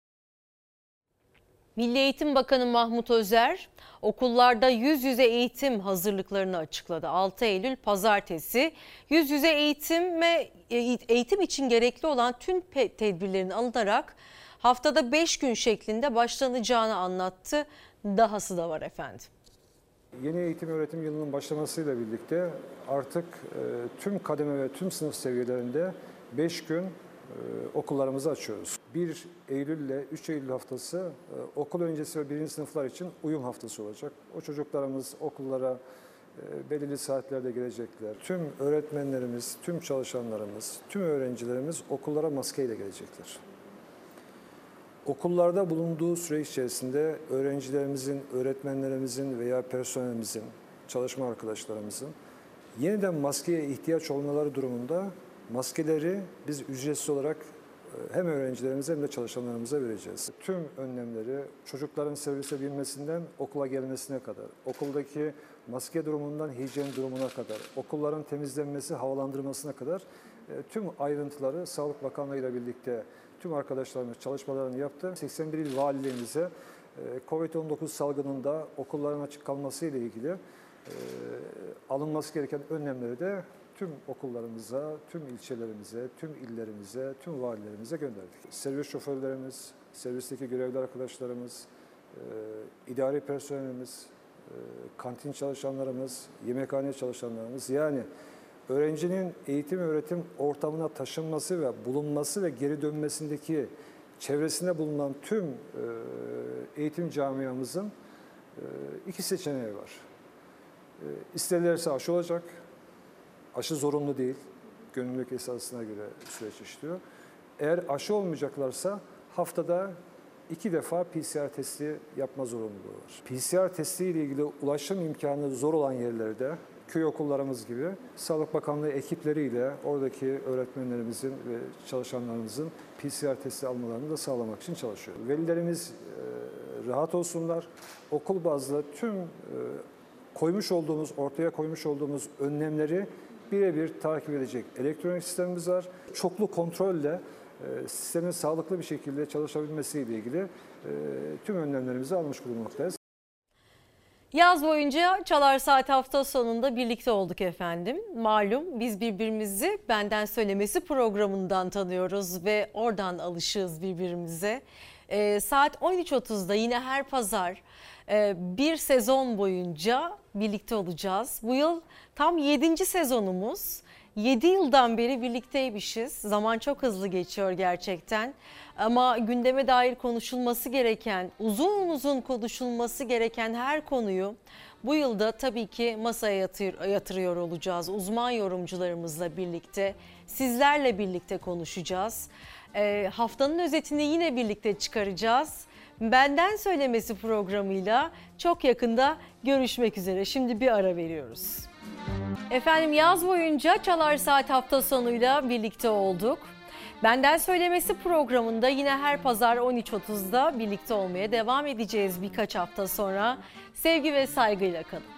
Milli Eğitim Bakanı Mahmut Özer okullarda yüz yüze eğitim hazırlıklarını açıkladı. 6 Eylül Pazartesi yüz yüze eğitim için gerekli olan tüm tedbirlerin alınarak haftada 5 gün şeklinde başlanacağını anlattı. Dahası da var efendim. Yeni eğitim öğretim yılının başlamasıyla birlikte artık tüm kademe ve tüm sınıf seviyelerinde 5 gün okullarımızı açıyoruz. 1 Eylül ile 3 Eylül haftası okul öncesi ve 1. sınıflar için uyum haftası olacak. O çocuklarımız okullara belirli saatlerde gelecekler. Tüm öğretmenlerimiz, tüm çalışanlarımız, tüm öğrencilerimiz okullara maskeyle gelecekler. Okullarda bulunduğu süreç içerisinde öğrencilerimizin, öğretmenlerimizin veya personelimizin, çalışma arkadaşlarımızın yeniden maskeye ihtiyaç olmaları durumunda maskeleri biz ücretsiz olarak hem öğrencilerimize hem de çalışanlarımıza vereceğiz. Tüm önlemleri çocukların servise binmesinden okula gelmesine kadar, okuldaki maske durumundan hijyen durumuna kadar, okulların temizlenmesi, havalandırmasına kadar tüm ayrıntıları Sağlık Bakanlığı ile birlikte tüm arkadaşlarımız çalışmalarını yaptı. 81 il valilerimize COVID-19 salgınında okulların açık kalması ile ilgili alınması gereken önlemleri de tüm okullarımıza, tüm ilçelerimize, tüm illerimize, tüm valilerimize gönderdik. Servis şoförlerimiz, servisteki görevli arkadaşlarımız, idari personelimiz, kantin çalışanlarımız, yemekhane çalışanlarımız, yani öğrencinin eğitim öğretim ortamına taşınması ve bulunması ve geri dönmesindeki çevresinde bulunan tüm eğitim camiamızın iki seçeneği var. İsterlerse aşı olacak. Aşı zorunlu değil. Gönüllülük esasına göre süreç işliyor. Eğer aşı olmayacaklarsa haftada 2 defa PCR testi yapma zorunluluğu var. PCR testi ile ilgili ulaşım imkanı zor olan yerlerde köy okullarımız gibi Sağlık Bakanlığı ekipleriyle oradaki öğretmenlerimizin ve çalışanlarımızın PCR testi almalarını da sağlamak için çalışıyor. Velilerimiz rahat olsunlar. Okul bazlı tüm ortaya koymuş olduğumuz önlemleri birebir takip edecek elektronik sistemimiz var. Çoklu kontrolle sistemin sağlıklı bir şekilde çalışabilmesiyle ilgili tüm önlemlerimizi almış bulunmaktayız. Yaz boyunca Çalar Saat hafta sonunda birlikte olduk efendim. Malum biz birbirimizi Benden Söylemesi programından tanıyoruz ve oradan alışığız birbirimize. Saat 13.30'da yine her pazar bir sezon boyunca birlikte olacağız. Bu yıl tam 7. sezonumuz. 7 yıldan beri birlikteymişiz. Zaman çok hızlı geçiyor gerçekten. Ama gündeme dair konuşulması gereken, uzun uzun konuşulması gereken her konuyu bu yılda tabii ki masaya yatırıyor olacağız. Uzman yorumcularımızla birlikte, sizlerle birlikte konuşacağız. Haftanın özetini yine birlikte çıkaracağız. Benden Söylemesi programıyla çok yakında görüşmek üzere. Şimdi bir ara veriyoruz. Efendim yaz boyunca Çalar Saat hafta sonuyla birlikte olduk. Benden Söylemesi programında yine her pazar 13.30'da birlikte olmaya devam edeceğiz birkaç hafta sonra. Sevgi ve saygıyla kalın.